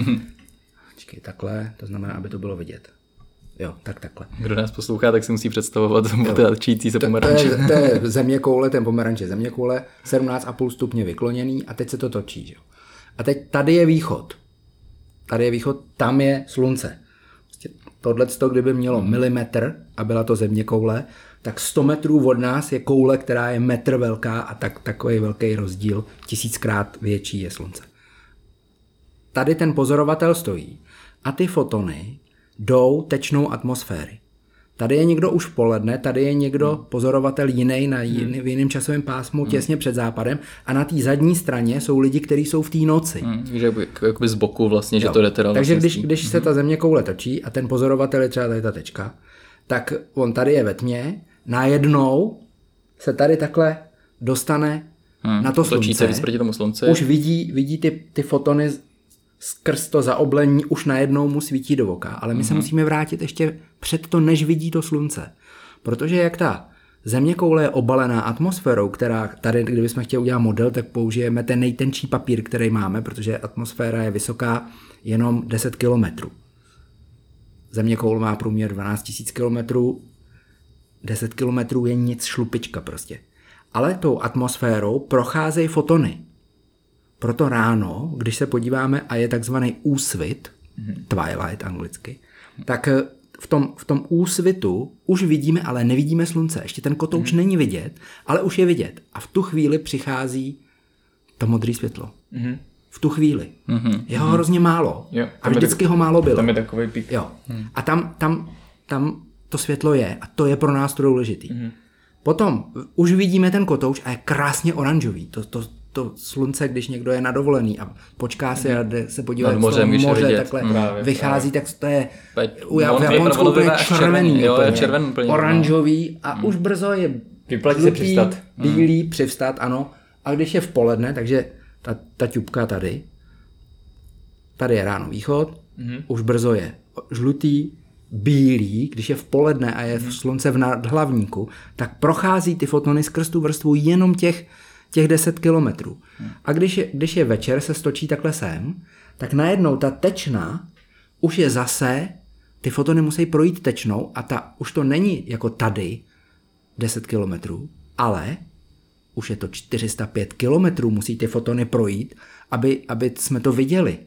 Počkej, takhle, to znamená, aby to bylo vidět. Jo, tak takhle. Kdo nás poslouchá, tak si musí představovat otáčící se pomeranče. To, to, je, to je zeměkoule, ten pomeranč je zeměkoule, sedmnáct a půl stupně vykloněný a teď se to točí. Že? A teď tady je východ. Tady je východ, tam je slunce. Tohleto, kdyby mělo milimetr a byla to zeměkoule, tak sto metrů od nás je koule, která je metr velká a tak, takový velký rozdíl, tisíckrát větší je slunce. Tady ten pozorovatel stojí a ty fotony jdou tečnou atmosféry. Tady je někdo už v poledne, tady je někdo pozorovatel jiný na jiný, v jiném časovém pásmu, hmm. těsně před západem a na té zadní straně jsou lidi, kteří jsou v té noci. Hmm. Takže jakoby z boku vlastně, jo. Že to jde teda. Takže když, když se ta země koule točí a ten pozorovatel je třeba tady ta tečka, tak on tady je ve tmě, najednou se tady takhle dostane hmm. na to slunce. Točí tomu slunce. Už vidí, vidí ty, ty fotony skrz to zaoblení, už najednou mu svítí do oka. Ale my mm-hmm. se musíme vrátit ještě před to, než vidí to slunce. Protože jak ta zeměkoule je obalená atmosférou, která tady, kdybychom chtěli udělat model, tak použijeme ten nejtenčí papír, který máme, protože atmosféra je vysoká jenom deset kilometrů. Zeměkoule má průměr dvanáct tisíc kilometrů, deset kilometrů je nic, šlupička prostě. Ale tou atmosférou procházejí fotony. Proto ráno, když se podíváme a je takzvaný úsvit, mm-hmm. twilight anglicky, tak v tom, v tom úsvitu už vidíme, ale nevidíme slunce. Ještě ten kotouč mm-hmm. není vidět, ale už je vidět. A v tu chvíli přichází to modré světlo. Mm-hmm. V tu chvíli. Mm-hmm. Je ho hrozně málo. Jo, a vždycky tak, ho málo bylo. Tam je takový pík. Jo. Mm. A tam, tam, tam to světlo je. A to je pro nás to důležitý. Mm-hmm. Potom už vidíme ten kotouč a je krásně oranžový. To, to, to slunce, když někdo je na dovolený a počká se a jde se podívat z toho moře, takhle právě, vychází, právě. Tak to je u Japonsku to je červený, jo, je červený úplně, oranžový a hmm. už brzo je vyplatí se přivstat. Bílý, hmm. přivstat, ano. A když je v poledne, takže ta, ta ťupka tady, tady je ráno východ, hmm. už brzo je žlutý, bílý, když je v poledne a je v slunce v nadhlavníku, tak prochází ty fotony skrz tu vrstvu jenom těch těch deset kilometrů. A když je, když je večer, se stočí takhle sem, tak najednou ta tečna už je zase, ty fotony musí projít tečnou a ta už to není jako tady deset kilometrů, ale už je to čtyři sta pět kilometrů, musí ty fotony projít, aby, aby jsme to viděli.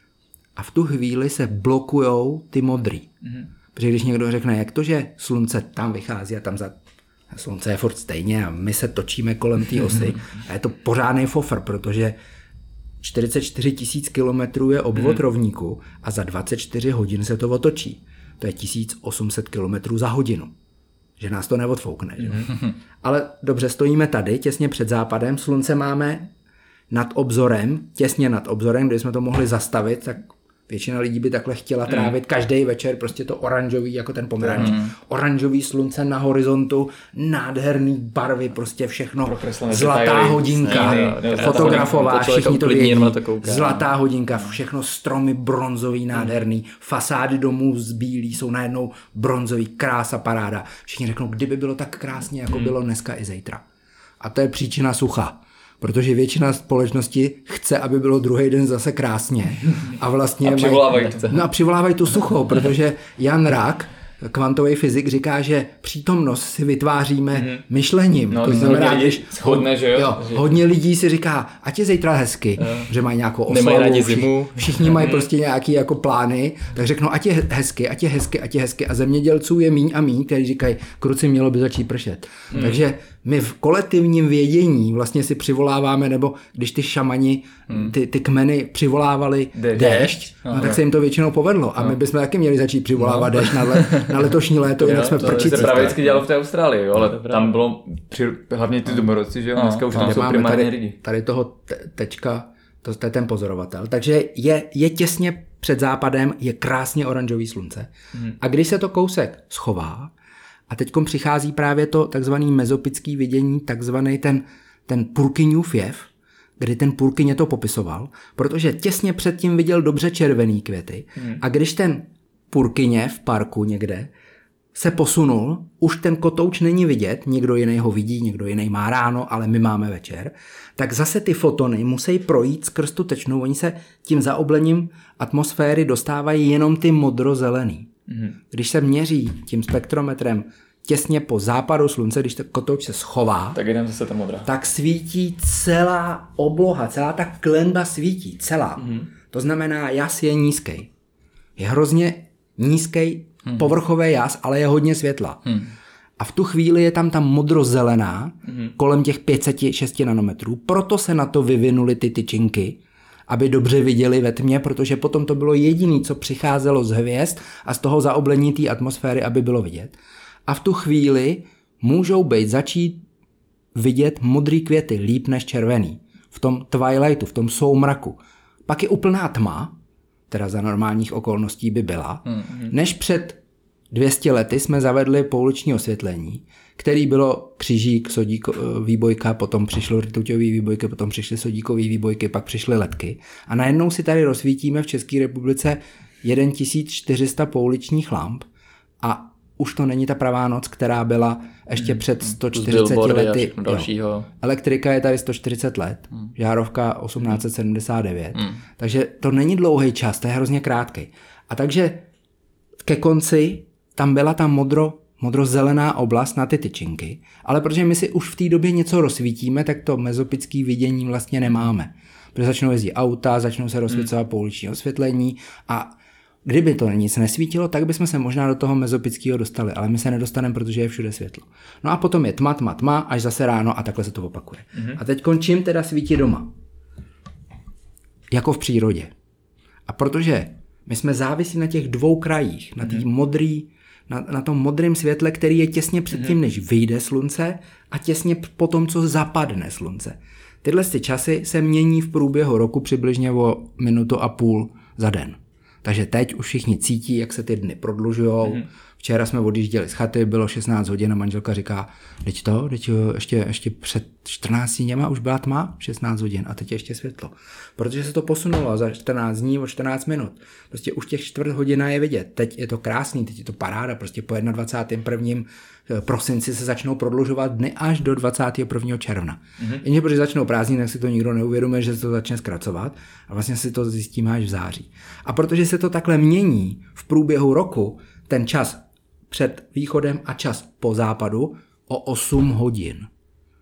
A v tu chvíli se blokujou ty modrý. Mm-hmm. Protože když někdo řekne, jak to, že slunce tam vychází a tam za... Slunce je furt stejně a my se točíme kolem té osy. A je to pořádný fofr, protože čtyřicet čtyři tisíc kilometrů je obvod mm-hmm. rovníku a za dvacet čtyři hodin se to otočí. To je tisíc osm set kilometrů za hodinu. Že nás to neodfoukne. Že? Mm-hmm. Ale dobře, stojíme tady, těsně před západem, slunce máme nad obzorem, těsně nad obzorem, kde jsme to mohli zastavit, tak většina lidí by takhle chtěla trávit mm. každý večer prostě to oranžový, jako ten pomeranč. Mm. Oranžový slunce na horizontu, nádherný barvy, prostě všechno. Zlatá hodinka, fotografová, všichni to vědí. Zlatá hodinka, všechno stromy bronzový, nádherný. Fasády domů z bílý jsou najednou bronzový, krása, paráda. Všichni řeknou, kdyby bylo tak krásně, jako mm. bylo dneska i zítra. A to je příčina sucha. Protože většina společnosti chce, aby bylo druhý den zase krásně. A vlastně a přivolávají to. No a přivolávají tu sucho, protože Jan Rak, kvantový fyzik, říká, že přítomnost si vytváříme mm-hmm. myšlením. No, to znamená, když shodne, že jo? jo hodně lidí si říká, ať je zítra hezky, uh, že mají nějakou oslavu, všichni, všichni mají prostě nějaký jako plány, tak řeknou, ať je hezky, ať je hezky, ať je hezky. A zemědělců je míň a míň, kteří říkají, kruci, mělo by začít pršet. Mm. Takže my v kolektivním vědění vlastně si přivoláváme, nebo když ty šamani, mm. ty, ty kmeny přivolávali De- déšť, no, no, tak se jim to většinou povedlo. A no. my bychom taky měli začít přivolávat no. déšť na, le, na letošní léto, jinak jsme prčící. To se právě vždycky dělalo v té Austrálii, jo, ale tam bylo při, hlavně ty domorodci, že jo, dneska už tam jsou primárně lidi. Tady toho te, tečka, to, to je ten pozorovatel. Takže je, je těsně před západem, je krásně oranžový slunce. Mm. A když se to kousek schová, a teďkom přichází právě to takzvaný mezopický vidění, takzvaný ten, ten Purkyňův jev, kdy ten Purkyně to popisoval, protože těsně předtím viděl dobře červený květy hmm. a když ten Purkyně v parku někde se posunul, už ten kotouč není vidět, někdo jiný ho vidí, někdo jiný má ráno, ale my máme večer, tak zase ty fotony musí projít skrz tu tečnou, oni se tím zaoblením atmosféry dostávají jenom ty modrozelený. Hmm. Když se měří tím spektrometrem těsně po západu slunce, když ten kotouč se schová, tak, jdem zase ta modrá. Tak svítí celá obloha, celá ta klenba svítí, celá. Hmm. To znamená, jas je nízký. Je hrozně nízký hmm. povrchový jas, ale je hodně světla. Hmm. A v tu chvíli je tam ta modrozelená, hmm. kolem těch pět set šest nanometrů, proto se na to vyvinuly ty tyčinky, aby dobře viděli ve tmě, protože potom to bylo jediné, co přicházelo z hvězd a z toho zaoblení té atmosféry, aby bylo vidět. A v tu chvíli můžou být začít vidět modrý květy líp než červený. V tom twilightu, v tom soumraku. Pak je úplná tma, teda za normálních okolností by byla, mm-hmm. než před dvě stě lety jsme zavedli pouliční osvětlení, který bylo křižík, sodík, výbojka, potom přišlo rtuťový výbojky, potom přišly sodíkový výbojky, pak přišly ledky. A najednou si tady rozsvítíme v České republice tisíc čtyři sta pouličních lamp a už to není ta pravá noc, která byla ještě před sto čtyřiceti lety. Jo. Elektrika je tady sto čtyřicet let, hmm. žárovka osmnáct set sedmdesát devět. Hmm. Takže to není dlouhý čas, to je hrozně krátký. A takže ke konci tam byla ta modro, modrozelená oblast na ty tyčinky, ale protože my si už v té době něco rozsvítíme, tak to mezopické vidění vlastně nemáme. Protože začnou jezdit auta, začnou se rozsvěcovat hmm. pouliční osvětlení a kdyby to nic nesvítilo, tak bychom se možná do toho mezopického dostali, ale my se nedostaneme, protože je všude světlo. No a potom je tma, tma, tma, až zase ráno a takhle se to opakuje. Mm-hmm. A teď končím teda svítí doma. Jako v přírodě. A protože my jsme závisí na těch dvou krajích, na, tý modrý, na, na tom modrém světle, který je těsně před tím, než vyjde slunce a těsně po tom, co zapadne slunce. Tyhle ty časy se mění v průběhu roku přibližně o minutu a půl za den. Takže teď už všichni cítí, jak se ty dny prodlužujou. Mm-hmm. Včera jsme odjížděli z chaty, bylo šestnáct hodin a manželka říká, teď to, teď ještě, ještě před čtrnácti dněma už byla tma, šestnáct hodin a teď je ještě světlo. Protože se to posunulo za čtrnáct dní o čtrnáct minut. Prostě už těch čtvrt hodina je vidět. Teď je to krásný, teď je to paráda. Prostě po dvacátém prvním prosinci se začnou prodlužovat dny až do dvacátého prvního června. Mm-hmm. Jenže protože začnou prázdniny, tak si to nikdo neuvědomuje, že se to začne zkracovat a vlastně si to zjistíme až v září. A protože se to takhle mění v průběhu roku, ten čas před východem a čas po západu o osm hodin.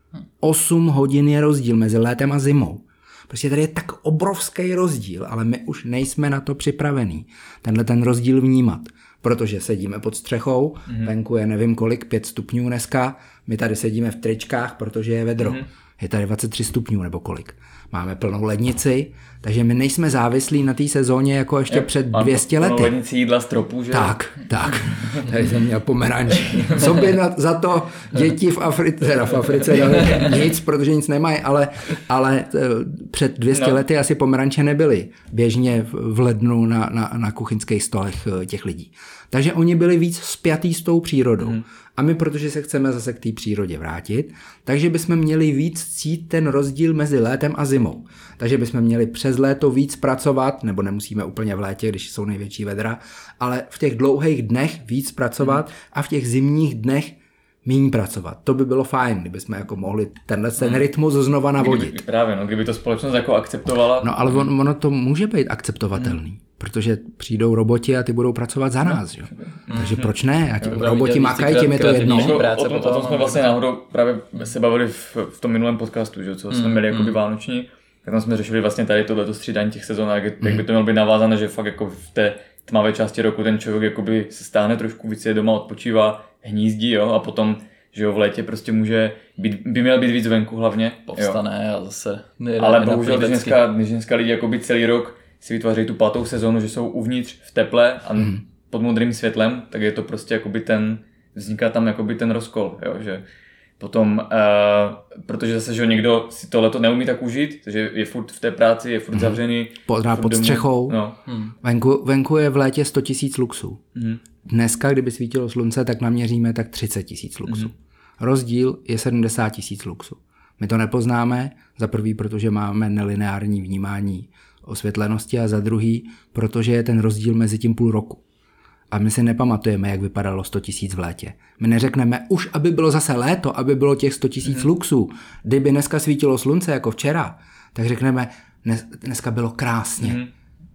osm hodin je rozdíl mezi létem a zimou. Prostě tady je tak obrovský rozdíl, ale my už nejsme na to připravení. Tenhle ten rozdíl vnímat. Protože sedíme pod střechou, mm-hmm. venku je nevím kolik, pět stupňů dneska, my tady sedíme v tričkách, protože je vedro. Mm-hmm. Je tady dvacet tři stupňů nebo kolik. Máme plnou lednici, takže my nejsme závislí na té sezóně jako ještě je, před dvě stě lety. Plnou lednici jídla stropů, že? Tak, tak. Tady jsem měl pomeranč. Co by na, za to děti v Africe, teda v Africe nic, protože nic nemají, ale, ale před dvě stě no. lety asi pomeranče nebyly běžně v lednu na, na, na kuchyňských stolech těch lidí. Takže oni byli víc spjatý s tou přírodou. Hmm. A my, protože se chceme zase k té přírodě vrátit, takže bychom měli víc cít ten rozdíl mezi létem a zimou. Takže bychom měli přes léto víc pracovat, nebo nemusíme úplně v létě, když jsou největší vedra, ale v těch dlouhých dnech víc pracovat hmm. a v těch zimních dnech míň pracovat. To by bylo fajn, kdybychom jako mohli tenhle ten rytmus znova navodit. Kdyby, právě, no, kdyby to společnost jako akceptovala. No ale on, ono to může být akceptovatelný. Hmm. Protože přijdou roboti a ty budou pracovat za nás. Jo? Mm. Takže proč ne? A ti roboti makají, tím je to jedno. O tom, o tom jsme vlastně náhodou právě se bavili v, v tom minulém podcastu, že? Co jsme mm. měli jakoby vánoční, tak tam jsme řešili vlastně tady tohleto střídání těch sezon, jak, mm. jak by to mělo být navázané, že fakt jako v té tmavé části roku ten člověk jakoby se stáhne trošku víc, je doma, odpočívá, hnízdí, jo? A potom že jo, v létě prostě může být, by měl být víc venku hlavně. Povstane jo. A zase ale bohužel, když dneska, když dneska lidi jakoby celý rok si vytvářejí tu pátou sezónu, že jsou uvnitř v teple a mm. pod modrým světlem, tak je to prostě jakoby ten, vzniká tam jakoby ten rozkol, jo, že potom, uh, protože zase, že někdo si tohleto neumí tak užít, takže je furt v té práci, je furt mm. zavřený. Podrá pod domů. Střechou. No. Mm. Venku, venku je v létě sto tisíc luxů. Mm. Dneska, kdyby svítilo slunce, tak naměříme tak třicet tisíc luxů. Mm. Rozdíl je sedmdesát tisíc luxů. My to nepoznáme, za prvý, protože máme nelineární vnímání osvětlenosti a za druhý, protože je ten rozdíl mezi tím půl roku. A my si nepamatujeme, jak vypadalo sto tisíc v létě. My neřekneme, už aby bylo zase léto, aby bylo těch sto tisíc mm. luxů. Kdyby dneska svítilo slunce jako včera, tak řekneme, dneska bylo krásně. Mm.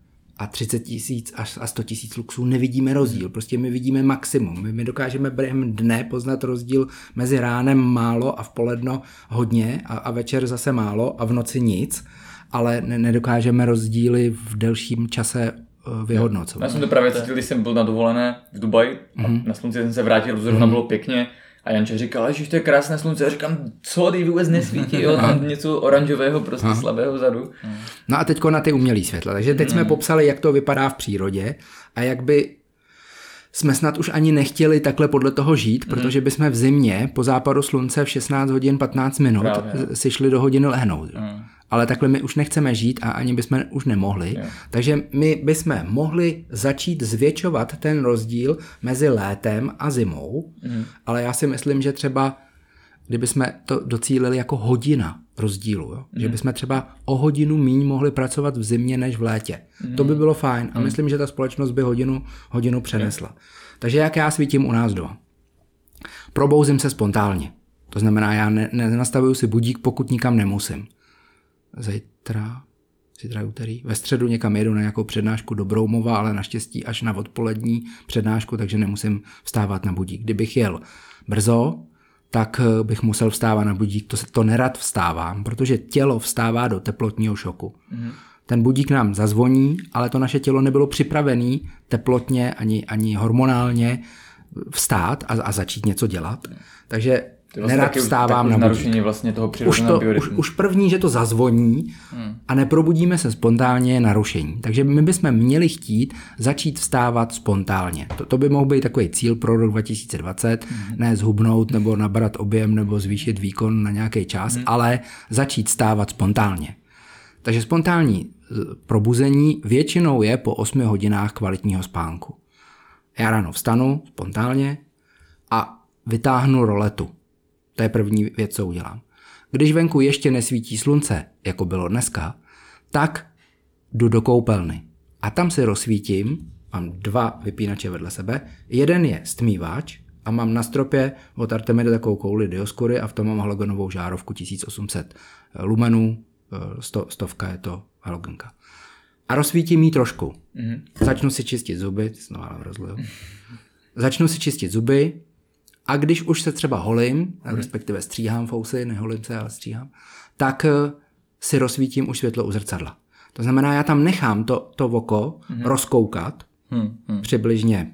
A třicet tisíc až a sto tisíc luxů nevidíme rozdíl. Prostě my vidíme maximum. My, my dokážeme během dne poznat rozdíl mezi ránem málo a v poledno hodně a, a večer zase málo a v noci nic. Ale ne, nedokážeme rozdíly v delším čase uh, vyhodnocovat. Já jsem to právě cítil, když jsem byl na dovolené v Dubaji mm-hmm. a na slunci jsem se vrátil, zrovna mm-hmm. bylo pěkně a Janče říkal, že to je krásné slunce. A říkám, co, ty vůbec nesvítí, jo, tam něco oranžového, prostě Aha. slabého vzadu. No a teďko na ty umělý světla. Takže teď mm. jsme popsali, jak to vypadá v přírodě a jak by jsme snad už ani nechtěli takhle podle toho žít, mm. protože bychom v zimě po západu slunce v šestnáct hodin patnáct minut Právě. si šli do hodiny lehnout. Mm. Ale takhle my už nechceme žít a ani bychom už nemohli. Jo. Takže my bychom mohli začít zvětšovat ten rozdíl mezi létem a zimou, mm. ale já si myslím, že třeba kdybychom to docílili jako hodina rozdílu, jo? Mm. že bychom třeba o hodinu míň mohli pracovat v zimě než v létě. Mm. To by bylo fajn a mm. myslím, že ta společnost by hodinu, hodinu přenesla. Mm. Takže jak já svítím u nás doma. Probouzím se spontánně. To znamená, já ne, nenastavuju si budík, pokud nikam nemusím. Zítra, zítra je úterý, ve středu někam jedu na nějakou přednášku do Broumova, ale naštěstí až na odpolední přednášku, takže nemusím vstávat na budík. Kdybych jel brzo, tak bych musel vstávat na budík. To, to nerad vstávám, protože tělo vstává do teplotního šoku. Mm. Ten budík nám zazvoní, ale to naše tělo nebylo připravené teplotně ani, ani hormonálně vstát a, a začít něco dělat. Takže vlastně nerad vstávám na narušení vlastně toho přirozeného biorytmu. Už, už první, že to zazvoní hmm. a neprobudíme se spontánně, je narušení. Takže my bychom měli chtít začít vstávat spontánně. To, to by mohl být takový cíl pro rok dva tisíce dvacet, hmm. ne zhubnout nebo nabrat objem nebo zvýšit výkon na nějaký čas, hmm. ale začít vstávat spontánně. Takže spontánní probuzení většinou je po osmi hodinách kvalitního spánku. Já ráno vstanu spontánně a vytáhnu roletu. To je první věc, co udělám. Když venku ještě nesvítí slunce, jako bylo dneska, tak jdu do koupelny. A tam si rozsvítím, mám dva vypínače vedle sebe, jeden je stmívač a mám na stropě od Artemidy takovou kouli Dioskury a v tom mám halogenovou žárovku tisíc osm set lumenů, sto, stovka je to halogenka. A rozsvítím jí trošku. Mm-hmm. Začnu si čistit zuby, znovu rozliju. Začnu si čistit zuby A když už se třeba holím, mm. respektive stříhám fousy, neholím se, ale stříhám, tak si rozsvítím už světlo u zrcadla. To znamená, já tam nechám to, to oko mm. rozkoukat mm. Mm. přibližně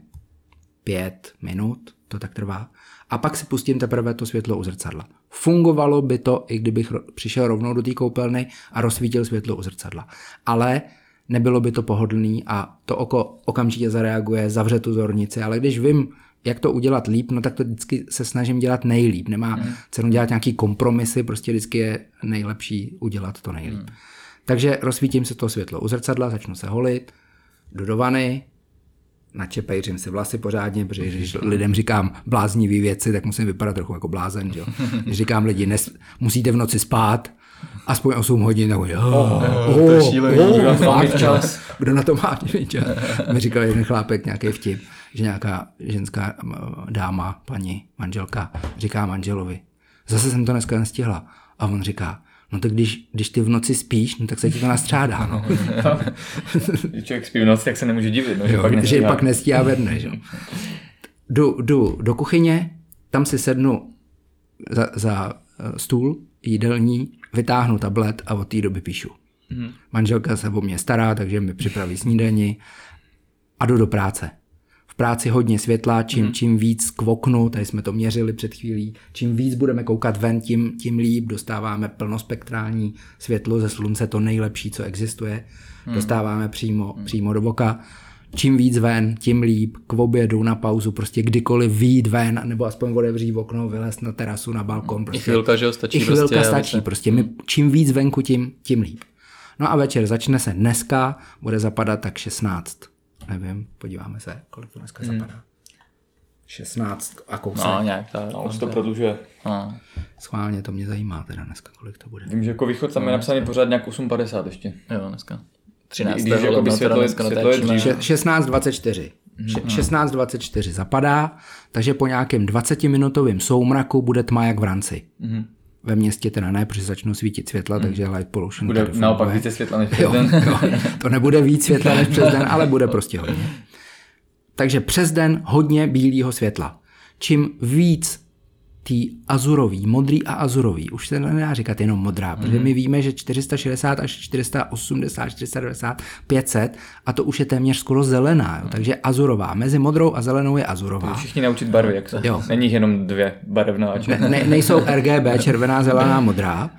pět minut, to tak trvá, a pak si pustím teprve to světlo u zrcadla. Fungovalo by to, i kdybych přišel rovnou do té koupelny a rozsvítil světlo u zrcadla. Ale nebylo by to pohodlný a to oko okamžitě zareaguje, zavře tu zornici, ale když vím, jak to udělat líp, no tak to vždycky se snažím dělat nejlíp. Nemá hmm. cenu dělat nějaký kompromisy, prostě vždycky je nejlepší udělat to nejlíp. Hmm. Takže rozsvítím se to světlo u zrcadla, začnu se holit, jdu do vany, načepejřím si vlasy pořádně, protože když lidem říkám bláznivý věci, tak musím vypadat trochu jako blázen. Že? Když říkám lidi, nes, musíte v noci spát, aspoň osm hodin, nebo oh, oh, oh, to je šílený, oh, oh, čas. Kdo na to má čas? Mi říkal jeden chlápek nějaký vtip, že nějaká ženská dáma, paní, manželka, říká manželovi, zase jsem to dneska nestihla. A on říká, no tak když, když ty v noci spíš, no tak se ti to nastřádá. No. Když člověk spí v noci, tak se nemůže divit. No, že, jo, pak nestíhá. že pak nestíhá ve dne. Že? Jdu, jdu do kuchyně, tam si sednu za, za stůl jídelní, vytáhnu tablet a od té doby píšu. Mm. Manželka se o mě stará, takže mi připraví snídani a jdu do práce. V práci hodně světla, čím, mm. čím víc k oknu, tady jsme to měřili před chvílí, čím víc budeme koukat ven, tím, tím líp, dostáváme plnospektrální světlo ze slunce, to nejlepší, co existuje, mm. dostáváme přímo, mm. přímo do oka. Čím víc ven, tím líp, k obědu, na pauzu, prostě kdykoliv vyjít ven, nebo aspoň otevřít okno, vylézt na terasu, na balkon. Prostě. I chvilka, že jo, stačí. I chvilka prostě, stačí, se... prostě my, čím víc venku, tím, tím líp. No a večer začne se dneska, bude zapadat tak šestnáct. Nevím, podíváme se, kolik to dneska hmm. zapadá. šestnáct a kousek. No, nějak tak. No, už to prodlužuje. No. Schválně, to mě zajímá teda dneska, kolik to bude. Vím, že jako východ tam je napsaný pořád nějak osm padesát ještě. Jo, dneska. třináct. Když jako by světlo, světlo je šestnáct dvacet čtyři. šestnáct dvacet čtyři zapadá, takže po nějakém dvacetiminutovém soumraku bude tma jak v ranci. Mm. Ve městě teda ne, protože začnou svítit světla, mm. takže light pollution. Bude naopak více světla než přes den. Jo, jo, to nebude víc světla než přes den, ale bude prostě hodně. Takže přes den hodně bílého světla. Čím víc tý azurový, modrý a azurový, už se nedá říkat jenom modrá, mm. protože my víme, že čtyři sta šedesát až čtyři sta osmdesát, čtyři sta devadesát, pět set a to už je téměř skoro zelená, jo? Takže azurová. Mezi modrou a zelenou je azurová. Všichni naučit barvy, jak to? Jo. Není jenom dvě barevná a červená. Ne, ne, nejsou R G B, červená, zelená, modrá.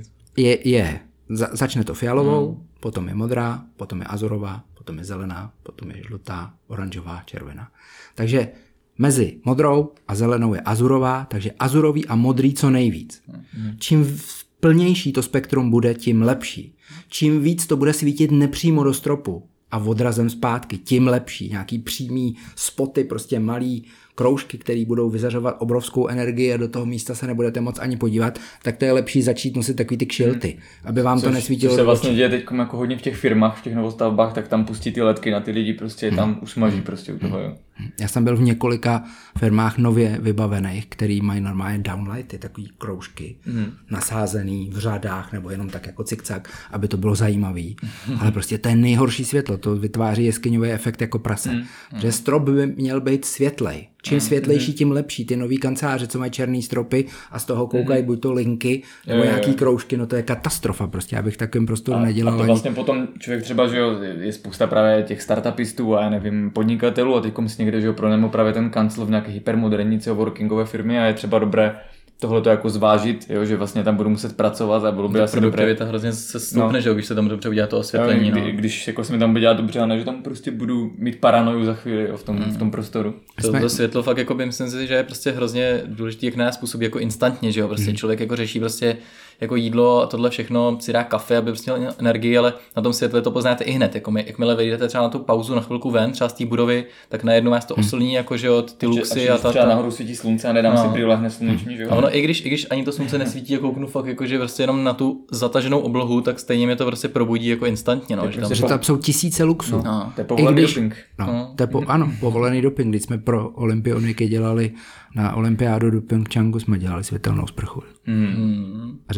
Je, je. Za, začne to fialovou, mm. potom je modrá, potom je azurová, potom je zelená, potom je žlutá, oranžová, červená. Takže mezi modrou a zelenou je azurová, takže azurový a modrý co nejvíc. Čím plnější to spektrum bude, tím lepší. Čím víc to bude svítit nepřímo do stropu a odrazem zpátky, tím lepší. Nějaký přímý spoty, prostě malý kroužky, které budou vyzařovat obrovskou energii a do toho místa se nebudete moc ani podívat, tak to je lepší začít nosit takový ty kšilty, hmm. aby vám což, to nesvítilo. Což se vlastně děje teď jako hodně v těch firmách, v těch novostavbách, tak tam pustí ty ledky na ty lidi, prostě hmm. tam usmaží prostě u toho. Jo. Já jsem byl v několika firmách nově vybavených, který mají normálně downlighty, takový kroužky, hmm. nasázený v řadách nebo jenom tak jako cikcak, aby to bylo zajímavý. Hmm. Ale prostě to je nejhorší světlo, to vytváří jeskyňový efekt jako prase. Hmm. Že strop by měl být světlej. Čím světlejší, tím lepší. Ty nový kanceláře, co mají černý stropy a z toho koukají buď to linky nebo nějaký kroužky, no to je katastrofa prostě, abych takovým prostoru nedělal. A to vlastně ani... potom člověk třeba, že jo, je spousta právě těch startupistů a já nevím, podnikatelů a teďkom si někde, že jo, pronajmou právě ten kancel v nějaké hypermoderní coworkingové firmy a je třeba dobré tohle to jako zvážit, jo, že vlastně tam budu muset pracovat a bylo by asi dobré. Produktivita hrozně se stoupne, no. Že jo, když se tam dobře udělá to osvětlení. No, kdy, no. Když jako se mi tam bude dělat dobře, a ne, že tam prostě budu mít paranoju za chvíli, jo, v tom, mm. v tom prostoru. To, to světlo fakt jako by myslím si, že je prostě hrozně důležitý, jak na způsob jako instantně, že jo, prostě mm. člověk jako řeší prostě jako jídlo a tohle všechno, si dá kafe, aby prostě měl energii, ale na tom světle to poznáte i hned, jako my, jakmile vyjdete třeba na tu pauzu na chvilku ven, třeba z té budovy, tak najednou vás to oslní, jako že jo, ty luxy a ta. Třeba nahoru svítí slunce a nedám no. si brýle hned sluneční, že jo. A ono i když, i když ani to slunce nesvítí, jako kouknu fakt jako že prostě jenom na tu zataženou oblohu, tak stejně mě to prostě probudí jako instantně, no, že tam, že tam jsou tisíce luxů. No. No. To je povolený když, doping. No, no. To je po, ano, povolený doping, když jsme pro olympioniky dělali na olympiádu do Pyeongchangu, jsme dělali světelnou sprchu. Mm. A říkali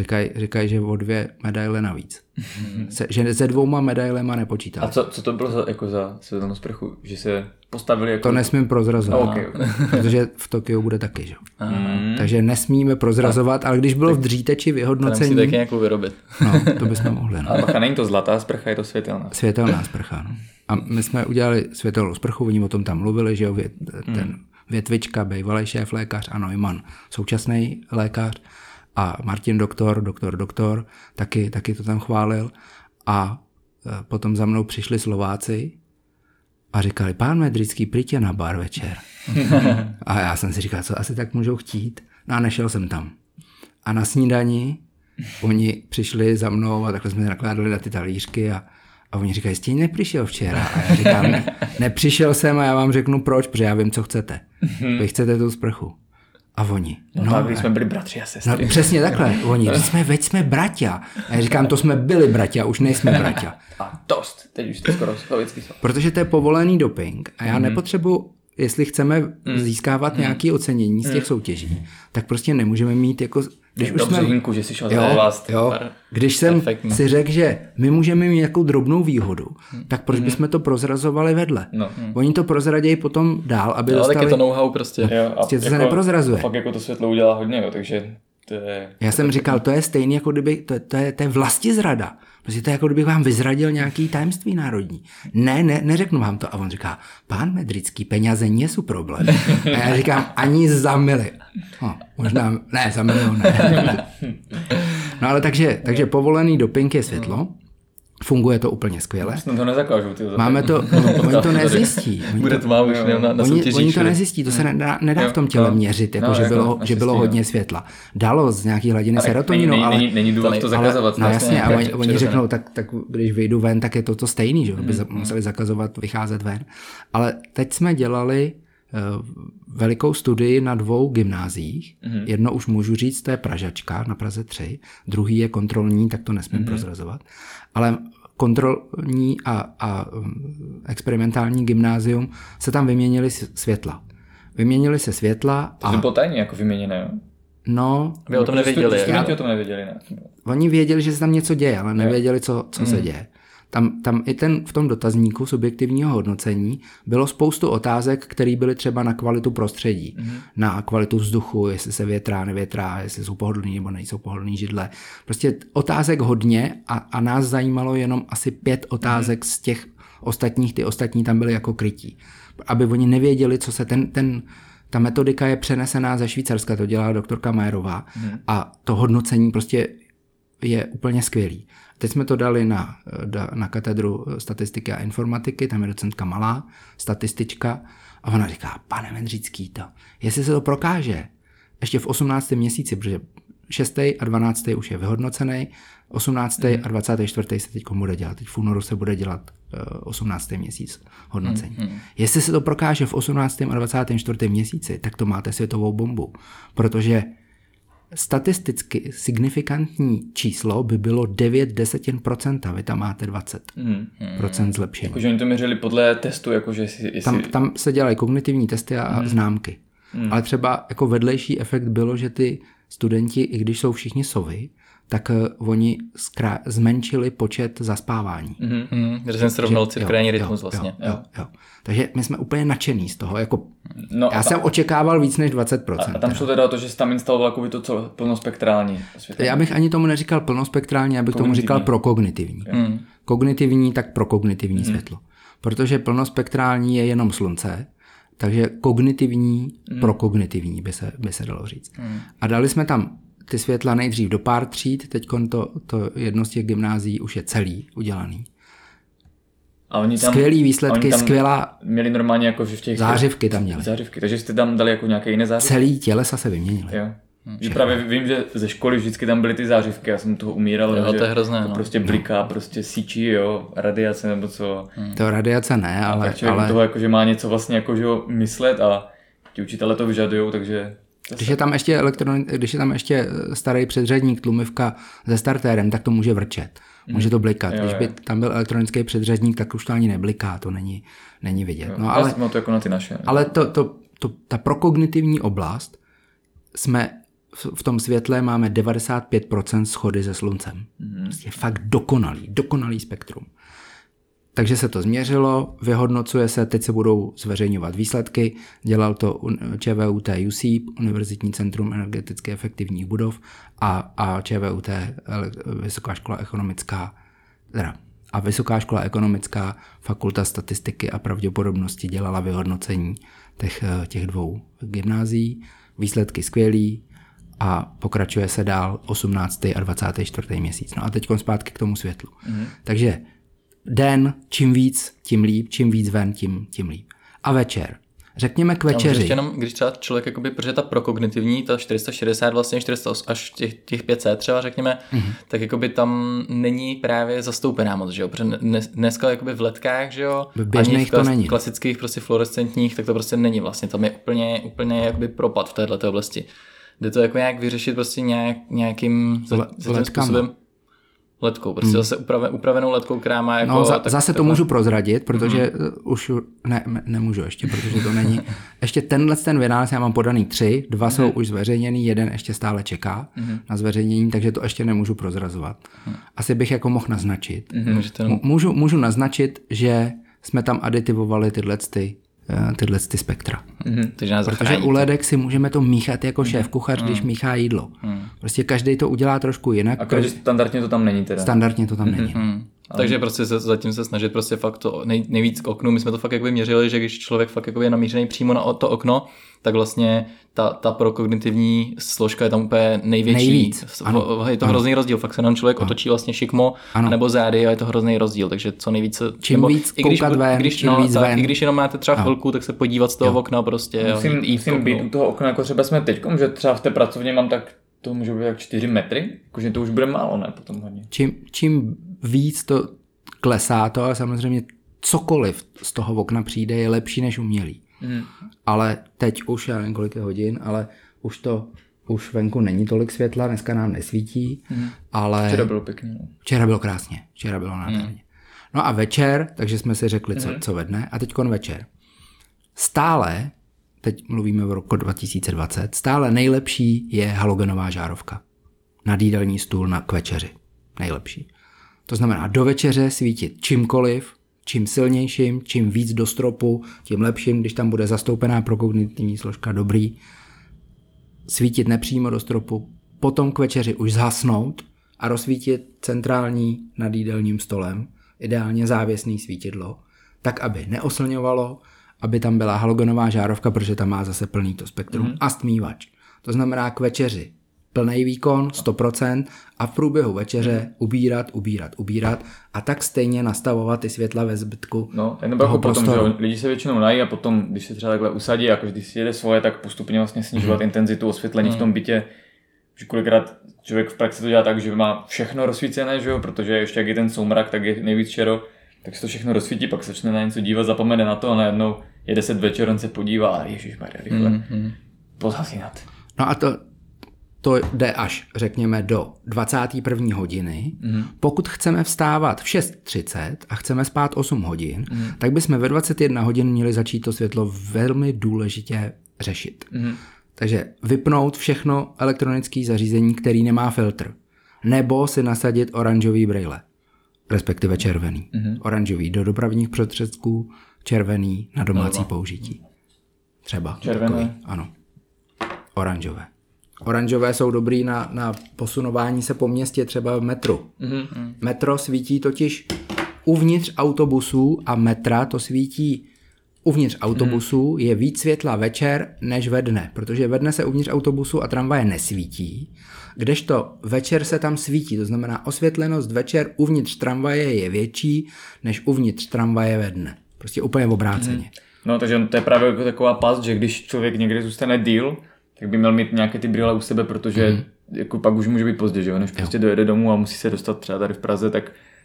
říkají, říkaj, že o dvě medaile navíc. Se, že se dvouma medailema nepočítá. A co, co to bylo za, jako za světelnou sprchu? Že se postavili jako... To nesmím prozrazovat, no, okay, okay. protože v Tokiu bude taky, že? Mm. Takže nesmíme prozrazovat, ale když bylo v dříteči vyhodnocení... To musí taky nějakou vyrobit. No, to bychom mohli. No. Ale bacha, není to zlatá sprcha, je to světelná. Světelná sprcha, no. A my jsme udělali světelnou sprchu, oni o tom tam mluvili, že jo, vět, ten mm. Větvička, bývalý šéf lékař a Neumann, současný lékař a Martin doktor, doktor, doktor, taky, taky to tam chválil a potom za mnou přišli Slováci a říkali, pán Medrický, přijďte na bar večer. A já jsem si říkal, co asi tak můžou chtít. No a nešel jsem tam. A na snídani oni přišli za mnou a takhle jsme nakládali na ty talířky a, a oni říkají, jste nepřišel včera. A já říkám, ne, nepřišel jsem a já vám řeknu proč, protože já vím, co chcete. Vy chcete tu sprchu. A oni. No, no tak, když jsme byli bratři a sestry. No, přesně takhle. Oni, když jsme, veď jsme bratia. A já říkám, to jsme byli bratia, už nejsme bratia. A dost. Teď už to skoro sovětský jsou. Protože to je povolený doping a já mm. nepotřebuji, jestli chceme mm. získávat mm. nějaké ocenění z těch mm. soutěží, tak prostě nemůžeme mít jako... Když už jsme, hinku, že jsi šel jo, vlast. Jo, když jsem Perfektní. si řekl, že my můžeme mít nějakou drobnou výhodu, hmm. tak proč hmm. bychom to prozrazovali vedle? No. Hmm. Oni to prozradějí potom dál, aby jo, dostali... tak je to know-how prostě. Jo, a prostě to jako, se neprozrazuje. Fakt jako to světlo udělá hodně, jo, takže to je... Já jsem říkal, to je stejný, jako kdyby, to, to, je, to je vlastizrada. Prostě to je jako kdybych vám vyzradil nějaký tajemství národní. Ne, ne, neřeknu vám to. A on říká, pán Medrický, peníze nie jsou problém. A já říkám, ani za mili. No, možná, ne, za milion ne. No ale takže, takže povolený doping je světlo. Funguje to úplně skvěle. Vlastně to nezakážu. Ty Máme to, no, oni to nezjistí. Oni Bude to má už na, na oni, oni to nezjistí, to se nedá, nedá v tom těle měřit, jako, no, že, jako, bylo, že bylo hodně světla. Dalo z nějaký hladiny serotoninu, není, ale... Není, není důvod to zakazovat. Ale, no jasně, a oni, oni řeknou, tak, tak když vyjdu ven, tak je to to stejný, že by hmm. museli zakazovat vycházet ven. Ale teď jsme dělali uh, velikou studii na dvou gymnáziích. Hmm. Jedno už můžu říct, to je Pražačka na Praze tři, druhý je kontrolní, tak to nesmím hmm. prozrazovat. Ale kontrolní a, a experimentální gymnázium se tam vyměnili světla. Vyměnili se světla a... To bylo tajně jako vyměněné, jo? No... Vy o tom nevěděli. Studenti o tom nevěděli, ne? Oni věděli, že se tam něco děje, ale nevěděli, co, co hmm. se děje. Tam, tam i ten, v tom dotazníku subjektivního hodnocení bylo spoustu otázek, které byly třeba na kvalitu prostředí, mm. na kvalitu vzduchu, jestli se větrá, nevětrá, jestli jsou pohodlný nebo nejsou pohodlný židle. Prostě otázek hodně a, a nás zajímalo jenom asi pět otázek mm. z těch ostatních, ty ostatní tam byly jako krytí. Aby oni nevěděli, co se ten... ten ta metodika je přenesená ze Švýcarska, to dělá doktorka Majerová mm. a to hodnocení prostě je úplně skvělý. Teď jsme to dali na, na katedru statistiky a informatiky, tam je docentka Malá, statistička, a ona říká, pane Medrický, to, jestli se to prokáže, ještě v osmnáctém měsíci, protože šestý a dvanáctý už je vyhodnocený, osmnáctý mm. a dvacátý čtvrtý se teď bude dělat, teď v únoru se bude dělat osmnáctý měsíc hodnocení. Mm. Jestli se to prokáže v osmnáctém a dvacátém čtvrtém měsíci, tak to máte světovou bombu, protože statisticky signifikantní číslo by bylo devět desetin procenta, vy tam máte dvacet procent mm. zlepšení. Jakože oni to měřili podle testu, jakože jestli... Tam, tam se dělají kognitivní testy a mm. známky. Mm. Ale třeba jako vedlejší efekt bylo, že ty studenti, i když jsou všichni sovy, tak uh, oni zkrá- zmenšili počet zaspávání. Mm-hmm. Že jsem srovnal cirkadiální rytmus vlastně. Jo, jo, jo. Takže my jsme úplně nadšený z toho. Jako, no, já jsem ta... očekával víc než dvacet procent. A, a tam šlo teda o to, že jsi tam instaloval jako to co plnospektrální osvětlení. Já bych ani tomu neříkal plnospektrální, já bych tomu říkal prokognitivní. Mm. Kognitivní, tak prokognitivní mm. světlo. Protože plnospektrální je jenom slunce, takže kognitivní, mm. prokognitivní by se, by se dalo říct. Mm. A dali jsme tam ty světla nejdřív do pár tříd, teď to, to jedno z těch gymnázií už je celý udělaný. A oni tam, skvělý výsledky, oni tam skvělá... Měli normálně jako v těch... Zářivky tam měli. Zářivky, takže jste tam dali jako nějaké jiné zářivky? Celý tělesa se vyměnily. Jo. Že právě vím, že ze školy vždycky tam byly ty zářivky, já jsem toho umíral, jo, že to je hrozné, to no. prostě bliká, no. prostě síčí, jo, radiace nebo co. Hmm. To radiace ne, ale... Tak člověk ale... toho jako, že má něco vlastně jako, že ho myslet a ti učitelé to vyžadujou, takže... Když je tam ještě elektron... když je tam ještě starý předřadník, tlumivka se startérem, tak to může vrčet. Může to blikat. Jo, Když by tam byl elektronický předřadník, tak už to ani nebliká, to není, není vidět. Jo, no, ale to jako na ty naše. Ale to, to, to, ta prokognitivní oblast jsme v tom světle máme devadesát pět procent shody se sluncem. Mm. Prostě fakt dokonalý, dokonalý spektrum. Takže se to změřilo, vyhodnocuje se, teď se budou zveřejňovat výsledky. Dělal to ČVUT U C, Univerzitní centrum energeticky efektivních budov, a, a ČVUT Vysoká škola ekonomická, teda, a Vysoká škola ekonomická, Fakulta statistiky a pravděpodobnosti dělala vyhodnocení těch, těch dvou gymnázií. Výsledky skvělý a pokračuje se dál osmnáctý a dvacátý čtvrtý měsíc. No a teď zpátky k tomu světlu. Mm. Takže den, čím víc, tím líp, čím víc ven, tím, tím líp. A večer. Řekněme k večeři. Jenom, když třeba člověk, jakoby, protože ta prokognitivní, ta čtyři sta šedesát, vlastně čtyři sta až těch, těch pět set třeba řekněme, mm-hmm. tak jakoby tam není právě zastoupená moc, že jo? Protože dneska jakoby v letkách, že jo? V běžných ani v klas, to není. klasických prostě fluorescentních, tak to prostě není vlastně. Tam je úplně, úplně jakoby propad v této oblasti. Jde to jako nějak vyřešit prostě nějak, nějakým za, za tím způsobem. Letkou, prostě hmm. zase uprave, upravenou letkou, která má jako... No, za, tak, zase takhle. To můžu prozradit, protože hmm. už ne, nemůžu ještě, protože to není... Ještě tenhle ten vynález, já mám podaný tři, dva hmm. jsou už zveřejněný, jeden ještě stále čeká hmm. na zveřejnění, takže to ještě nemůžu prozrazovat. Hmm. Asi bych jako mohl naznačit. Hmm. Můžu, můžu naznačit, že jsme tam aditivovali tyhle ty tyhle ty spektra. Mm-hmm. Takže nás Protože u ledek si můžeme to míchat jako šéf kuchař, mm. když míchá jídlo. Mm. Prostě každý to udělá trošku jinak. A když standardně to tam není teda. Standardně to tam mm-hmm. není. Mm. Takže prostě se, zatím se snažit prostě fakt to nej, nejvíc k oknu. My jsme to fakt jakoby měřili, že když člověk fakt jakoby je namířený přímo na to okno, tak vlastně ta, ta prokognitivní složka je tam úplně největší. Nejvíc. Ano. Je to ano. hrozný rozdíl. Fakt se nám člověk ano. otočí vlastně šikmo ano. nebo zády a je to hrozný rozdíl. Takže co nejvíce... Čím nebo, víc i když, koukat ven, když, čím no, víc tak, ven. I když jenom máte třeba ano. chvilku, tak se podívat z toho jo. okna prostě. Musím, jo, musím být u toho okna, jako třeba jsme teďkom, že třeba v té pracovně mám tak, to může být tak čtyři metry, jakože to už bude málo, ne? Potom hodně. Čím, čím víc to klesá to a samozřejmě cokoliv z toho okna přijde je lepší než umělý. Mm. Ale teď už, já nevím kolik je hodin, ale už to, už venku není tolik světla, dneska nám nesvítí, mm. ale... Včera bylo pěkně. No. Včera bylo krásně, včera bylo nádherně. Mm. No a večer, takže jsme si řekli, co, mm. co ve dne, a teďkon večer. Stále, teď mluvíme o roku dva tisíce dvacet, stále nejlepší je halogenová žárovka. Nad jídelní stůl na k večeři. Nejlepší. To znamená do večeře svítit čímkoliv, čím silnějším, čím víc do stropu, tím lepším, když tam bude zastoupená prokognitivní složka, dobrý. Svítit nepřímo do stropu, potom k večeři už zhasnout a rozsvítit centrální nad jídelním stolem, ideálně závěsný svítidlo, tak, aby neoslňovalo, aby tam byla halogenová žárovka, protože tam má zase plný to spektrum, mm. a stmívač. To znamená k večeři plný výkon, sto procent, a v průběhu večeře ubírat, ubírat, ubírat a tak stejně nastavovat ty světla ve zbytku. No, nebo jako potom, že lidi se většinou nají a potom, když se třeba takhle usadí a každý si jede svoje, tak postupně vlastně snižovat mm. intenzitu osvětlení mm. v tom bytě. Že kolikrát člověk v praxi to dělá tak, že má všechno rozsvícené, že jo, protože ještě jak je ten soumrak, tak je nejvíc šero, tak se to všechno rozsvítí, pak se začne na něco dívat, zapomene na to a najednou je deset večer, on se podívá a ježišmarja, rychle mm. pozhasínat. No a to To jde až, řekněme, do dvacáté první hodiny. Mm. Pokud chceme vstávat v šest třicet a chceme spát osm hodin, mm. tak bychom ve dvacet jedna hodin měli začít to světlo velmi důležitě řešit. Mm. Takže vypnout všechno elektronické zařízení, který nemá filtr. Nebo si nasadit oranžový brejle, respektive červený. Mm. Oranžový do dopravních prostředků, červený na domácí Nebo. použití. Třeba. Červené. Takový, ano. Oranžové. Oranžové jsou dobrý na, na posunování se po městě, třeba v metru. Mm-hmm. Metro svítí totiž uvnitř autobusů a metra to svítí uvnitř autobusů, mm. je víc světla večer než ve dne, protože ve dne se uvnitř autobusu a tramvaje nesvítí, kdežto večer se tam svítí, to znamená osvětlenost večer uvnitř tramvaje je větší než uvnitř tramvaje ve dne. Prostě úplně obráceně. Mm. No takže to je právě jako taková past, že když člověk někde zůstane díl, tak by měl mít nějaké ty brýle u sebe, protože mm. jako pak už může být pozdě, že jo? Než prostě jo. dojede domů a musí se dostat třeba tady v Praze, tak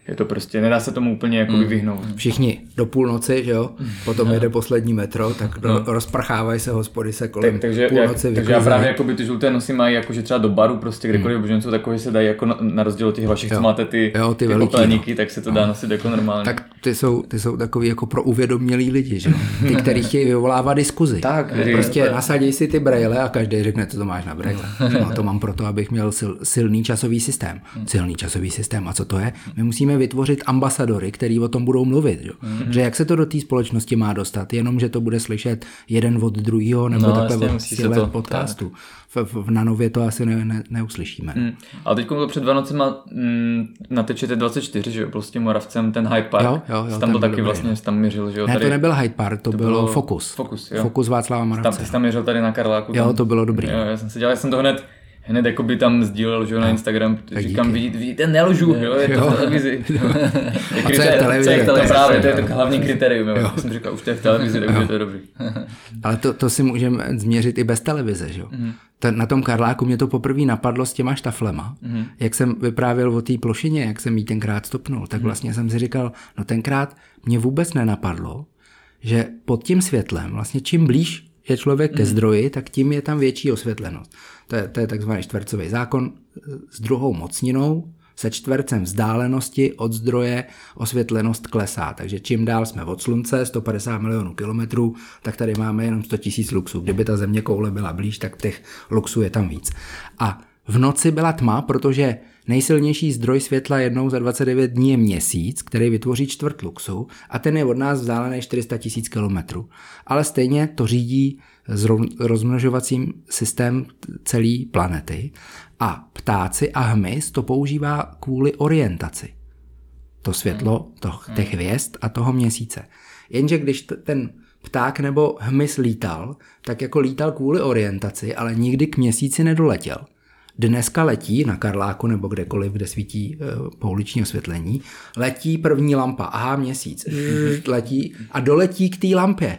je to prostě, nedá se tomu úplně jako mm. vyhnout. Všichni do půlnoci, že jo, potom jede poslední metro, tak do, rozprchávají se hospody se kolem tak, takže půlnoci. Jak, takže já právě jako by ty žluté nosy mají jakože třeba do baru, prostě kdekoliv, mm. protože jsou takové, že se dají jako na, na rozdíl od těch vašich, jo. co máte ty, jo, ty, ty veliký, popelníky, no. tak se to dá nosit jako normálně. Tak ty jsou, ty jsou takový jako pro uvědomělý lidi, že jo, ty, který chtějí vyvolávat diskuzi. Tak, prostě je, nasadí si ty brejle a každý řekne, co to máš na brejle. No, to mám proto, abych měl sil, silný časový systém. Silný časový systém. A co to je? My musíme vytvořit ambasadory, který o tom budou mluvit. Jo? Mm-hmm. Že jak se to do té společnosti má dostat? Jenom, že to bude slyšet jeden od druhého nebo no, takhle od síle podcastu. V, v Nanově to asi ne, ne, neuslyšíme. Mm. Ale teď před Vánocema mm, natečete dvacet čtyři, že jo, prostě Moravcem, ten Hyde Park. Jo, jo, jo, tam byl taky dobrý, vlastně, no. tam měřil, že jo. Ne, tady... to nebyl Hyde Park, to, to byl bylo Focus. Focus, jo. Focus Václava Moravce. Tam, ty jsi tam měřil tady na Karláku. Tam... Jo, to bylo dobrý. Jo, já jsem se dělal, já jsem to hned hned jakoby tam sdílel, že na Instagram, říkám, vidíte, vidíte, nelžu, jo, je to jo. v televizi. A co je v televizi? To je právě, to je to hlavní kritérium, jo. Já jsem říkal, už to je v televizi, takže je to dobrý. Ale to, to si můžeme změřit i bez televize, že jo. Mm. Na tom Karláku mě to poprvé napadlo s těma štaflema. Mm. Jak jsem vyprávěl o té plošině, jak jsem jí tenkrát stopnul, tak vlastně jsem si říkal, no tenkrát mě vůbec nenapadlo, že pod tím světlem, vlastně čím blíž je člověk ke zdroji, tak tím je tam větší osvětlenost. To je, to je takzvaný čtvercový zákon s druhou mocninou, se čtvercem vzdálenosti od zdroje osvětlenost klesá. Takže čím dál jsme od slunce, sto padesát milionů kilometrů, tak tady máme jenom sto tisíc luxů. Kdyby ta země koule byla blíž, tak těch luxů je tam víc. A v noci byla tma, protože nejsilnější zdroj světla jednou za dvacet devět dní je měsíc, který vytvoří čtvrt luxu a ten je od nás vzdálený čtyři sta tisíc kilometrů. Ale stejně to řídí rozmnožovacím systém celé planety a ptáci a hmyz to používá kvůli orientaci. To světlo to, těch hvězd a toho měsíce. Jenže když t- ten pták nebo hmyz lítal, tak jako lítal kvůli orientaci, ale nikdy k měsíci nedoletěl. Dneska letí na Karláku nebo kdekoliv, kde svítí uh, pouliční osvětlení, letí první lampa, aha, měsíc, letí a doletí k té lampě.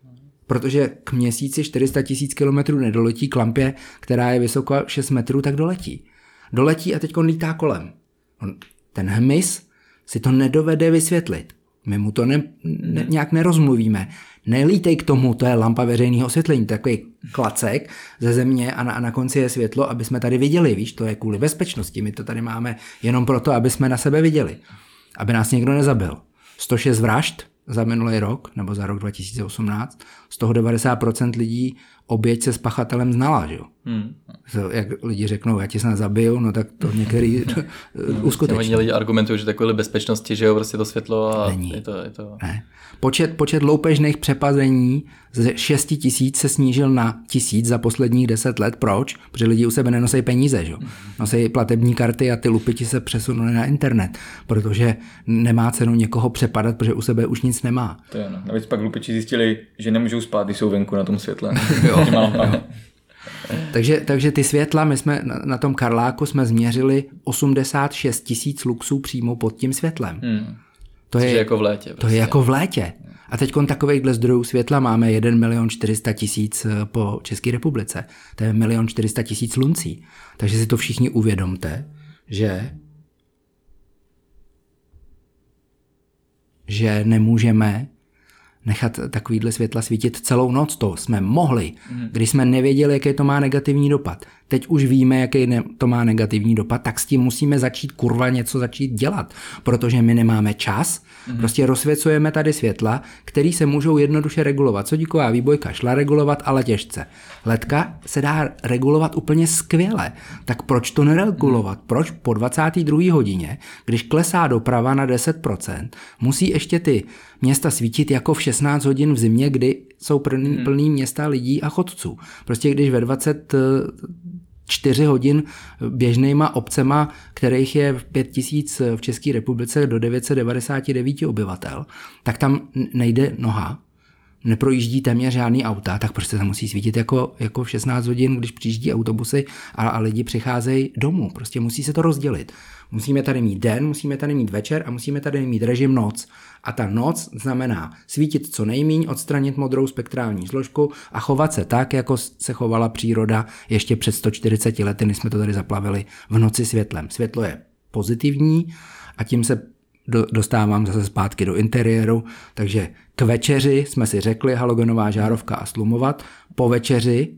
Protože k měsíci čtyři sta tisíc kilometrů nedoletí, k lampě, která je vysoká šest metrů, tak doletí. Doletí a teď on lítá kolem. Ten hmyz si to nedovede vysvětlit. My mu to ne, ne, nějak nerozmluvíme. Nelítej k tomu, to je lampa veřejného osvětlení, takový klacek ze země a na, a na konci je světlo, aby jsme tady viděli, víš, to je kvůli bezpečnosti, my to tady máme jenom proto, aby jsme na sebe viděli, aby nás někdo nezabil. sto šest vražd za minulý rok, nebo za rok dva tisíce osmnáct, z toho devadesát procent lidí oběť se s pachatelem znala, že jo. Hmm. Jak lidi řeknou, já tě snad zabiju, no tak to některý uskuteční. Hodně lidi argumentují, že takové bezpečnosti, že jo, prostě to světlo a Není. je to... Je to... Ne. Počet, počet loupežných přepazení ze šesti tisíc se snížil na tisíc za posledních deset let. Proč? Protože lidi u sebe nenosí peníze, že jo. Nosí platební karty a ty lupiti se přesunuly na internet, protože nemá cenu někoho přepadat, protože u sebe už nic nemá. To je no. Navíc pak lupiči zjistili, že nemůžou spát, když jsou venku na tom světle. Jo. takže, takže ty světla, my jsme na, na tom Karláku jsme změřili osmdesát šest tisíc luxů přímo pod tím světlem. Hmm. To je jako v létě. Prostě. To je jako v létě. A teď takovýchhle zdrojů světla máme jeden milion čtyři sta tisíc po České republice. To je milion čtyři sta tisíc sluncí. Takže si to všichni uvědomte, že že nemůžeme nechat takovýhle světla svítit celou noc. To jsme mohli, když jsme nevěděli, jaký to má negativní dopad. Teď už víme, jaký to má negativní dopad, tak s tím musíme začít kurva něco začít dělat, protože my nemáme čas, prostě rozsvěcujeme tady světla, které se můžou jednoduše regulovat. Sodíková výbojka šla regulovat, ale těžce. Ledka se dá regulovat úplně skvěle. Tak proč to neregulovat? Proč po dvacáté druhé hodině, když klesá doprava na deset procent, musí ještě ty města svítit jako v šestnáct hodin v zimě, kdy jsou plný, plný města lidí a chodců. Prostě když ve dvacet čtyři hodin běžnýma obcema, kterých je pět tisíc v České republice do devět set devadesát devět obyvatel, tak tam nejde noha, neprojíždí téměř žádný auta, tak prostě tam musí svítit jako, jako v šestnáct hodin, když přijíždí autobusy a, a lidi přicházejí domů. Prostě musí se to rozdělit. Musíme tady mít den, musíme tady mít večer a musíme tady mít režim noc. A ta noc znamená svítit co nejmíň, odstranit modrou spektrální složku a chovat se tak, jako se chovala příroda ještě před sto čtyřiceti lety, než jsme to tady zaplavili v noci světlem. Světlo je pozitivní a tím se do, dostávám zase zpátky do interiéru, takže k večeři jsme si řekli halogenová žárovka a slumovat. Po večeři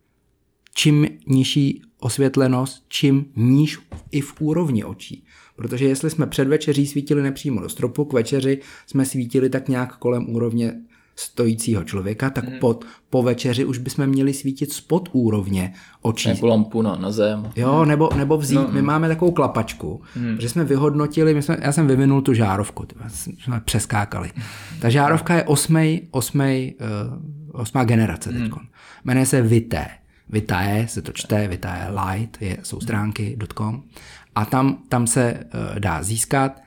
čím nižší osvětlenost, čím níž i v úrovni očí. Protože jestli jsme před večeří svítili nepřímo do stropu, k večeři jsme svítili tak nějak kolem úrovně stojícího člověka, tak hmm. pod, po večeři už bychom měli svítit spod úrovně očí. Nebo lampu na, na zem. Jo, nebo, nebo vzít, no, my no. máme takovou klapačku, hmm. že jsme vyhodnotili, my jsme, já jsem vyvinul tu žárovku, tyba, jsme přeskákali. Ta žárovka je osmej, osmej, uh, osmá generace hmm. teďkon. Jmenuje se Vitae. Vitae se to čte, Vitae Light, je, jsou stránky .com a tam, tam se uh, dá získat.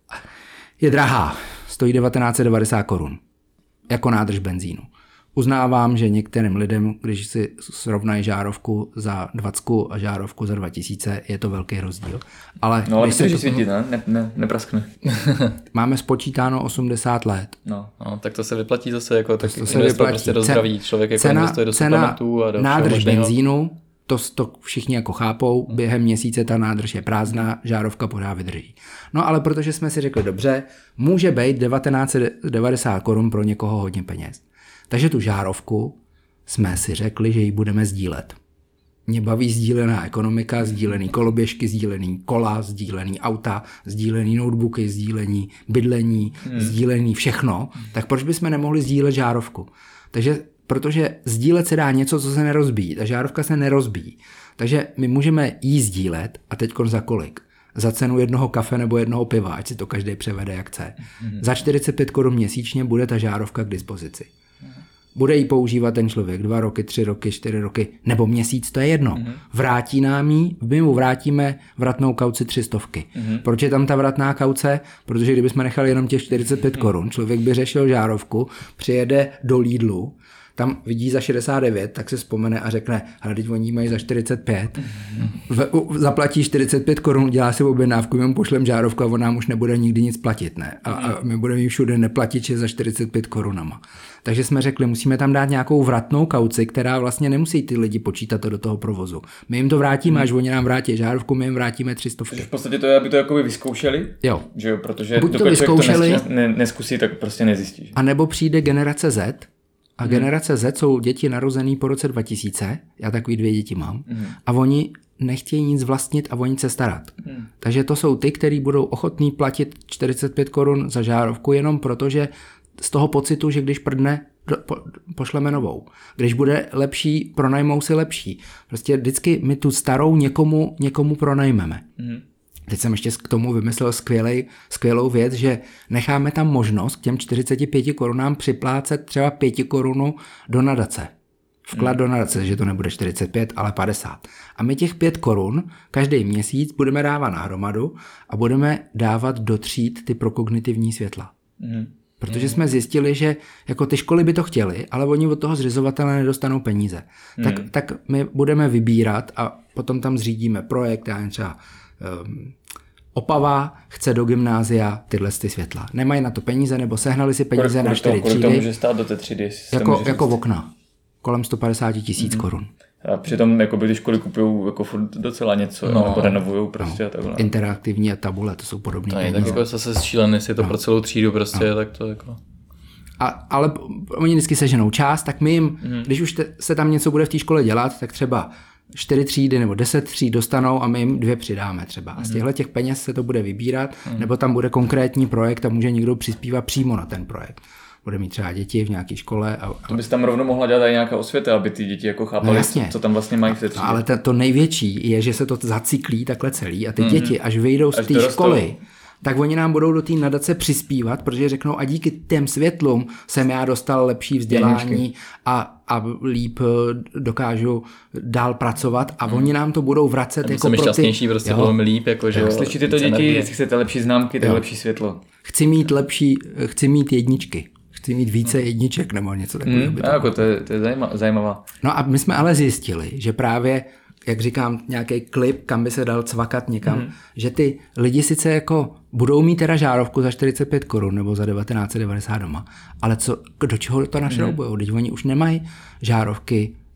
Je drahá, stojí devatenáct set devadesát korun. Jako nádrž benzínu. Uznávám, že některým lidem, když si srovnají žárovku za dvacet a žárovku za dva tisíce, je to velký rozdíl. Ale no, ale se to svítit, ne? Ne, ne, nepraskne. Máme spočítáno osmdesát let. No, no, tak to se vyplatí zase, jako tak to se vyplatí. Prostě do zdraví. Člověk jako cena, investuje do suplementů a do nádrž benzínu, to, to všichni jako chápou, během měsíce ta nádrž je prázdná, žárovka pořád vydrží. No ale protože jsme si řekli, dobře, může být devatenáct set devadesát korun pro někoho hodně peněz. Takže tu žárovku jsme si řekli, že ji budeme sdílet. Mě baví sdílená ekonomika, sdílený koloběžky, sdílený kola, sdílený auta, sdílený notebooky, sdílený bydlení, hmm. sdílený všechno. Tak proč bychom nemohli sdílet žárovku? Takže protože sdílet se dá něco, co se nerozbíjí. Ta žárovka se nerozbíjí. Takže my můžeme jí sdílet a teďkon za kolik? Za cenu jednoho kafe nebo jednoho piva, ať si to každý převede jak chce. Mm-hmm. Za čtyřicet pět korun měsíčně bude ta žárovka k dispozici. Bude ji používat ten člověk dva roky, tři roky, čtyři roky, nebo měsíc, to je jedno. Mm-hmm. Vrátí nám ji, my mu vrátíme vratnou kauci tři stovky. Mm-hmm. Proč je tam ta vratná kauce? Protože kdybychom nechali jenom těch čtyřicet pět korun, člověk by řešil žárovku, přijede do Lidlu, tam vidí za šedesát devět, tak se vzpomene a řekne, ale teď oni mají za čtyřicet pět, v, u, zaplatí čtyřicet pět korun, dělá si objednávku, my mu pošlem žárovku a on nám už nebude nikdy nic platit, ne? A, a my budeme jí všude neplatit, že za čtyřicet pět korunama. Takže jsme řekli, musíme tam dát nějakou vratnou kauci, která vlastně nemusí ty lidi počítat to do toho provozu. My jim to vrátíme, až oni nám vrátí žárovku, my jim vrátíme tři stovky. Takže v podstatě to je, aby to jakoby vyzkoušeli? Jo. Že jo, protože buď to vyzkoušeli, to ne, neskusí, tak prostě nezjistí. A nebo přijde generace Z, a hmm. generace Z jsou děti narozený po roce dva tisíce, já takový dvě děti mám, hmm. a oni nechtějí nic vlastnit a o nic se starat. Hmm. Takže to jsou ty, kteří budou ochotní platit čtyřicet pět korun za žárovku jenom protože z toho pocitu, že když prdne, po, pošleme novou. Když bude lepší, pronajmou si lepší. Prostě vždycky my tu starou někomu, někomu pronajmeme. Hmm. Teď jsem ještě k tomu vymyslel skvělej, skvělou věc, že necháme tam možnost k těm čtyřiceti pěti korunám připlácet třeba pěti korunu do nadace. Vklad hmm. do nadace, že to nebude čtyřicet pět, ale padesát. A my těch pět korun každý měsíc budeme dávat na hromadu a budeme dávat do tříd ty prokognitivní světla. Hmm. Protože hmm. jsme zjistili, že jako ty školy by to chtěly, ale oni od toho zřizovatele nedostanou peníze. Hmm. Tak, tak my budeme vybírat a potom tam zřídíme projekt, já nevím, třeba um, Opava chce do gymnázia tyhle ty světla. Nemají na to peníze, nebo sehnali si peníze kolik, na čtyři třídy. Kolik to může stát do té třídy? Jako, jako okna. Kolem sto padesát tisíc mm-hmm. korun. A přitom jako by ty školy kupují jako docela něco, no, nebo renovují prostě no, a takhle. Interaktivní tabule, to jsou podobné peníze. Tak jako zase šílený, jestli je to no. pro celou třídu prostě, no. tak to jako... A, ale oni vždycky seženou část, tak my jim, mm. když už te, se tam něco bude v té škole dělat, tak třeba čtyři třídy nebo deset tříd dostanou a my jim dvě přidáme třeba. A z těchto těch peněz se to bude vybírat, mm. nebo tam bude konkrétní projekt a může někdo přispívat přímo na ten projekt. Bude mít třeba děti v nějaké škole. A, a... To bys tam rovnou mohla dělat i nějaká osvěta, aby ty děti jako chápali, no, co tam vlastně mají v té třídě. No, ale to, to největší je, že se to zacyklí takhle celý a ty mm. děti, až vyjdou z té školy, tak oni nám budou do té nadace přispívat, protože řeknou, a díky těm světlům jsem já dostal lepší vzdělání a, a líp dokážu dál pracovat a hmm. oni nám to budou vracet Nebo jako pro ty... šťastnější, prostě bylo mi líp. Jako, že slyšíte to děti, jestli chcete lepší známky, tak jo. lepší světlo. Chci mít lepší, chci mít jedničky. Chci mít více jedniček nebo něco takového. Hmm. To, jako to, je, to je zajímavá. No a my jsme ale zjistili, že právě jak říkám, nějaký klip, kam by se dal cvakat někam, mm. že ty lidi sice jako budou mít teda žárovku za čtyřicet pět korun nebo za devatenáct set devadesát doma, ale co, do čeho to našroubujou? Mm. Teď oni už nemají žárovky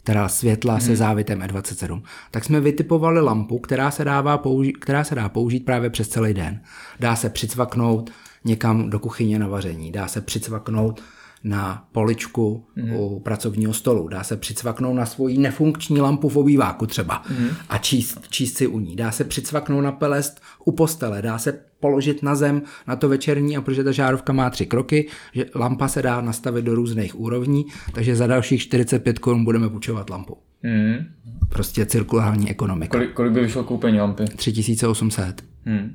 teda světla hmm. se závitem E dvacet sedm, tak jsme vytipovali lampu, která se, dává použi- která se dá použít právě přes celý den. Dá se přicvaknout někam do kuchyně na vaření, dá se přicvaknout na poličku mm. u pracovního stolu, dá se přicvaknout na svoji nefunkční lampu v obýváku třeba mm. a číst, číst si u ní. Dá se přicvaknout na pelest u postele, dá se položit na zem na to večerní, a protože ta žárovka má tři kroky, že lampa se dá nastavit do různých úrovní, takže za dalších čtyřicet pět korun budeme půjčovat lampu. Mm. Prostě cirkulární ekonomika. Kolik, kolik by vyšlo koupení lampy? tři tisíce osm set. Hmm.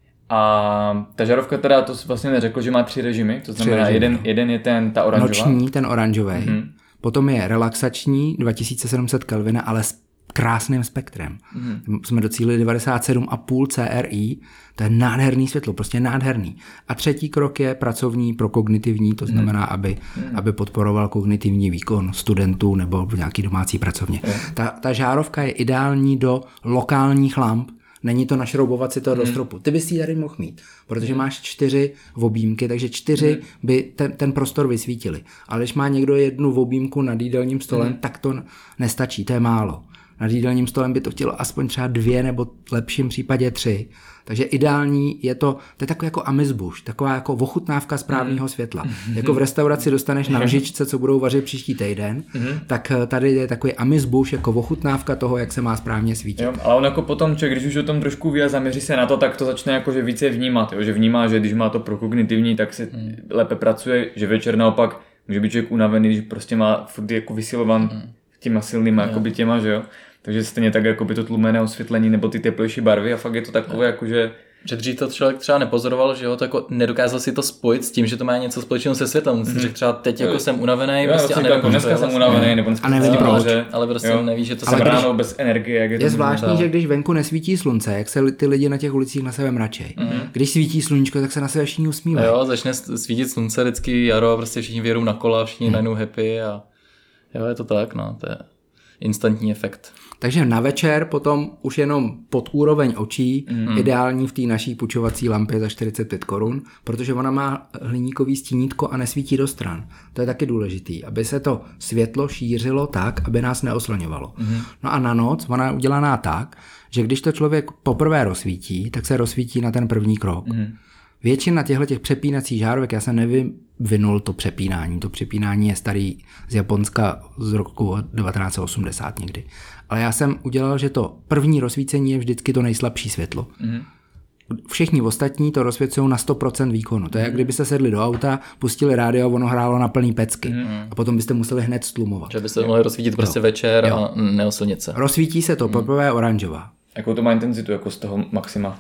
A ta žárovka teda, to vlastně neřekl, že má tři režimy, to znamená režimy. jeden, jeden je ten, ta oranžová. Noční, ten oranžový. Mm-hmm. Potom je relaxační, dva tisíce sedm set Kelvina, ale s krásným spektrem. Mm-hmm. Jsme docílili devadesát sedm a půl C R I, to je nádherný světlo, prostě nádherný. A třetí krok je pracovní pro kognitivní, to znamená, mm-hmm. aby, mm-hmm. aby podporoval kognitivní výkon studentů nebo v nějaký domácí pracovně. Mm-hmm. Ta, ta žárovka je ideální do lokálních lamp. Není to našroubovat si to hmm. do stropu. Ty bys ji tady mohl mít, protože máš čtyři objímky, takže čtyři hmm. by ten, ten prostor vysvítili. Ale když má někdo jednu objímku nad jídelním stolem, hmm. tak to nestačí, to je málo. Nad jídelním stolem by to chtělo aspoň třeba dvě nebo v lepším případě tři. Takže ideální je to, to je takový jako amizbuš, taková jako ochutnávka správného světla. Mm-hmm. Jako v restauraci dostaneš na lžičce, co budou vařit příští týden, mm-hmm. tak tady je takový amizbuš jako ochutnávka toho, jak se má správně svítit. Jo, ale on jako potom, člověk, když už o tom trošku ví a zaměří se na to, tak to začne jako, že více vnímat, jo? Že vnímá, že když má to pro kognitivní, tak se mm. lépe pracuje, že večer naopak může být člověk unavený, když prostě má furt jako vysilovan mm. těma silnýma jakoby těma, že jo. Takže stejně tak jako by to tlumené osvětlení nebo ty teplejší barvy a fakt je to takové jako, že... Že dřív to člověk třeba nepozoroval, že jo, to jako nedokázal si to spojit s tím, že to má něco společného se světlem. Mm-hmm. Řekl třeba teď jako jsem unavený, jo, prostě a nevím, jako dneska jsem vlastně unavený, nebo dneska nevím proč, ale prostě jo. Nevíš, že to jsem ráno bez energie. Jak je je zvláštní, že když venku nesvítí slunce, jak se ty lidi na těch ulicích na sebe mračej. Mm-hmm. Když svítí sluníčko, tak se na sebe všichni usmívají. Jo, začne svítit slunce vždycky jaro, prostě všichni vědou na kola, všichni mm. najednou happy a jo, je to tak, no, to je instantní efekt. Takže na večer potom už jenom pod úroveň očí, mm. ideální v té naší půjčovací lampě za čtyřicet pět korun, protože ona má hliníkový stínítko a nesvítí do stran. To je taky důležitý, aby se to světlo šířilo tak, aby nás neoslňovalo. Mm. No a na noc ona je udělaná tak, že když to člověk poprvé rozsvítí, tak se rozsvítí na ten první krok. Mm. Většina těchto těch přepínacích žárovek, já jsem nevyvinul to přepínání. To přepínání je starý z Japonska z roku devatenáct set osmdesát někdy. Ale já jsem udělal, že to první rozsvícení je vždycky to nejslabší světlo. Mm. Všichni ostatní to rozsvěcují na sto procent výkonu. To je, jak kdybyste sedli do auta, pustili rádio, ono hrálo na plný pecky. Mm. A potom byste museli hned stlumovat. Že byste mohli rozsvítit prostě jo. večer jo. a neoslnit se. Rozsvítí se to, mm. poprvé oranžová. Jakou to má intenzitu jako z toho maxima?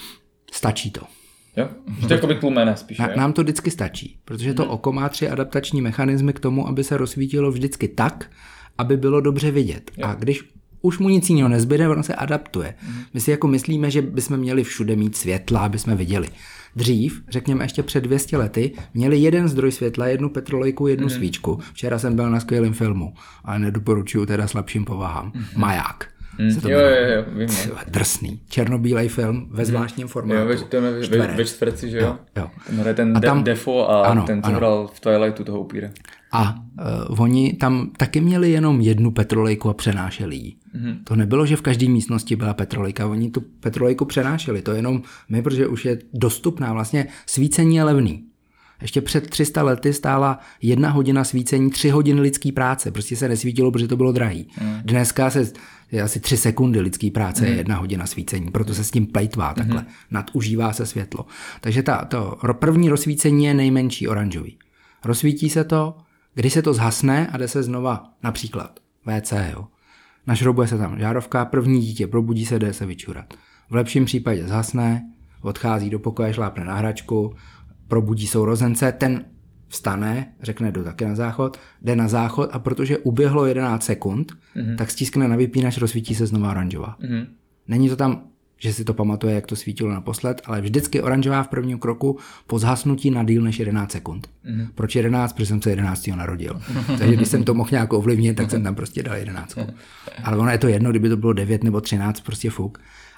Stačí to. Jo? Že to je jako by tlumené spíš. Na, nám to vždycky stačí, protože to mm. oko má tři adaptační mechanismy k tomu, aby se rozsvítilo vždycky tak, aby bylo dobře vidět. Jo. A když už mu nic jiného nezbyde, ono se adaptuje. Mm. My si jako myslíme, že bychom měli všude mít světla, aby jsme viděli. Dřív, řekněme ještě před dvě stě lety, měli jeden zdroj světla, jednu petrolejku, jednu mm. svíčku. Včera jsem byl na skvělém filmu, ale nedoporučuju teda slabším povahám. Mm. Maják. Mm. Jo, jo, jo, vím. Drsný. Černobílej film ve zvláštním formátu. Jo, to je ve, ve, ve čtverci, že jo? jo, jo. Ten, ten tam, Defo a ano, ten, co ano. hrál v Twilightu toho upíra. A uh, oni tam taky měli jenom jednu petrolejku a přenášeli ji. Mm-hmm. To nebylo, že v každé místnosti byla petrolejka, oni tu petrolejku přenášeli. To jenom my, protože už je dostupná. Vlastně svícení je levný. Ještě před tři sta lety stála jedna hodina svícení, tři hodiny lidský práce. Prostě se nesvítilo, protože to bylo drahý. Mm. Dneska se je asi tři sekundy lidský práce, mm. je jedna hodina svícení, proto se s tím plejtvá takhle. Mm. Nadužívá se světlo. Takže ta, to první rozsvícení je nejmenší oranžový. Rozsvítí se to, když se to zhasne a jde se znova například vé cé, jo. Našroubuje se tam žárovka, první dítě probudí se, jde se vyčurat. V lepším případě zhasne, odchází do pokoje, šlápne na hračku, probudí sourozence, ten vstane, řekne jdu taky na záchod, jde na záchod a protože uběhlo jedenáct sekund, mm-hmm. tak stiskne na vypínač, rozsvítí se znova oranžová. Mm-hmm. Není to tam, že si to pamatuje, jak to svítilo naposled, ale vždycky oranžová v prvním kroku po zhasnutí na díl než jedenáct sekund. Mm-hmm. Proč jedenáct? Protože jsem se jedenáctého narodil. Takže když jsem to mohl nějak ovlivnit, tak jsem tam prostě dal jedenáct. Ale ono je to jedno, kdyby to bylo devět nebo třináct, prostě fuk.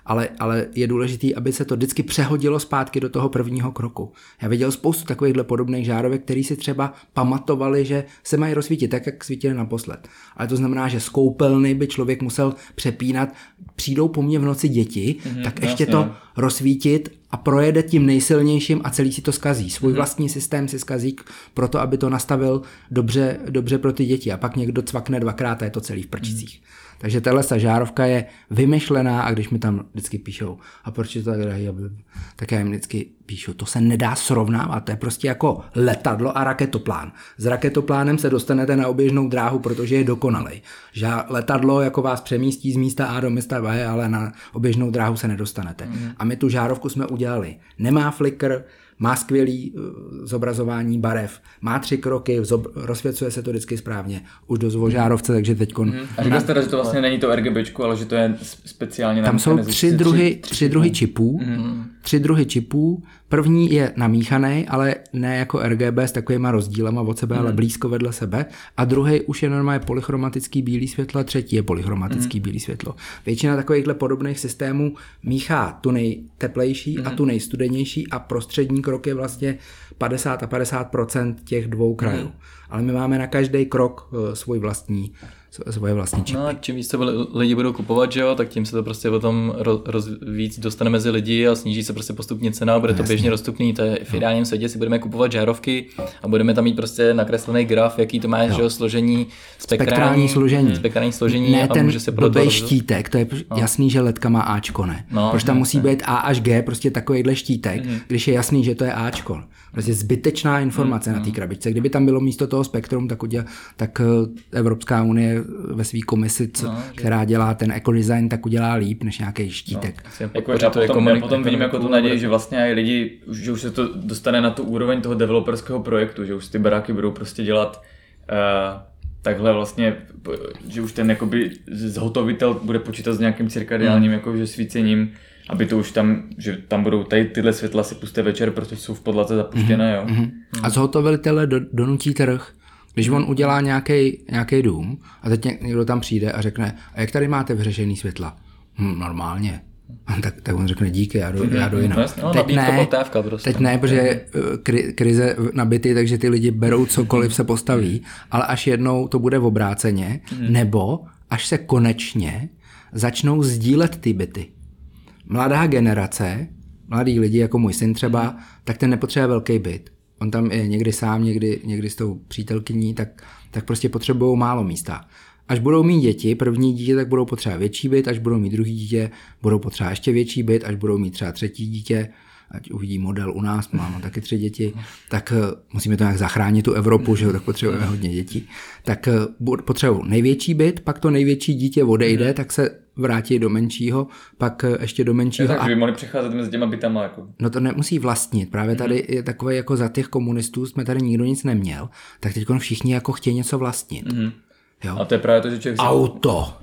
ale, ale je důležitý, aby se to vždycky přehodilo zpátky do toho prvního kroku. Já viděl spoustu takovýchhle podobných žárovek, který si třeba pamatovali, že se mají rozsvítit tak, jak svítili naposled. Ale to znamená, že z koupelny by člověk musel přepínat, přijdou po mně v noci děti, mm-hmm, tak ještě jasně. to rozsvítit a projede tím nejsilnějším a celý si to zkazí. Svůj mm-hmm. vlastní systém si zkazí proto, aby to nastavil dobře, dobře pro ty děti a pak někdo cvakne dvakrát a je to celý v prčicích. Mm-hmm. Takže tahle žárovka je vymyšlená a když mi tam vždycky píšou, a proč je to tak drahý, tak já jim vždycky píšu, to se nedá srovnávat, to je prostě jako letadlo a raketoplán. S raketoplánem se dostanete na oběžnou dráhu, protože je dokonalej. Žá- letadlo jako vás přemístí z místa A do místa B, ale na oběžnou dráhu se nedostanete. Mm. A my tu žárovku jsme udělali. Nemá flicker, má skvělý uh, zobrazování barev, má tři kroky, zob- rozsvěcuje se to vždycky správně. Už do zvožárovce, takže teďkon... Mm. A říkal jste, že to vlastně není to RGBčko, ale že to je speciálně... Tam jsou tři druhy, tři, tři druhy čipů. Mm. Tři druhy čipů. První je namíchaný, ale ne jako R G B s takovýma rozdílama od sebe, mm. ale blízko vedle sebe. A druhý už je normálně polychromatický bílý světlo a třetí je polychromatický mm. bílý světlo. Většina takovýchhle podobných systémů míchá tu nejteplejší mm. a tu nejstudenější a prostřední krok je vlastně padesát a padesát procent těch dvou krajů. Mm. Ale my máme na každý krok uh, svůj vlastní svoje vlastní čipy. No a čím víc to lidi budou kupovat, že jo, tak tím se to prostě potom roz, roz, víc dostane mezi lidi a sníží se prostě postupně cena a bude to Jasně. běžně dostupný. To je v ideálním světě, si budeme kupovat žárovky a budeme tam mít prostě nakreslený graf, jaký to má, že jo, složení, spektrální, spektrální složení. Spektrální složení ne a ten může se blbej štítek, to je no. jasný, že ledka má Ačko, ne? No, Proč tam musí být A až G, prostě takovýhle štítek, mm. když je jasný, že to je Ačko. Prostě zbytečná informace mm. na té krabičce. Kdyby tam bylo místo toho spektrum, tak, uděla, tak Evropská unie ve svý komisi, co, no, která dělá ten ekodesign, tak udělá líp než nějaký štítek. No, jako já potom, já potom vidím jako tu naději, že vlastně i lidi, že už se to dostane na tu úroveň toho developerského projektu, že už ty baráky budou prostě dělat uh, takhle vlastně, že už ten jakoby zhotovitel bude počítat s nějakým cirkadiálním mm. jakože svícením, aby to už tam, že tam budou tady tyhle světla si pusté večer, protože jsou v podlaze zapuštěné, jo. Mm-hmm. A zhotovitele do, donutí trh. Když on udělá nějaký dům a teď někdo tam přijde a řekne, a jak tady máte vyřešený světla? Hm, normálně. Tak, tak on řekne díky, já jdu, já jdu jinak. No, teď ne, prostě. teď ne, protože kri, krize nabyty, takže ty lidi berou cokoliv se postaví, ale až jednou to bude v obráceně, mm. nebo až se konečně začnou sdílet ty byty. Mladá generace, mladí lidi, jako můj syn třeba, mm. tak ten nepotřebuje velký byt. On tam je někdy sám, někdy, někdy s tou přítelkyní, tak, tak prostě potřebují málo místa. Až budou mít děti, první dítě, tak budou potřebovat větší byt, až budou mít druhý dítě, budou potřebovat ještě větší byt, až budou mít třeba třetí dítě, ať uvidí model u nás, máme taky tři děti, tak musíme to nějak zachránit tu Evropu, že jo, tak potřebujeme hodně dětí. Tak potřebují největší byt, pak to největší dítě odejde, tak se vrátí do menšího, pak ještě do menšího. Takže by mohli přecházet mezi těma bytama. Jako. No to nemusí vlastnit, právě tady je takové jako za těch komunistů jsme tady nikdo nic neměl, tak teď všichni jako chtějí něco vlastnit. Mm-hmm. Jo? A to je právě to, že člověk... Auto,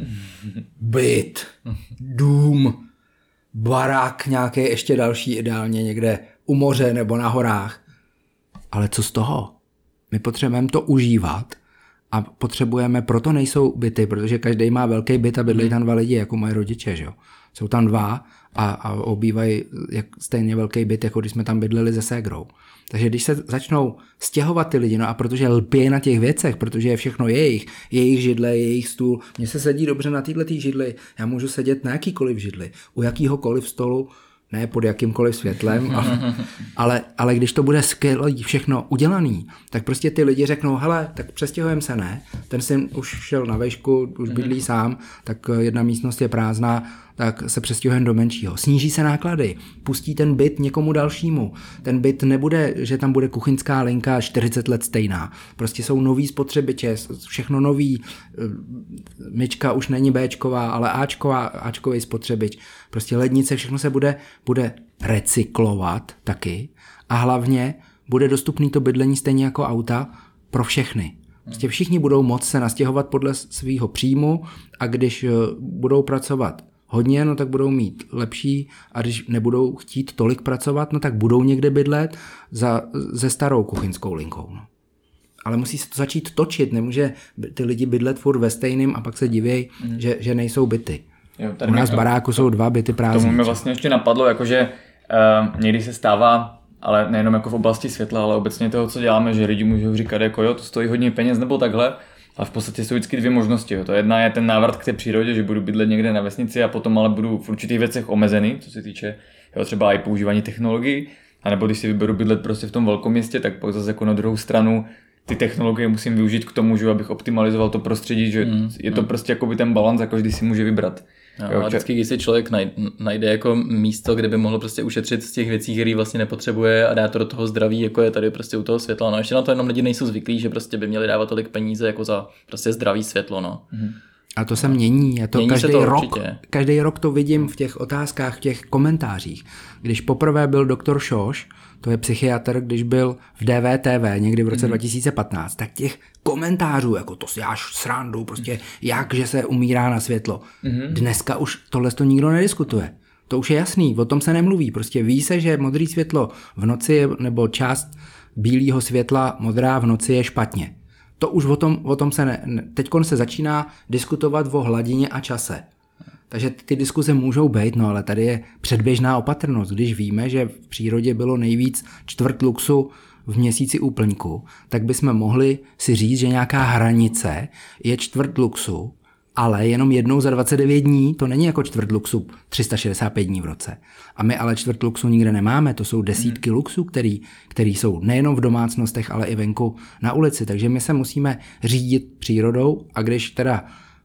byt, dům, barák nějaký ještě další, ideálně někde u moře nebo na horách. Ale co z toho? My potřebujeme to užívat a potřebujeme, proto nejsou byty, protože každý má velký byt a bydlejí tam dva lidi, jako moje rodiče, že jo. Jsou tam dva a, a obývají jak stejně velký byt, jako když jsme tam bydleli se ségrou. Takže když se začnou stěhovat ty lidi, no a protože lpějí na těch věcech, protože je všechno jejich, jejich židle, jejich stůl, mně se sedí dobře na této židli, já můžu sedět na jakýkoliv židli, u jakýhokoliv stolu, ne pod jakýmkoliv světlem, ale, ale, ale když to bude skvělé všechno udělaný, tak prostě ty lidi řeknou, hele, tak přestěhujeme se, ne, ten syn už šel na vejšku, už bydlí sám, tak jedna místnost je prázdná, tak se přestěhujeme do menšího. Sníží se náklady, pustí ten byt někomu dalšímu. Ten byt nebude, že tam bude kuchyňská linka čtyřicet let stejná. Prostě jsou nový spotřebiče, všechno nový. Myčka už není Bčková, ale Ačková, Ačkový spotřebič. Prostě lednice, všechno se bude, bude recyklovat taky a hlavně bude dostupný to bydlení stejně jako auta pro všechny. Prostě všichni budou moct se nastěhovat podle svého příjmu a když budou pracovat hodně, no tak budou mít lepší a když nebudou chtít tolik pracovat, no tak budou někde bydlet za, ze starou kuchyňskou linkou. No. Ale musí se to začít točit, nemůže ty lidi bydlet furt ve stejným a pak se divějí, mm. že, že nejsou byty. Jo, tady U nás v to, baráku jsou dva byty prázdné. Tomu mi vlastně ještě napadlo, jakože uh, někdy se stává, ale nejenom jako v oblasti světla, ale obecně toho, co děláme, že lidi můžou říkat, jako jo, to stojí hodně peněz nebo takhle, ale v podstatě jsou vždycky dvě možnosti. Jo. To jedna je ten návrat k té přírodě, že budu bydlet někde na vesnici a potom ale budu v určitých věcech omezený, co se týče jo, třeba i používání technologií, anebo když si vyberu bydlet prostě v tom velkoměstě, tak pak zase jako na druhou stranu ty technologie musím využít k tomu, že abych optimalizoval to prostředí, že mm, je to mm. prostě jakoby ten balans, jako vždy si může vybrat. No, jo, a vždycky, když si člověk najde jako místo, kde by mohl prostě ušetřit z těch věcí, které vlastně nepotřebuje a dá to do toho zdraví, jako je tady prostě u toho světla. No ještě na to jenom lidi nejsou zvyklí, že prostě by měli dávat tolik peníze jako za prostě zdravý světlo, no. Mm. A to se mění, je to mění každý to rok, každý rok to vidím v těch otázkách, v těch komentářích. Když poprvé byl doktor Šoš, to je psychiatr, když byl v D V T V někdy v roce mm. dva tisíce patnáct, tak těch komentářů, jako to si jáš srandu, prostě jak, že se umírá na světlo. Mm. Dneska už tohle to nikdo nediskutuje. To už je jasný, o tom se nemluví. Prostě ví se, že modré světlo v noci je, nebo část bílého světla modrá v noci je špatně. To už o tom, o tom se ne, teďkon se začíná diskutovat o hladině a čase. Takže ty diskuze můžou být, no ale tady je předběžná opatrnost. Když víme, že v přírodě bylo nejvíc čtvrt luxu v měsíci úplňku, tak bychom mohli si říct, že nějaká hranice je čtvrt luxu, ale jenom jednou za dvacet devět dní, to není jako čtvrt luxu tři sta šedesát pět dní v roce. A my ale čtvrt luxu nikde nemáme, to jsou desítky hmm. luxů, který, který jsou nejenom v domácnostech, ale i venku na ulici. Takže my se musíme řídit přírodou a když teda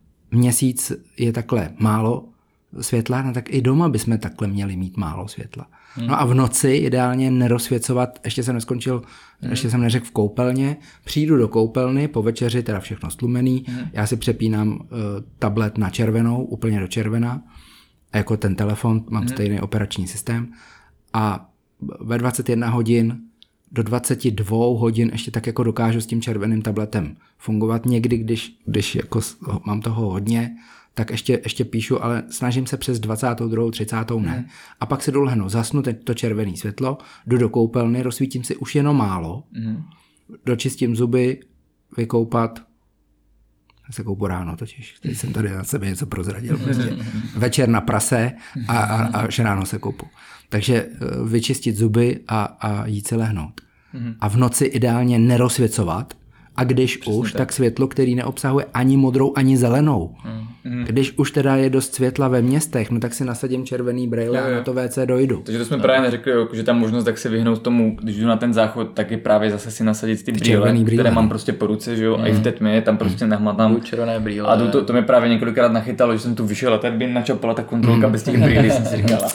měsíc je takhle málo světla, no tak i doma bychom takhle měli mít málo světla. Hmm. No a v noci ideálně nerozsvěcovat, ještě jsem neskončil, hmm. ještě jsem neřekl v koupelně, přijdu do koupelny, po večeři teda všechno stlumený, hmm. já si přepínám uh, tablet na červenou, úplně do červená, a jako ten telefon, mám hmm. stejný operační systém a ve dvacet jedna hodin do dvacet dva hodin ještě tak jako dokážu s tím červeným tabletem fungovat. Někdy, když, když jako mám toho hodně, tak ještě, ještě píšu, ale snažím se přes dvacátou druhou třicátou ne. Mm. A pak se jdu lehnout, zasnu to červené světlo, jdu do koupelny, rozsvítím si už jenom málo, mm. dočistím zuby, vykoupat, já se koupu ráno totiž, teď jsem tady na sebe něco prozradil, prostě večer na prase a, a, a až ráno se koupu. Takže vyčistit zuby a, a jít se lehnout. Mm. A v noci ideálně nerozsvěcovat, a když přesně už, tak. tak světlo, který neobsahuje ani modrou, ani zelenou. Mm. Když už teda je dost světla ve městech, no tak si nasadím červený brejle a na to V C dojdu. Takže to jsme no. právě neřekli, že ta možnost, tak se vyhnout tomu, když jdu na ten záchod, tak je právě zase si nasadit ty, ty brýle, brýle, které mám prostě po ruce, že jo, mm. a i v té tmě tam prostě mm. nahmatám červené brýle. A to, to, to mě právě několikrát nachytalo, že jsem tu vyšel a tady by načapala ta kontrolka mm. bez těch brýlí, jsem si říkala.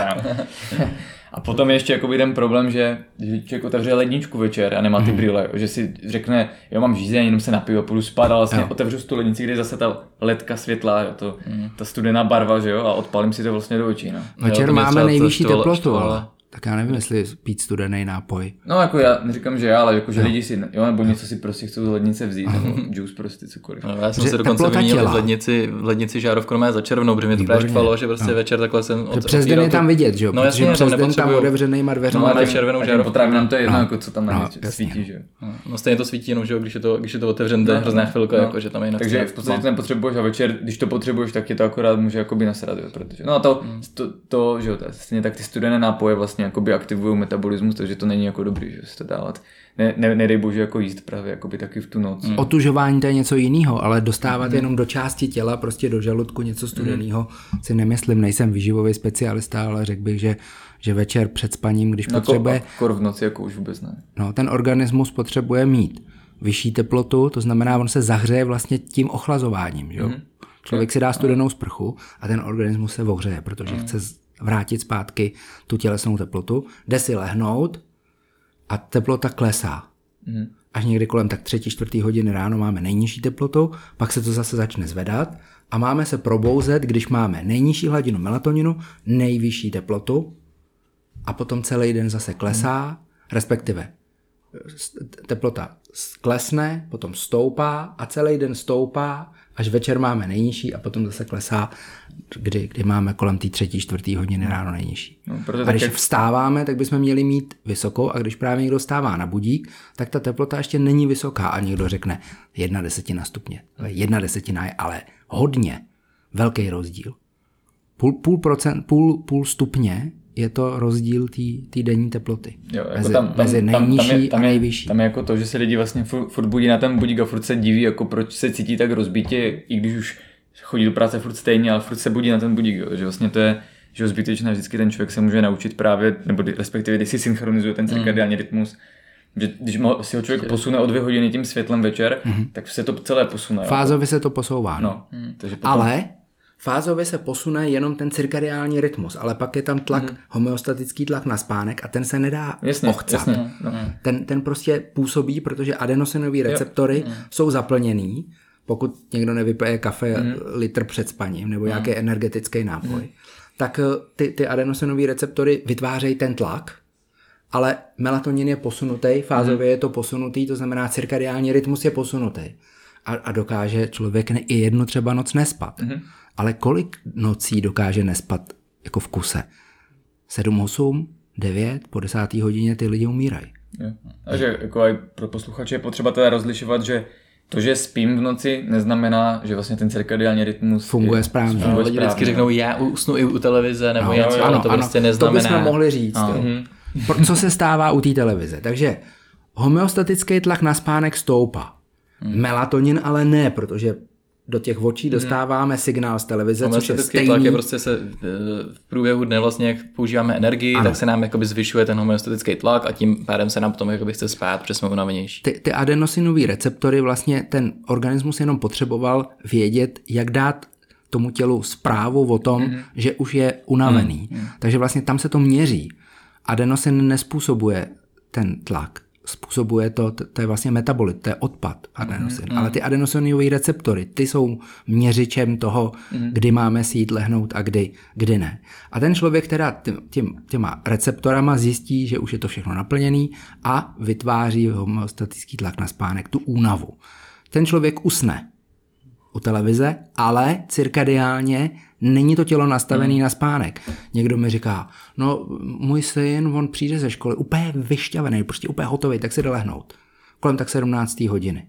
A potom je ještě jako jeden problém, že když člověk otevře ledničku večer a nemá ty brýle, že si řekne, jo, mám žízeň, jenom se napiju a půjdu spát, ale vlastně jo. otevřu tu lednici, kde je zase ta ledka světla, jo, to, mm. ta studená barva, že jo, a odpálím si to vlastně do očí. No. Večer jo, máme nejvyšší teplotu, ale tak já nevím, jestli pít studený nápoj. No jako já neříkám, že já, ale jako že no. lidi si, jo, nebo něco si prostě chcou z lednice vzít, nebo juice prostě cokoliv. No, já jsem se dokonce vyměnil v lednici, v lednici žárovku mé za červenou, protože mě to právě štvalo, že prostě no. večer takhle jsem od, přes den je tam vidět, že jo, no, protože přes den tam otevřenýma dveřma. No, ale červenou žárovku. Potravím nám to je jedno, jako co tam na svítí, že jo. No stejně to svítí jenom, že jo, když je to, když je to otevřen, to je hrozná chvilka, jako že tam je jinak. Takže v podstatě to nepotřebuješ a večer, když to potřebuješ, tak je to akorát může jakoby nasrat, jo, protože no a to to, že jo, stejně tak ty studené nápoje vlastně jakoby aktivují metabolismus, takže to není jako dobrý, že se to dávat. Ne, ne, nedej bože jako jíst právě jakoby taky v tu noc. Mm. Otužování to je něco jiného, ale dostávat mm. jenom do části těla, prostě do žaludku něco studeného, mm. si nemyslím, nejsem výživový specialista, ale řekl bych, že, že večer před spaním, když no potřebuje... Kor v noci jako už vůbec ne. No, ten organismus potřebuje mít vyšší teplotu, to znamená, on se zahřeje vlastně tím ochlazováním, jo? Mm. Člověk si dá studenou sprchu a ten organismus se ohřeje, protože mm. chce vrátit zpátky tu tělesnou teplotu, jde si lehnout a teplota klesá. Mm. Až někdy kolem tak třetí, čtvrtý hodiny ráno máme nejnižší teplotu, pak se to zase začne zvedat a máme se probouzet, když máme nejnižší hladinu melatoninu, nejvyšší teplotu a potom celý den zase klesá, mm. respektive teplota klesne, potom stoupá a celý den stoupá, až večer máme nejnižší a potom zase klesá, kdy, kdy máme kolem té třetí, čtvrtý hodiny ráno nejnižší. No, a když jak... vstáváme, tak bychom měli mít vysokou a když právě někdo vstává na budík, tak ta teplota ještě není vysoká a někdo řekne jedna desetina stupně. Jedna desetina je ale hodně velký rozdíl. Půl, půl, procent, půl, půl stupně je to rozdíl té denní teploty. Jo, jako mezi, tam, tam, mezi nejnižší tam, tam je, tam a je, nejvyšší. Tam je jako to, že se lidi vlastně furt, furt budí na ten budík a furt se diví, jako proč se cítí tak rozbitě, i když už chodí do práce furt stejně, ale furt se budí na ten budík. Jo. Že vlastně to je, že zbytečné, vždycky ten člověk se může naučit právě, nebo respektive když si synchronizuje ten cirkadiální rytmus, že když si ho člověk posune o dvě hodiny tím světlem večer, mm-hmm. tak se to celé posune. Fázově se to posouvá. No, mm. takže potom... Ale fázově se posune jenom ten cirkadiální rytmus, ale pak je tam tlak, mm. homeostatický tlak na spánek a ten se nedá jasně, ochcat. Jasně, no. ten, ten prostě působí, protože adenosinové receptory mm. jsou zaplněný, pokud někdo nevypije kafe mm. litr před spaním nebo mm. nějaký energetický nápoj, mm. tak ty, ty adenosinové receptory vytvářejí ten tlak, ale melatonin je posunutý, fázově mm. je to posunutý, to znamená cirkadiální rytmus je posunutý. A, a dokáže člověk ne, i jednu třeba noc nespat. Mm. Ale kolik nocí dokáže nespat jako v kuse? sedm, osm, devět, po desáté hodině ty lidi umírají. Takže jako aj pro posluchače je potřeba teda rozlišovat, že to, že spím v noci, neznamená, že vlastně ten cirkadiální rytmus funguje je, správně. Funguje no, lidi vždycky řeknou, já usnu i u televize, nebo no, něco, ano, ale to ano, prostě neznamená. To bychom mohli říct. No. Co se stává u té televize? Takže homeostatický tlak na spánek stoupá. Hmm. Melatonin ale ne, protože do těch očí dostáváme signál z televize, což je stejný. Tlak je prostě se v průběhu dne vlastně, jak používáme energii, ano. tak se nám jakoby zvyšuje ten homeostatický tlak a tím pádem se nám potom jakoby chce spát, protože jsme unavenější. Ty, ty adenosinové receptory vlastně ten organismus jenom potřeboval vědět, jak dát tomu tělu zprávu o tom, mm-hmm. že už je unavený. Mm-hmm. Takže vlastně tam se to měří. Adenosin nespůsobuje ten tlak. Způsobuje to, to je vlastně metabolit, to je odpad adenosin. Mm, mm. Ale ty adenosinové receptory, ty jsou měřičem toho, mm. kdy máme si jít lehnout a kdy, kdy ne. A ten člověk teda tím, těma receptorama zjistí, že už je to všechno naplněný a vytváří homeostatický tlak na spánek, tu únavu. Ten člověk usne u televize, ale cirkadiálně není to tělo nastavené hmm. na spánek. Někdo mi říká, no můj syn, on přijde ze školy úplně vyšťavený, prostě úplně hotový, tak si jde lehnout. Kolem tak sedmnácté hodiny.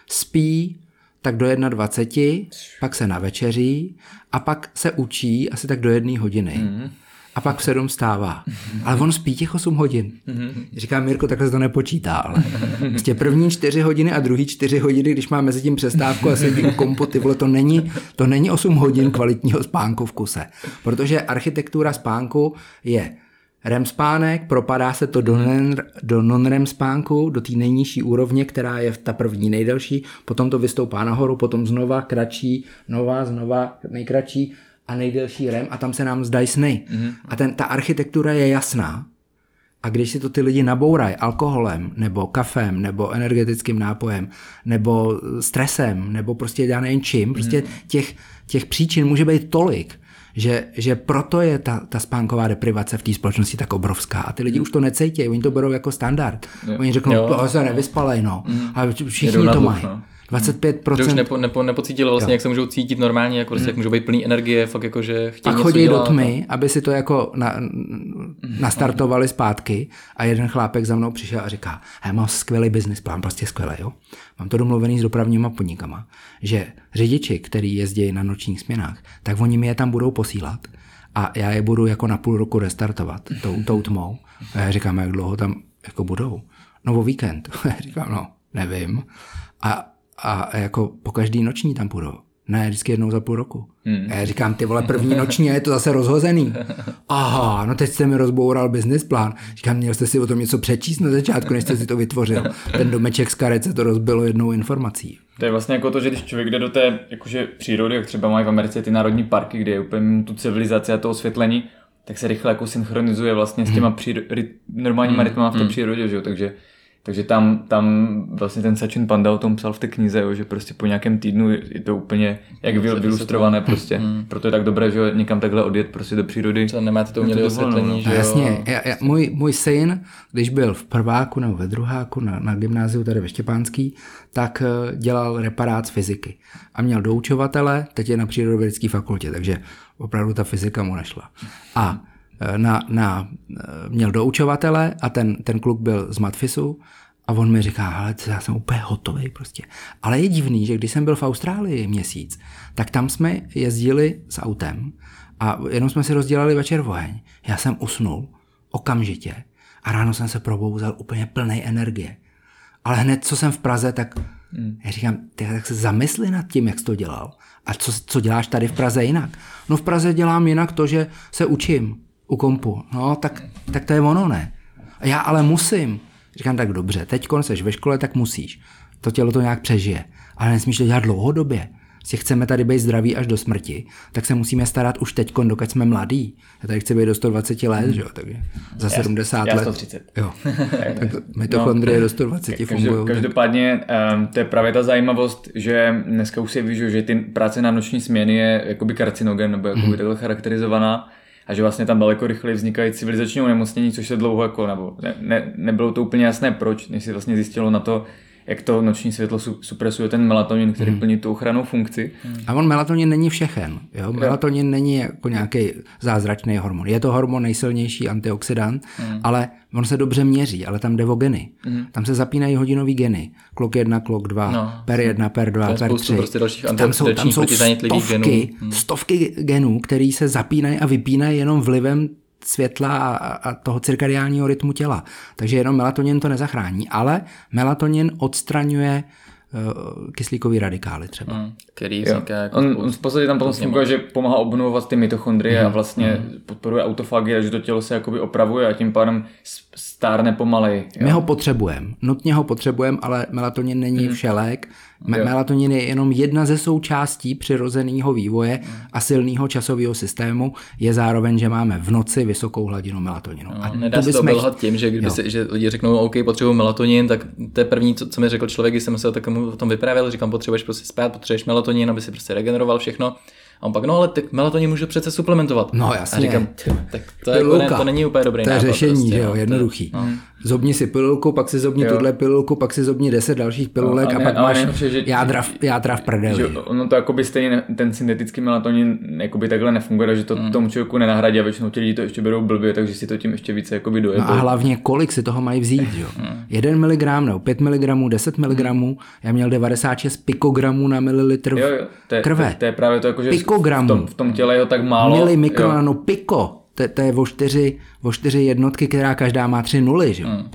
Spí tak do dvaceti jedna, pak se navečeří a pak se učí asi tak do jedné hodiny. Hmm. A pak v sedm stává. Ale on spí těch osm hodin. Říkám, Mirko, takhle se to nepočítá, ale prostě první čtyři hodiny a druhý čtyři hodiny, když má mezi tím přestávku a sedí u kompu, ty vole, to není, to není osm hodin kvalitního spánku v kuse. Protože architektura spánku je R E M spánek, propadá se to do, do non-R E M spánku, do té nejnižší úrovně, která je ta první nejdelší, potom to vystoupá nahoru, potom znova kratší, nová, znova nejkratší, a nejdelší R E M a tam se nám zdají sny. Mm-hmm. A ten, ta architektura je jasná. A když si to ty lidi nabourají alkoholem, nebo kafem, nebo energetickým nápojem, nebo stresem, nebo prostě já nevím čím, prostě mm-hmm. těch, těch příčin může být tolik, že, že proto je ta, ta spánková deprivace v té společnosti tak obrovská. A ty lidi mm. už to necítí, oni to berou jako standard. Jo. Oni řeknou, to se nevyspalej, no. Mm. A všichni to mají. No. dvacet pět procent. Už nepo, nepo, nepocítili vlastně, jo. jak se můžou cítit normálně, jako prostě, jak můžou být plný energie, fakt jako, že chtějí něco chodí dělat. do tmy, aby si to jako na, nastartovali zpátky a jeden chlápek za mnou přišel a říká, já mám skvělý business plán, prostě skvělý, jo. Mám to domluvený s dopravníma podnikama, že řidiči, který jezdí na nočních směnách, tak oni mi je tam budou posílat a já je budu jako na půl roku restartovat tou, tou tmou. A já říkám, jak dlouho tam jako budou? No o víkend. Říkám, no, nevím. A A jako po každý noční tam půjdu. Ne, vždycky jednou za půl roku. Hmm. A já říkám, ty vole, první noční a je to zase rozhozený. Aha, no teď jste mi rozboural business plán. Říkám, měl jste si o tom něco přečíst na začátku, než jste si to vytvořil. Ten domeček z karet se to rozbilo jednou informací. To je vlastně jako to, že když člověk jde do té jakože přírody, jak třeba mají v Americe ty národní parky, kde je úplně tu civilizaci a to osvětlení, tak se rychle jako synchronizuje vlastně s těma příro- ry- normálníma hmm. rytmama v té hmm. přírodě, že jo, takže Takže tam, tam vlastně ten Sachin Panda o tom psal v té knize, jo, že prostě po nějakém týdnu je to úplně jak vylustrované prostě. Mm. Proto je tak dobré, že někam takhle odjet prostě do přírody. Co nemáte to umělé osvětlení, že jo? Jasně, já, já, můj, můj syn, když byl v prváku nebo ve druháku na, na gymnáziu tady ve Štěpánský, tak dělal reparát z fyziky. A měl doučovatele, teď je na přírodovědecké fakultě, takže opravdu ta fyzika mu nešla. A Na, na, měl doučovatele a ten, ten kluk byl z Matfisu a on mi říká, ale já jsem úplně hotový prostě. Ale je divný, že když jsem byl v Austrálii měsíc, tak tam jsme jezdili s autem A jenom jsme si rozdělali večer oheň. Já jsem usnul okamžitě a ráno jsem se probouzel úplně plnej energie. Ale hned, co jsem v Praze, tak hmm. já říkám, ty, tak se zamysli nad tím, jak jsi to dělal. A co, co děláš tady v Praze jinak? No v Praze dělám jinak to, že se učím u kompu. No tak, tak to je ono, ne? A já ale musím. Říkám, tak dobře, teď seš ve škole, tak musíš. To tělo to nějak přežije. Ale nesmíš to dělat dlouhodobě. Jestli chceme tady být zdraví až do smrti, tak se musíme starat už teď, dokud jsme mladí. Já tady chci být do sto dvacet let, hmm. že jo, takže za já, sedmdesát já let. sto třicet. Jo. Tak mitochondrie no, do sto dvacet fungují. Každopádně um, to je právě ta zajímavost, že dneska už si víš, že ty práce na noční směny je jakoby karcinogen, nebo jakoby hmm. takhle charakterizovaná. A že vlastně tam daleko rychleji vznikají civilizační onemocnění, což se dlouho jako, nebo ne, ne, nebylo to úplně jasné proč, než si vlastně zjistilo na to, jak to noční světlo supresuje ten melatonin, který hmm. plní tu ochrannou funkci. A on melatonin není všechen. Jo? Melatonin není jako nějaký zázračný hormon. Je to hormon nejsilnější antioxidant, hmm. ale on se dobře měří, ale tam jde o geny. Hmm. Tam se zapínají hodinový geny. Klok jedna, klok dva, no. per jedna, per dva, per tři. Prostě tam jsou, tam jsou stovky, genů. stovky genů, který se zapínají a vypínají jenom vlivem světla a, a toho cirkadiálního rytmu těla. Takže jenom melatonin to nezachrání, ale melatonin odstraňuje uh, kyslíkový radikály třeba. Hmm, který vzniká jako on, on v podstatě tam potom funguje, že pomáhá obnovovat ty mitochondrie hmm. a vlastně hmm. podporuje autofagii, že to tělo se jakoby opravuje a tím pádem stárne pomaleji. My ho potřebujeme, nutně ho potřebujeme, ale melatonin není hmm. všelék. Me- melatonin je jenom jedna ze součástí přirozeného vývoje a silného časového systému. Je zároveň, že máme v noci vysokou hladinu melatoninu. No, a nedá se to obelhat tím, že, kdyby se, že lidi řeknou, OK, potřebuji melatonin, tak to je první, co, co mi řekl člověk, když jsem se o takovému o tom vyprávěl, říkám, potřebuješ prostě spát, potřebuješ melatonin, aby si prostě regeneroval všechno. A on pak, no ale tak melatonin můžu přece suplementovat. No jasně. A říkám, tak to, je jako ne, to není úplně dobrý nápad. To je řešení, prostě, že jo, jednoduchý. No. Zobni si pilulku, pak si zobni tuhle pilulku, pak si zobni deset dalších pilulek no, a, a pak máš ne, že, jádra, v, jádra v prdeli. Že ono to jakoby stejně, ten syntetický melatonin jakoby takhle nefunguje, že to mm. tomu člověku nenahradí a většinou ti lidi to ještě berou blbě, takže si to tím ještě více jakoby dojebou. No a hlavně kolik si toho mají vzít, jo. Mm. jeden miligram nebo pět miligramů, deset miligramů, já měl devadesát šest pikogramů na mililitr jo, jo, to je, krve. To, to je právě to, jako, že pikogramů. V tom, v tom těle je to tak málo. Mili mikronano piko, to, to je o čtyři, o čtyři jednotky, která každá má tři nuly, že jo. Mm.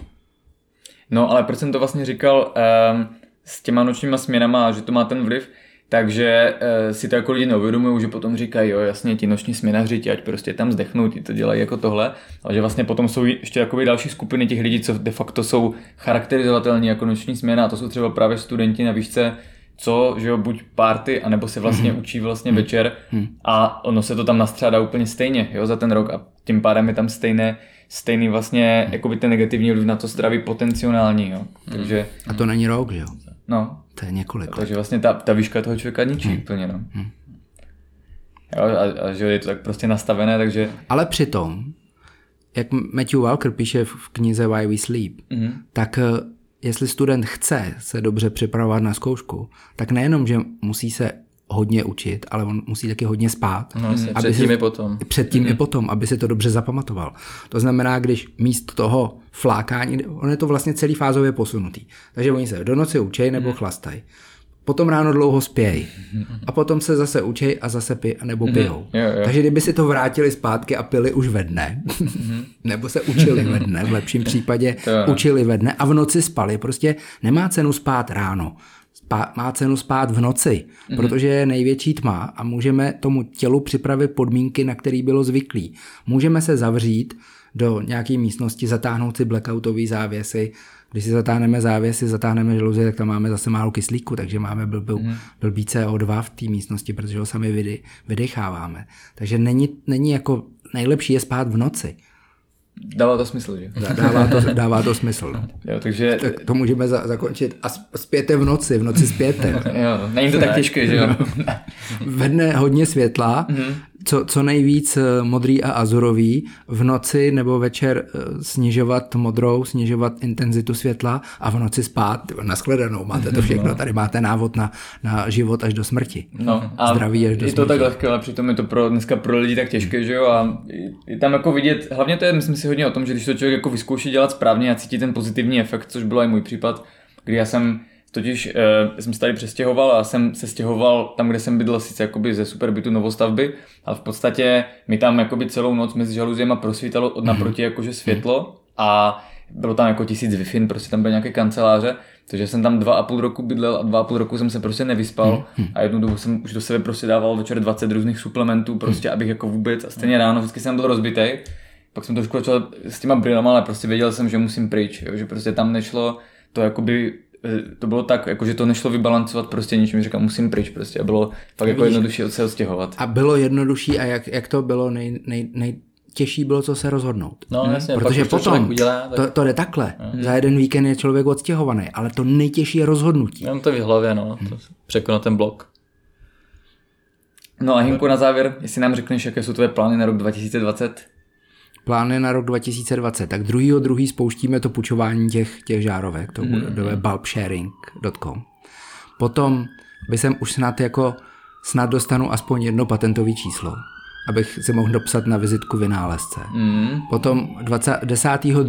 No ale proč jsem to vlastně říkal um, s těma nočníma směnama, že to má ten vliv, takže uh, si to jako lidi neuvědomují, že potom říkají, jo jasně, ti noční směnaři, ti ať prostě tam zdechnou, ti to dělají jako tohle, ale že vlastně potom jsou ještě jakoby další skupiny těch lidí, co de facto jsou charakterizovatelní jako noční směna a to jsou třeba právě studenti na výšce, co, že jo, buď party, anebo se vlastně učí vlastně večer a ono se to tam nastřádá úplně stejně, jo, za ten rok a tím pádem je tam stejné stejný vlastně jakoby ten negativní vliv na to zdraví potenciální, jo. Takže... A to není rok, že jo? No. To je několik let. Takže vlastně ta, ta výška toho člověka ničí hmm. úplně, no. Hmm. Jo, a, a že je to tak prostě nastavené, takže... Ale přitom, jak Matthew Walker píše v knize Why We Sleep, hmm. tak jestli student chce se dobře připravovat na zkoušku, tak nejenom, že musí se hodně učit, ale on musí taky hodně spát. No, předtím si, i potom. Předtím mm-hmm. i potom, aby si to dobře zapamatoval. To znamená, když místo toho flákání, on je to vlastně celý fázově posunutý. Takže oni se do noci učej nebo mm-hmm. chlastají. Potom ráno dlouho spějí. A potom se zase učej a zase pij, nebo pijou. Mm-hmm. Jo, jo. Takže kdyby si to vrátili zpátky a pili už ve dne, mm-hmm. nebo se učili ve dne, v lepším případě učili ve dne a v noci spali. Prostě nemá cenu spát ráno. Spá, má cenu spát v noci, mm-hmm. protože je největší tma a můžeme tomu tělu připravit podmínky, na který bylo zvyklý. Můžeme se zavřít do nějaké místnosti, zatáhnout si blackoutový závěsy. Když si zatáhneme závěsy, zatáhneme žaluzie, tak tam máme zase málo kyslíku, takže máme blbou, mm-hmm. blbý C O dva v té místnosti, protože ho sami vydech, vydecháváme. Takže není, není jako nejlepší je spát v noci. Dává to smysl, že? Dává to, dává to smysl. No. Jo, takže... Tak to můžeme za, zakončit a spěte v noci, v noci spěte. Jo, není to tak těžké, že jo? Ve dne hodně světla, mm-hmm. co, co nejvíc modrý a azurový, v noci nebo večer snižovat modrou, snižovat intenzitu světla a v noci spát. Nashledanou, máte to všechno, tady máte návod na, na život až do smrti. No, a zdraví až do je smrti. To tak lehké, ale přitom je to pro, dneska pro lidi tak těžké, že jo? A je tam jako vidět, hlavně to je, myslím si hodně o tom, že když to člověk jako vyzkouší dělat správně a cítí ten pozitivní efekt, což byl i můj případ, kdy já jsem Totiž e, jsem se tady přestěhoval a jsem se stěhoval tam, kde jsem bydlel sice jakoby ze superbytu novostavby, ale v podstatě mi tam jakoby celou noc mezi žaluzíma prosvítalo od naproti jakože světlo a bylo tam jako tisíc Wi-Fi, prostě tam byly nějaké kanceláře, takže jsem tam dva a půl roku bydlel a dva a půl roku jsem se prostě nevyspal a jednu dobu jsem už do sebe prostě dával večer dvacet různých suplementů, prostě abych jako vůbec a stejně ráno vždycky jsem byl rozbitej. Pak jsem trošku začal s těma brýlema, ale prostě věděl jsem, že musím pryč, jo, že prostě tam nešlo to jakoby, to bylo tak, jako že to nešlo vybalancovat prostě ničím, říkám, musím pryč prostě a bylo fakt jako jednodušší se odstěhovat. A bylo jednodušší a jak, jak to bylo nej, nej, nejtěžší bylo, co se rozhodnout. No hmm. jasně, protože pak potom to, udělá, tak... to, to jde takhle, hmm. za jeden víkend je člověk odstěhovaný, ale to nejtěžší je rozhodnutí. Mám to v hlavě, no, to překonat ten blok. No a Hinku, na závěr, jestli nám řekneš, jaké jsou tvoje plány na rok dva tisíce dvacet? Plány na rok dva tisíce dvacet. Tak druhýho druhý spouštíme to půjčování těch, těch žárovek. To bude mm. bulb sharing tečka com. Potom by jsem už snad jako snad dostanu aspoň jedno patentové číslo, abych si mohl dopsat na vizitku vynálezce. Mm. Potom desátého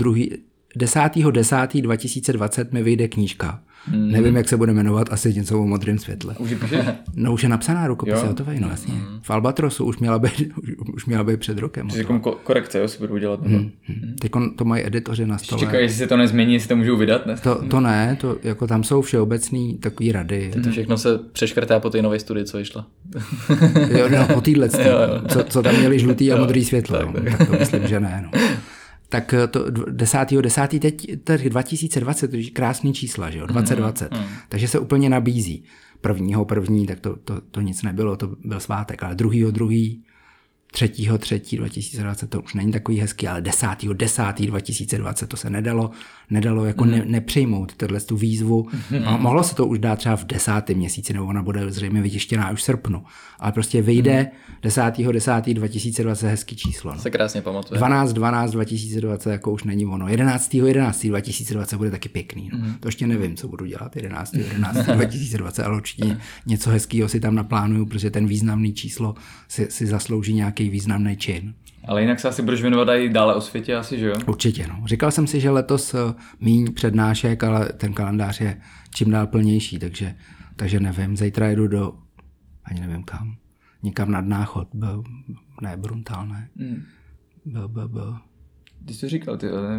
desátého dva tisíce dvacet mi vyjde knížka. Mm. Nevím, jak se bude jmenovat, asi něco o modrém světle. Už je píšeš? No už je napsaná, rukopis je hotovej, no jasně. Mm. V Albatrosu už měla být, už měla být před rokem. Čiže jako korekce, jo, si budu udělat. Mm. Mm. Teď to mají editoři na stole. Čekají, jestli se to nezmění, jestli to můžou vydat, ne? To, to ne, to, jako tam jsou všeobecný takový rady. To všechno se přeškrtá po té nové studii, co vyšla. Jo, no, po týhle, co, co tam měli žlutý a modrý světlo. Tak, no. tak to myslím, že ne. No. Tak to desátého desátého teď, teď dva tisíce dvacet, to je krásný čísla, že jo, dvacet dvacet. Mm, mm. Takže se úplně nabízí. Prvního první, tak to, to, to nic nebylo, to byl svátek, ale druhýho druhý, třetího třetí dva tisíce dvacet, to už není takový hezký, ale desátého desátého dva tisíce dvacet, to se nedalo, nedalo jako mm. ne, nepřijmout tohle tu výzvu. Mm. A mohlo se to už dát třeba v desátém měsíci, nebo ona bude zřejmě vytištěná už v srpnu, ale prostě vyjde mm. desátého desátého dva tisíce dvacet hezký číslo. No. Se krásně pamatuje. dvanáct dvanáct dva tisíce dvacet jako už není ono. jedenáctého jedenáctého dva tisíce dvacet bude taky pěkný. No. Mm. To ještě nevím, co budu dělat jedenáctého jedenáctého dva tisíce dvacet, ale určitě něco hezkého si tam naplánuju, protože ten významný číslo si, si zaslouží nějaký významný čin. Ale jinak se asi budeš věnovat i dále o světě asi, že jo? Určitě, no. Říkal jsem si, že letos míň přednášek, ale ten kalendář je čím dál plnější, takže, takže nevím, zítra jedu do, ani nevím kam, někam nad Náchod, byl, ne, Bruntál, ne, mm. byl, byl, byl. Ty jsi to říkal, ty, ale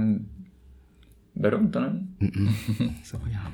Beroun to ne? Se podívám.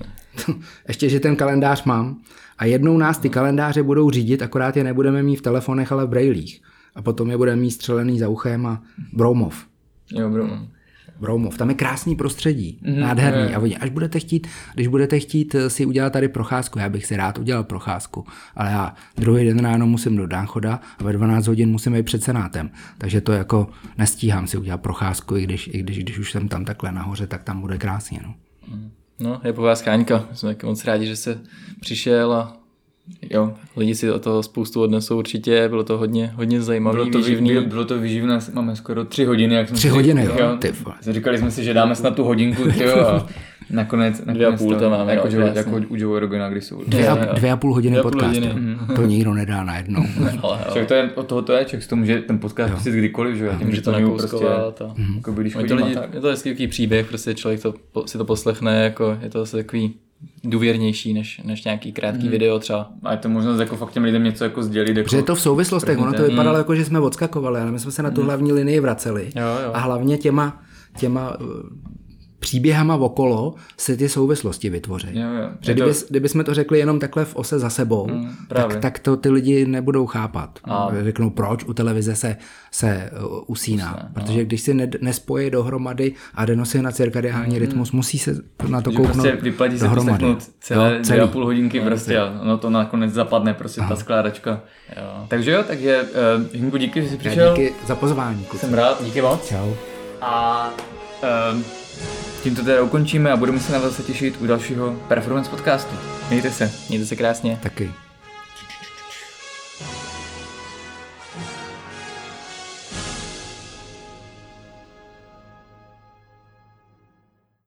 Ještě, že ten kalendář mám a jednou nás ty kalendáře budou řídit, akorát je nebudeme mít v telefonech, ale v brejlích. A potom je budeme mít střelený za uchem a Broumov. Jo, Broumov. Broumov, tam je krásný prostředí, mm, nádherný. Je. A oni, až budete chtít, když budete chtít si udělat tady procházku, já bych si rád udělal procházku, ale já druhý den ráno musím do Náchoda a ve dvanáct hodin musím jít před Senátem. Takže to jako nestíhám si udělat procházku, i když, i když, když už jsem tam takhle nahoře, tak tam bude krásně. No, no je po vás Káňka. Jsme taky moc rádi, že jste přišel a jo, lidi si o toho spoustu odnesou určitě, bylo to hodně, hodně zajímavé, bylo to výživný. Bylo, bylo to výživné, máme skoro tři hodiny. Jak jsme tři si, hodiny, jo. jo. Ty, říkali jsme si, že dáme snad tu hodinku, tyjo, a nakonec, nakonec dvě a půl to máme. Jako, jo, Joe, jako u Joe Rogana, když jsou. Dvě a, dvě a půl hodiny podcastu. Hodiny. To nikdo nedá najednou. Však to je, od toho to je, člověk si to může ten podcast pustit kdykoliv, že jo, tím, že to nakouskovat. Prostě, mm. jako když chodím lidi, je to hezký příběh, prostě člověk to, si to poslechne, jako je to zase takový důvěrnější než, než nějaký krátký hmm. video třeba. A je to možnost jako fakt těm lidem něco jako sdělit. Jako protože je to v souvislostech, ono to vypadalo jako, že jsme odskakovali, ale my jsme se na tu hmm. hlavní linii vraceli. Jo, jo. A hlavně těma, těma příběhama okolo se ty souvislosti vytvoří. Kdyby, to... kdyby jsme to řekli jenom takhle v ose za sebou, mm, tak, tak to ty lidi nebudou chápat. A... Řeknou, proč u televize se, se usíná. Usne, protože no. když si ne, nespojí dohromady adenosín a cirkadiální mm. rytmus, musí se na to kouknout prostě vyplatí se poslechnout celé dvě a půl hodinky no, prostě a ono to nakonec zapadne prostě Aha. ta skládačka. Jo. Takže jo, takže uh, Hinku, díky, že jsi přišel. Díky za pozvání. Kuci. Jsem rád, díky moc. Čau. A uh, tímto teda ukončíme a budeme se na vás těšit u dalšího Performance podcastu. Mějte se. Mějte se krásně. Taky.